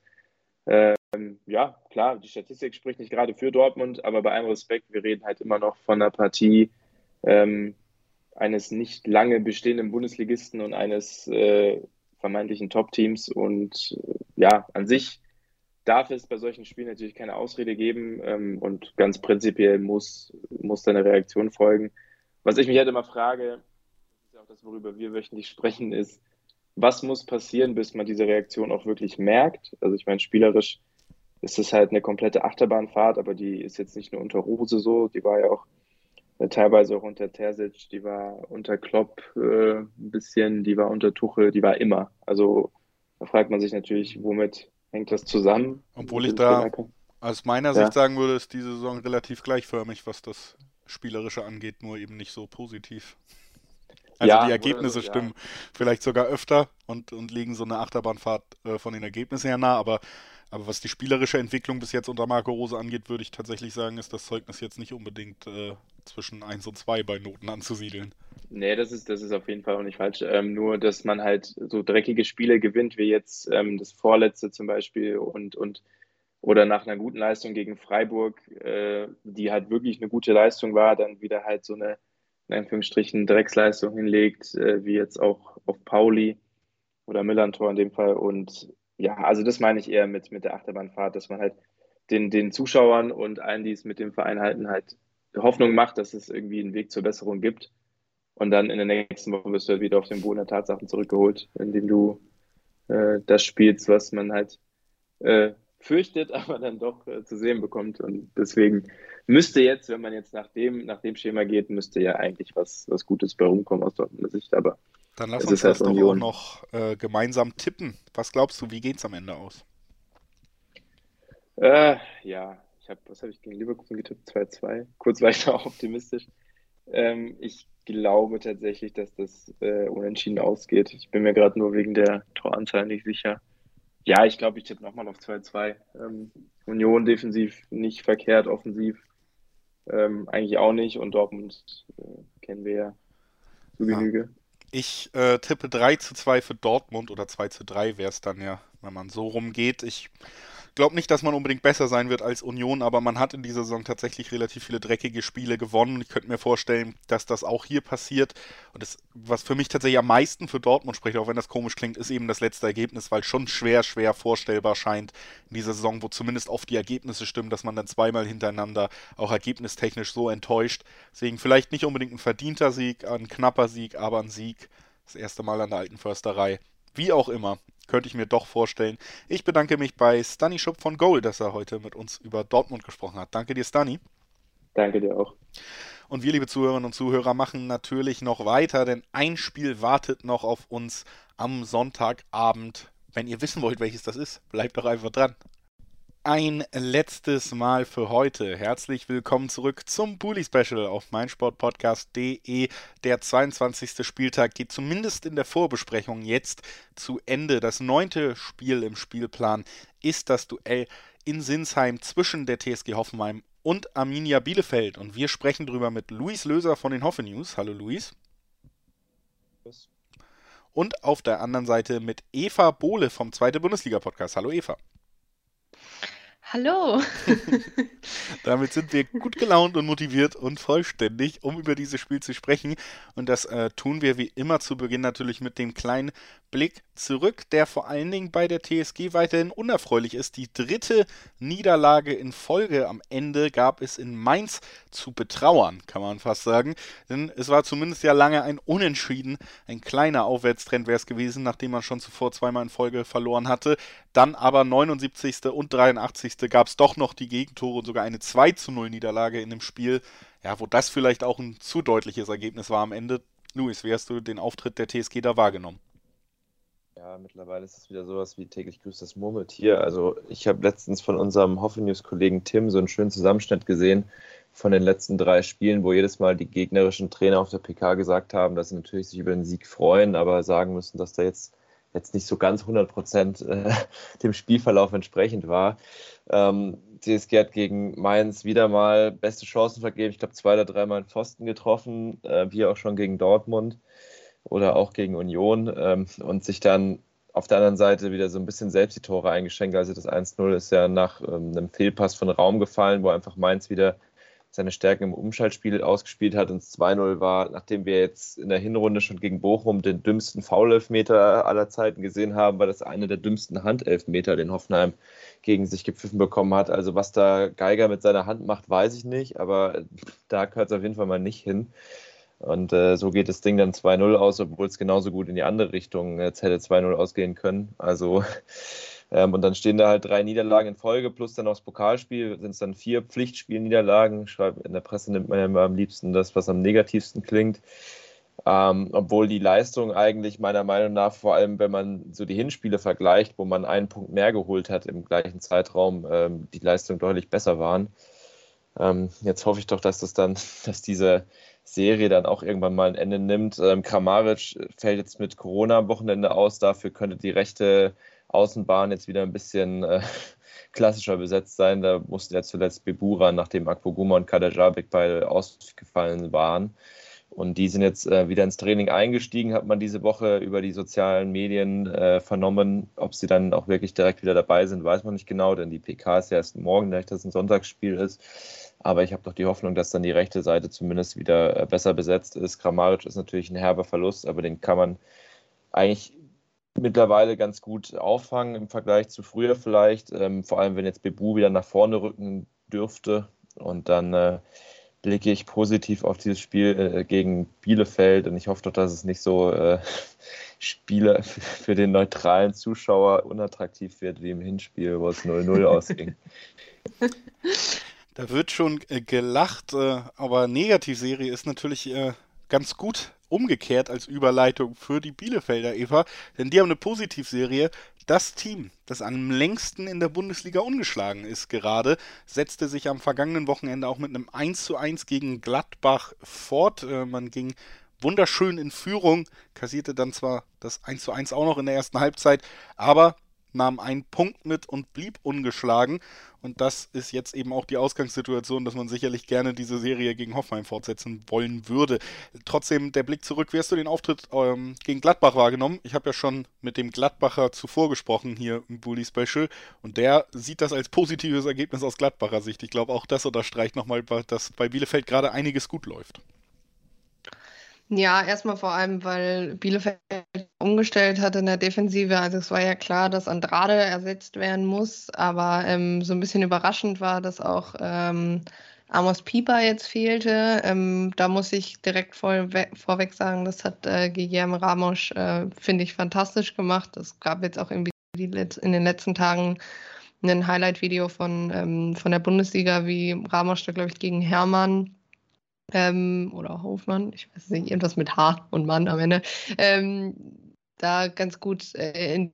Ähm, ja, klar, die Statistik spricht nicht gerade für Dortmund, aber bei allem Respekt, wir reden halt immer noch von einer Partie ähm, eines nicht lange bestehenden Bundesligisten und eines äh, vermeintlichen Top-Teams und äh, ja, an sich darf es bei solchen Spielen natürlich keine Ausrede geben ähm, und ganz prinzipiell muss, muss da eine Reaktion folgen. Was ich mich halt immer frage, das ist ja auch das, worüber wir wöchentlich sprechen, ist, was muss passieren, bis man diese Reaktion auch wirklich merkt? Also ich meine, spielerisch ist es halt eine komplette Achterbahnfahrt, aber die ist jetzt nicht nur unter Rose so, die war ja auch äh, teilweise auch unter Terzic, die war unter Klopp äh, ein bisschen, die war unter Tuchel, die war immer. Also da fragt man sich natürlich, womit hängt das zusammen? Obwohl ich da aus meiner ja. Sicht sagen würde, ist diese Saison relativ gleichförmig, was das Spielerische angeht, nur eben nicht so positiv. Also ja, die Ergebnisse so, stimmen ja. vielleicht sogar öfter und, und liegen so eine Achterbahnfahrt äh, von den Ergebnissen her nah, aber, aber was die spielerische Entwicklung bis jetzt unter Marco Rose angeht, würde ich tatsächlich sagen, ist das Zeugnis jetzt nicht unbedingt äh, zwischen eins und zwei bei Noten anzusiedeln. Nee, das ist, das ist auf jeden Fall auch nicht falsch. Ähm, nur, dass man halt so dreckige Spiele gewinnt, wie jetzt ähm, das vorletzte zum Beispiel und, und oder nach einer guten Leistung gegen Freiburg, äh, die halt wirklich eine gute Leistung war, dann wieder halt so eine, in Anführungsstrichen, Drecksleistung hinlegt, äh, wie jetzt auch auf Pauli oder Millantor in dem Fall. Und ja, also das meine ich eher mit, mit der Achterbahnfahrt, dass man halt den, den Zuschauern und allen, die es mit dem Verein halten, halt Hoffnung macht, dass es irgendwie einen Weg zur Besserung gibt. Und dann in der nächsten Woche wirst du halt wieder auf den Boden der Tatsachen zurückgeholt, indem du äh, das spielst, was man halt äh, fürchtet, aber dann doch äh, zu sehen bekommt. Und deswegen müsste jetzt, wenn man jetzt nach dem, nach dem Schema geht, müsste ja eigentlich was, was Gutes bei rumkommen aus Dortmunder Sicht. Aber dann lass es uns ist halt das doch Union. auch noch äh, gemeinsam tippen. Was glaubst du, wie geht's am Ende aus? Äh, ja, ich habe, was habe ich gegen Leverkusen getippt? zwei zwei. Kurz war ich da auch optimistisch. Ähm, ich glaube tatsächlich, dass das äh, unentschieden ausgeht. Ich bin mir gerade nur wegen der Toranzahl nicht sicher. Ja, ich glaube, ich tippe nochmal auf zwei zwei. Ähm, Union defensiv nicht verkehrt, offensiv ähm, eigentlich auch nicht. Und Dortmund äh, kennen wir ja zu Genüge. Ich äh, tippe drei zu zwei für Dortmund oder zwei zu drei wäre es dann ja, wenn man so rumgeht. Ich glaube nicht, dass man unbedingt besser sein wird als Union, aber man hat in dieser Saison tatsächlich relativ viele dreckige Spiele gewonnen. Ich könnte mir vorstellen, dass das auch hier passiert. Und das, was für mich tatsächlich am meisten für Dortmund spricht, auch wenn das komisch klingt, ist eben das letzte Ergebnis, weil schon schwer, schwer vorstellbar scheint in dieser Saison, wo zumindest oft die Ergebnisse stimmen, dass man dann zweimal hintereinander auch ergebnistechnisch so enttäuscht. Deswegen vielleicht nicht unbedingt ein verdienter Sieg, ein knapper Sieg, aber ein Sieg. Das erste Mal an der alten Försterei. Wie auch immer, könnte ich mir doch vorstellen. Ich bedanke mich bei Stanny Schupp von Goal, dass er heute mit uns über Dortmund gesprochen hat. Danke dir, Stanny. Danke dir auch. Und wir, liebe Zuhörerinnen und Zuhörer, machen natürlich noch weiter, denn ein Spiel wartet noch auf uns am Sonntagabend. Wenn ihr wissen wollt, welches das ist, bleibt doch einfach dran. Ein letztes Mal für heute. Herzlich willkommen zurück zum Bully Special auf meinsportpodcast punkt de. Der zweiundzwanzigste Spieltag geht zumindest in der Vorbesprechung jetzt zu Ende. Das neunte Spiel im Spielplan ist das Duell in Sinsheim zwischen der T S G Hoffenheim und Arminia Bielefeld. Und wir sprechen drüber mit Luis Löser von den Hoffe News. Hallo Luis. Und auf der anderen Seite mit Eva Bohle vom Zweite Bundesliga-Podcast. Hallo Eva. Hallo. Damit sind wir gut gelaunt und motiviert und vollständig, um über dieses Spiel zu sprechen. Und das äh, tun wir wie immer zu Beginn natürlich mit dem kleinen Blick zurück, der vor allen Dingen bei der T S G weiterhin unerfreulich ist. Die dritte Niederlage in Folge am Ende gab es in Mainz zu betrauern, kann man fast sagen. Denn es war zumindest ja lange ein Unentschieden. Ein kleiner Aufwärtstrend wäre es gewesen, nachdem man schon zuvor zweimal in Folge verloren hatte. Dann aber neunundsiebzigste und dreiundachtzigste gab es doch noch die Gegentore und sogar eine zwei zu null Niederlage in dem Spiel, ja, wo das vielleicht auch ein zu deutliches Ergebnis war am Ende. Luis, wie hast du den Auftritt der T S G da wahrgenommen? Ja, mittlerweile ist es wieder sowas wie täglich grüßt das Murmeltier. Also ich habe letztens von unserem Hoffe News-Kollegen Tim so einen schönen Zusammenschnitt gesehen von den letzten drei Spielen, wo jedes Mal die gegnerischen Trainer auf der P K gesagt haben, dass sie natürlich sich über den Sieg freuen, aber sagen müssen, dass da jetzt jetzt nicht so ganz hundert Prozent äh, dem Spielverlauf entsprechend war. Ähm, T S G hat gegen Mainz wieder mal beste Chancen vergeben. Ich glaube, zwei oder dreimal einen Pfosten getroffen, äh, wie auch schon gegen Dortmund oder auch gegen Union, ähm, und sich dann auf der anderen Seite wieder so ein bisschen selbst die Tore eingeschenkt. Also das eins null ist ja nach ähm, einem Fehlpass von Raum gefallen, wo einfach Mainz wieder seine Stärken im Umschaltspiel ausgespielt hat. Und das zwei null war, nachdem wir jetzt in der Hinrunde schon gegen Bochum den dümmsten Foul-Elfmeter aller Zeiten gesehen haben, war das eine der dümmsten Handelfmeter, den Hoffenheim gegen sich gepfiffen bekommen hat. Also was da Geiger mit seiner Hand macht, weiß ich nicht, aber da gehört es auf jeden Fall mal nicht hin. Und äh, so geht das Ding dann zwei null aus, obwohl es genauso gut in die andere Richtung jetzt hätte zwei null ausgehen können. Also ähm, und dann stehen da halt drei Niederlagen in Folge, plus dann auch das Pokalspiel, sind es dann vier Pflichtspielniederlagen. In der Presse nimmt man ja immer am liebsten das, was am negativsten klingt. Ähm, obwohl die Leistung eigentlich meiner Meinung nach, vor allem wenn man so die Hinspiele vergleicht, wo man einen Punkt mehr geholt hat im gleichen Zeitraum, ähm, die Leistung deutlich besser waren. Ähm, jetzt hoffe ich doch, dass das dann, dass diese Serie dann auch irgendwann mal ein Ende nimmt. Ähm, Kramaric fällt jetzt mit Corona am Wochenende aus, dafür könnte die rechte Außenbahn jetzt wieder ein bisschen äh, klassischer besetzt sein. Da musste ja zuletzt Bebura, nachdem Akpoguma und Kadajabek beide ausgefallen waren. Und die sind jetzt äh, wieder ins Training eingestiegen, hat man diese Woche über die sozialen Medien äh, vernommen. Ob sie dann auch wirklich direkt wieder dabei sind, weiß man nicht genau, denn die P K ist ja erst morgen, da das ein Sonntagsspiel ist. Aber ich habe doch die Hoffnung, dass dann die rechte Seite zumindest wieder äh, besser besetzt ist. Kramaric ist natürlich ein herber Verlust, aber den kann man eigentlich mittlerweile ganz gut auffangen im Vergleich zu früher vielleicht. Ähm, vor allem, wenn jetzt Bebu wieder nach vorne rücken dürfte. Und dann äh, blicke ich positiv auf dieses Spiel äh, gegen Bielefeld. Und ich hoffe doch, dass es nicht so äh, Spiele für den neutralen Zuschauer unattraktiv wird wie im Hinspiel, wo es null null ausging. Da wird schon äh, gelacht, äh, aber Negativserie ist natürlich äh, ganz gut umgekehrt als Überleitung für die Bielefelder, Eva, denn die haben eine Positivserie. Das Team, das am längsten in der Bundesliga ungeschlagen ist gerade, setzte sich am vergangenen Wochenende auch mit einem eins zu eins gegen Gladbach fort. Äh, man ging wunderschön in Führung, kassierte dann zwar das eins zu eins auch noch in der ersten Halbzeit, aber nahm einen Punkt mit und blieb ungeschlagen. Und das ist jetzt eben auch die Ausgangssituation, dass man sicherlich gerne diese Serie gegen Hoffenheim fortsetzen wollen würde. Trotzdem der Blick zurück. Wie hast du den Auftritt ähm, gegen Gladbach wahrgenommen? Ich habe ja schon mit dem Gladbacher zuvor gesprochen hier im Bully Special und der sieht das als positives Ergebnis aus Gladbacher Sicht. Ich glaube, auch das unterstreicht nochmal, dass bei Bielefeld gerade einiges gut läuft. Ja, erstmal vor allem, weil Bielefeld umgestellt hat in der Defensive. Also es war ja klar, dass Andrade ersetzt werden muss, aber ähm, so ein bisschen überraschend war, dass auch ähm, Amos Pieper jetzt fehlte. Ähm, da muss ich direkt vorwe vorweg sagen, das hat äh, Guillermo Ramos, äh, finde ich, fantastisch gemacht. Es gab jetzt auch irgendwie die Let in den letzten Tagen ein Highlight-Video von, ähm, von der Bundesliga, wie Ramos da, glaube ich, gegen Hermann Ähm, oder Hofmann, ich weiß nicht, irgendwas mit H und Mann am Ende, ähm, da ganz gut äh, in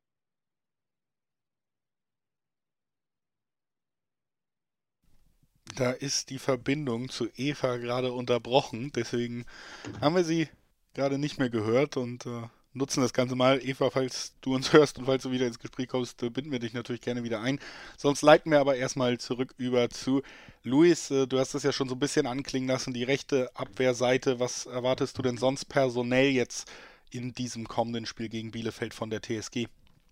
Da ist die Verbindung zu Eva gerade unterbrochen, deswegen haben wir sie gerade nicht mehr gehört und äh, nutzen das Ganze mal. Eva, falls du uns hörst und falls du wieder ins Gespräch kommst, äh, binden wir dich natürlich gerne wieder ein. Sonst leiten wir aber erstmal zurück über zu Luis. Äh, du hast das ja schon so ein bisschen anklingen lassen, die rechte Abwehrseite. Was erwartest du denn sonst personell jetzt in diesem kommenden Spiel gegen Bielefeld von der T S G?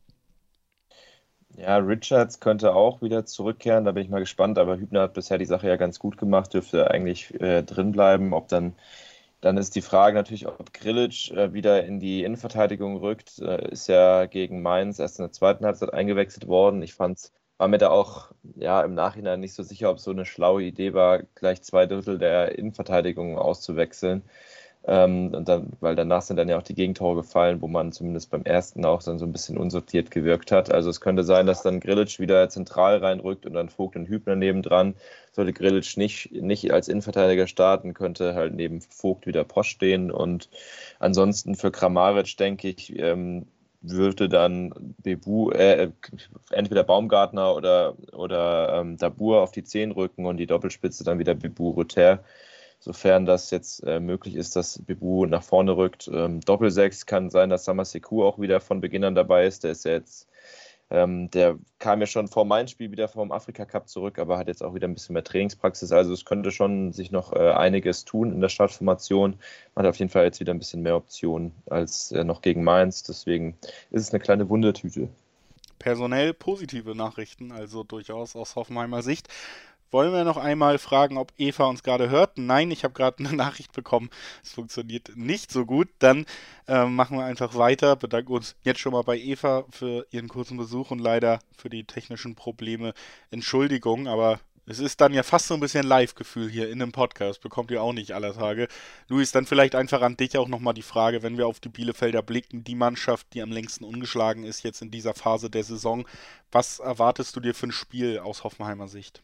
Ja, Richards könnte auch wieder zurückkehren, da bin ich mal gespannt, aber Hübner hat bisher die Sache ja ganz gut gemacht, dürfte eigentlich äh, drin bleiben. Ob dann, dann ist die Frage natürlich, ob Grillitsch äh, wieder in die Innenverteidigung rückt, äh, ist ja gegen Mainz erst in der zweiten Halbzeit eingewechselt worden. Ich fand's, war mir da auch ja im Nachhinein nicht so sicher, ob so eine schlaue Idee war, gleich zwei Drittel der Innenverteidigung auszuwechseln. Ähm, und dann, weil danach sind dann ja auch die Gegentore gefallen, wo man zumindest beim ersten auch dann so ein bisschen unsortiert gewirkt hat. Also es könnte sein, dass dann Grillitsch wieder zentral reinrückt und dann Vogt und Hübner nebendran. Sollte Grillitsch nicht, nicht als Innenverteidiger starten, könnte halt neben Vogt wieder Posch stehen. Und ansonsten für Kramaric, denke ich, ähm, würde dann Bebu, äh, entweder Baumgartner oder, oder ähm, Dabur auf die zehn rücken und die Doppelspitze dann wieder Bebu-Rüther. Sofern das jetzt äh, möglich ist, dass Bebu nach vorne rückt. Ähm, Doppelsechs kann sein, dass Samaseku auch wieder von Beginn an dabei ist. Der ist ja jetzt, ähm, der kam ja schon vor Mainz Spiel wieder vom Afrika Cup zurück, aber hat jetzt auch wieder ein bisschen mehr Trainingspraxis. Also es könnte schon sich noch äh, einiges tun in der Startformation. Man hat auf jeden Fall jetzt wieder ein bisschen mehr Optionen als äh, noch gegen Mainz. Deswegen ist es eine kleine Wundertüte. Personell positive Nachrichten, also durchaus aus Hoffenheimer Sicht. Wollen wir noch einmal fragen, ob Eva uns gerade hört? Nein, ich habe gerade eine Nachricht bekommen. Es funktioniert nicht so gut. Dann äh, machen wir einfach weiter. Bedanken uns jetzt schon mal bei Eva für ihren kurzen Besuch und leider für die technischen Probleme. Entschuldigung, aber es ist dann ja fast so ein bisschen Live-Gefühl hier in einem Podcast. Bekommt ihr auch nicht aller Tage. Luis, dann vielleicht einfach an dich auch nochmal die Frage, wenn wir auf die Bielefelder blicken, die Mannschaft, die am längsten ungeschlagen ist jetzt in dieser Phase der Saison. Was erwartest du dir für ein Spiel aus Hoffenheimer Sicht?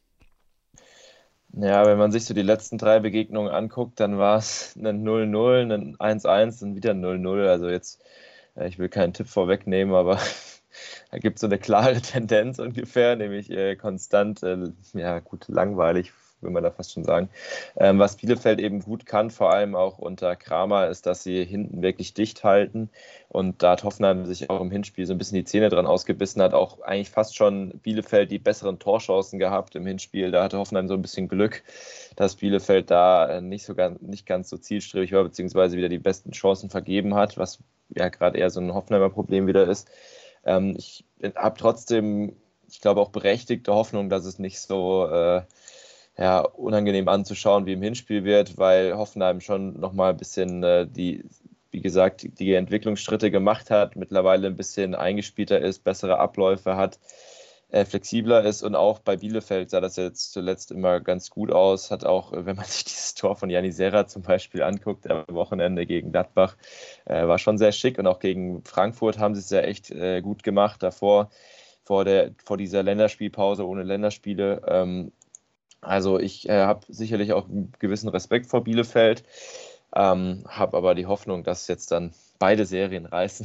Ja, wenn man sich so die letzten drei Begegnungen anguckt, dann war es ein null null, ein eins eins und wieder ein null null. Also jetzt, ich will keinen Tipp vorwegnehmen, aber da gibt es so eine klare Tendenz ungefähr, nämlich äh, konstant, äh, ja gut, langweilig, will man da fast schon sagen. Ähm, was Bielefeld eben gut kann, vor allem auch unter Kramer, ist, dass sie hinten wirklich dicht halten. Und da hat Hoffenheim sich auch im Hinspiel so ein bisschen die Zähne dran ausgebissen, hat auch eigentlich fast schon Bielefeld die besseren Torchancen gehabt im Hinspiel. Da hatte Hoffenheim so ein bisschen Glück, dass Bielefeld da nicht, so ganz, nicht ganz so zielstrebig war, beziehungsweise wieder die besten Chancen vergeben hat, was ja gerade eher so ein Hoffenheimer Problem wieder ist. Ähm, ich habe trotzdem, ich glaube, auch berechtigte Hoffnung, dass es nicht so äh, ja, unangenehm anzuschauen wie im Hinspiel wird, weil Hoffenheim schon nochmal ein bisschen äh, die, wie gesagt, die Entwicklungsschritte gemacht hat, mittlerweile ein bisschen eingespielter ist, bessere Abläufe hat, äh, flexibler ist und auch bei Bielefeld sah das jetzt zuletzt immer ganz gut aus, hat auch, wenn man sich dieses Tor von Janni Serra zum Beispiel anguckt, am Wochenende gegen Gladbach, äh, war schon sehr schick und auch gegen Frankfurt haben sie es ja echt äh, gut gemacht davor, vor, der, vor dieser Länderspielpause ohne Länderspiele. Ähm, Also ich äh, habe sicherlich auch einen gewissen Respekt vor Bielefeld, ähm, habe aber die Hoffnung, dass jetzt dann beide Serien reißen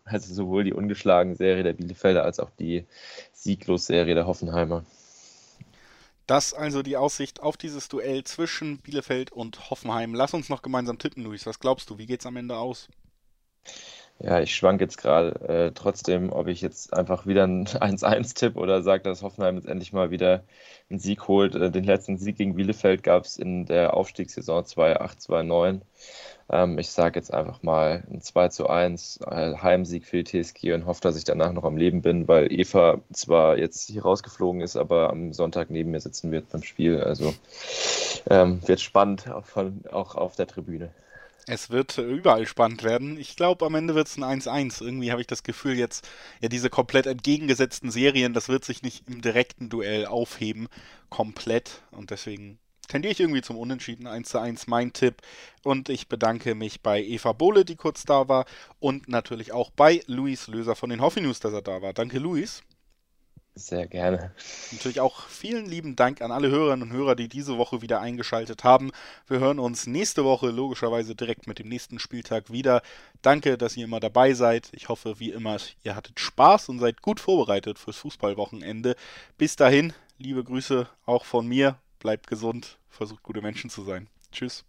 Also sowohl die ungeschlagen Serie der Bielefelder als auch die sieglos Serie der Hoffenheimer. Das also die Aussicht auf dieses Duell zwischen Bielefeld und Hoffenheim. Lass uns noch gemeinsam tippen, Luis. Was glaubst du? Wie geht's am Ende aus? Ja, ich schwank jetzt gerade äh, trotzdem, ob ich jetzt einfach wieder ein eins eins tippe oder sage, dass Hoffenheim jetzt endlich mal wieder einen Sieg holt. Äh, den letzten Sieg gegen Bielefeld gab es in der Aufstiegssaison zwei acht, zwei neun. Ähm, ich sage jetzt einfach mal ein zwei zu eins äh, Heimsieg für die T S G und hoffe, dass ich danach noch am Leben bin, weil Eva zwar jetzt hier rausgeflogen ist, aber am Sonntag neben mir sitzen wird beim Spiel. Also ähm, wird spannend, auch, von, auch auf der Tribüne. Es wird überall spannend werden. Ich glaube, am Ende wird es ein eins eins. Irgendwie habe ich das Gefühl jetzt, ja, diese komplett entgegengesetzten Serien, das wird sich nicht im direkten Duell aufheben, komplett. Und deswegen tendiere ich irgendwie zum Unentschieden, eins zu eins mein Tipp. Und ich bedanke mich bei Eva Bohle, die kurz da war. Und natürlich auch bei Luis Löser von den Hoffi News, dass er da war. Danke, Luis. Sehr gerne. Natürlich auch vielen lieben Dank an alle Hörerinnen und Hörer, die diese Woche wieder eingeschaltet haben. Wir hören uns nächste Woche logischerweise direkt mit dem nächsten Spieltag wieder. Danke, dass ihr immer dabei seid. Ich hoffe, wie immer, ihr hattet Spaß und seid gut vorbereitet fürs Fußballwochenende. Bis dahin, liebe Grüße auch von mir. Bleibt gesund, versucht gute Menschen zu sein. Tschüss.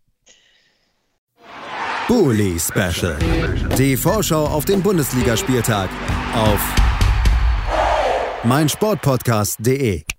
Bully Special. Die Vorschau auf den Bundesligaspieltag auf meinsportpodcast punkt de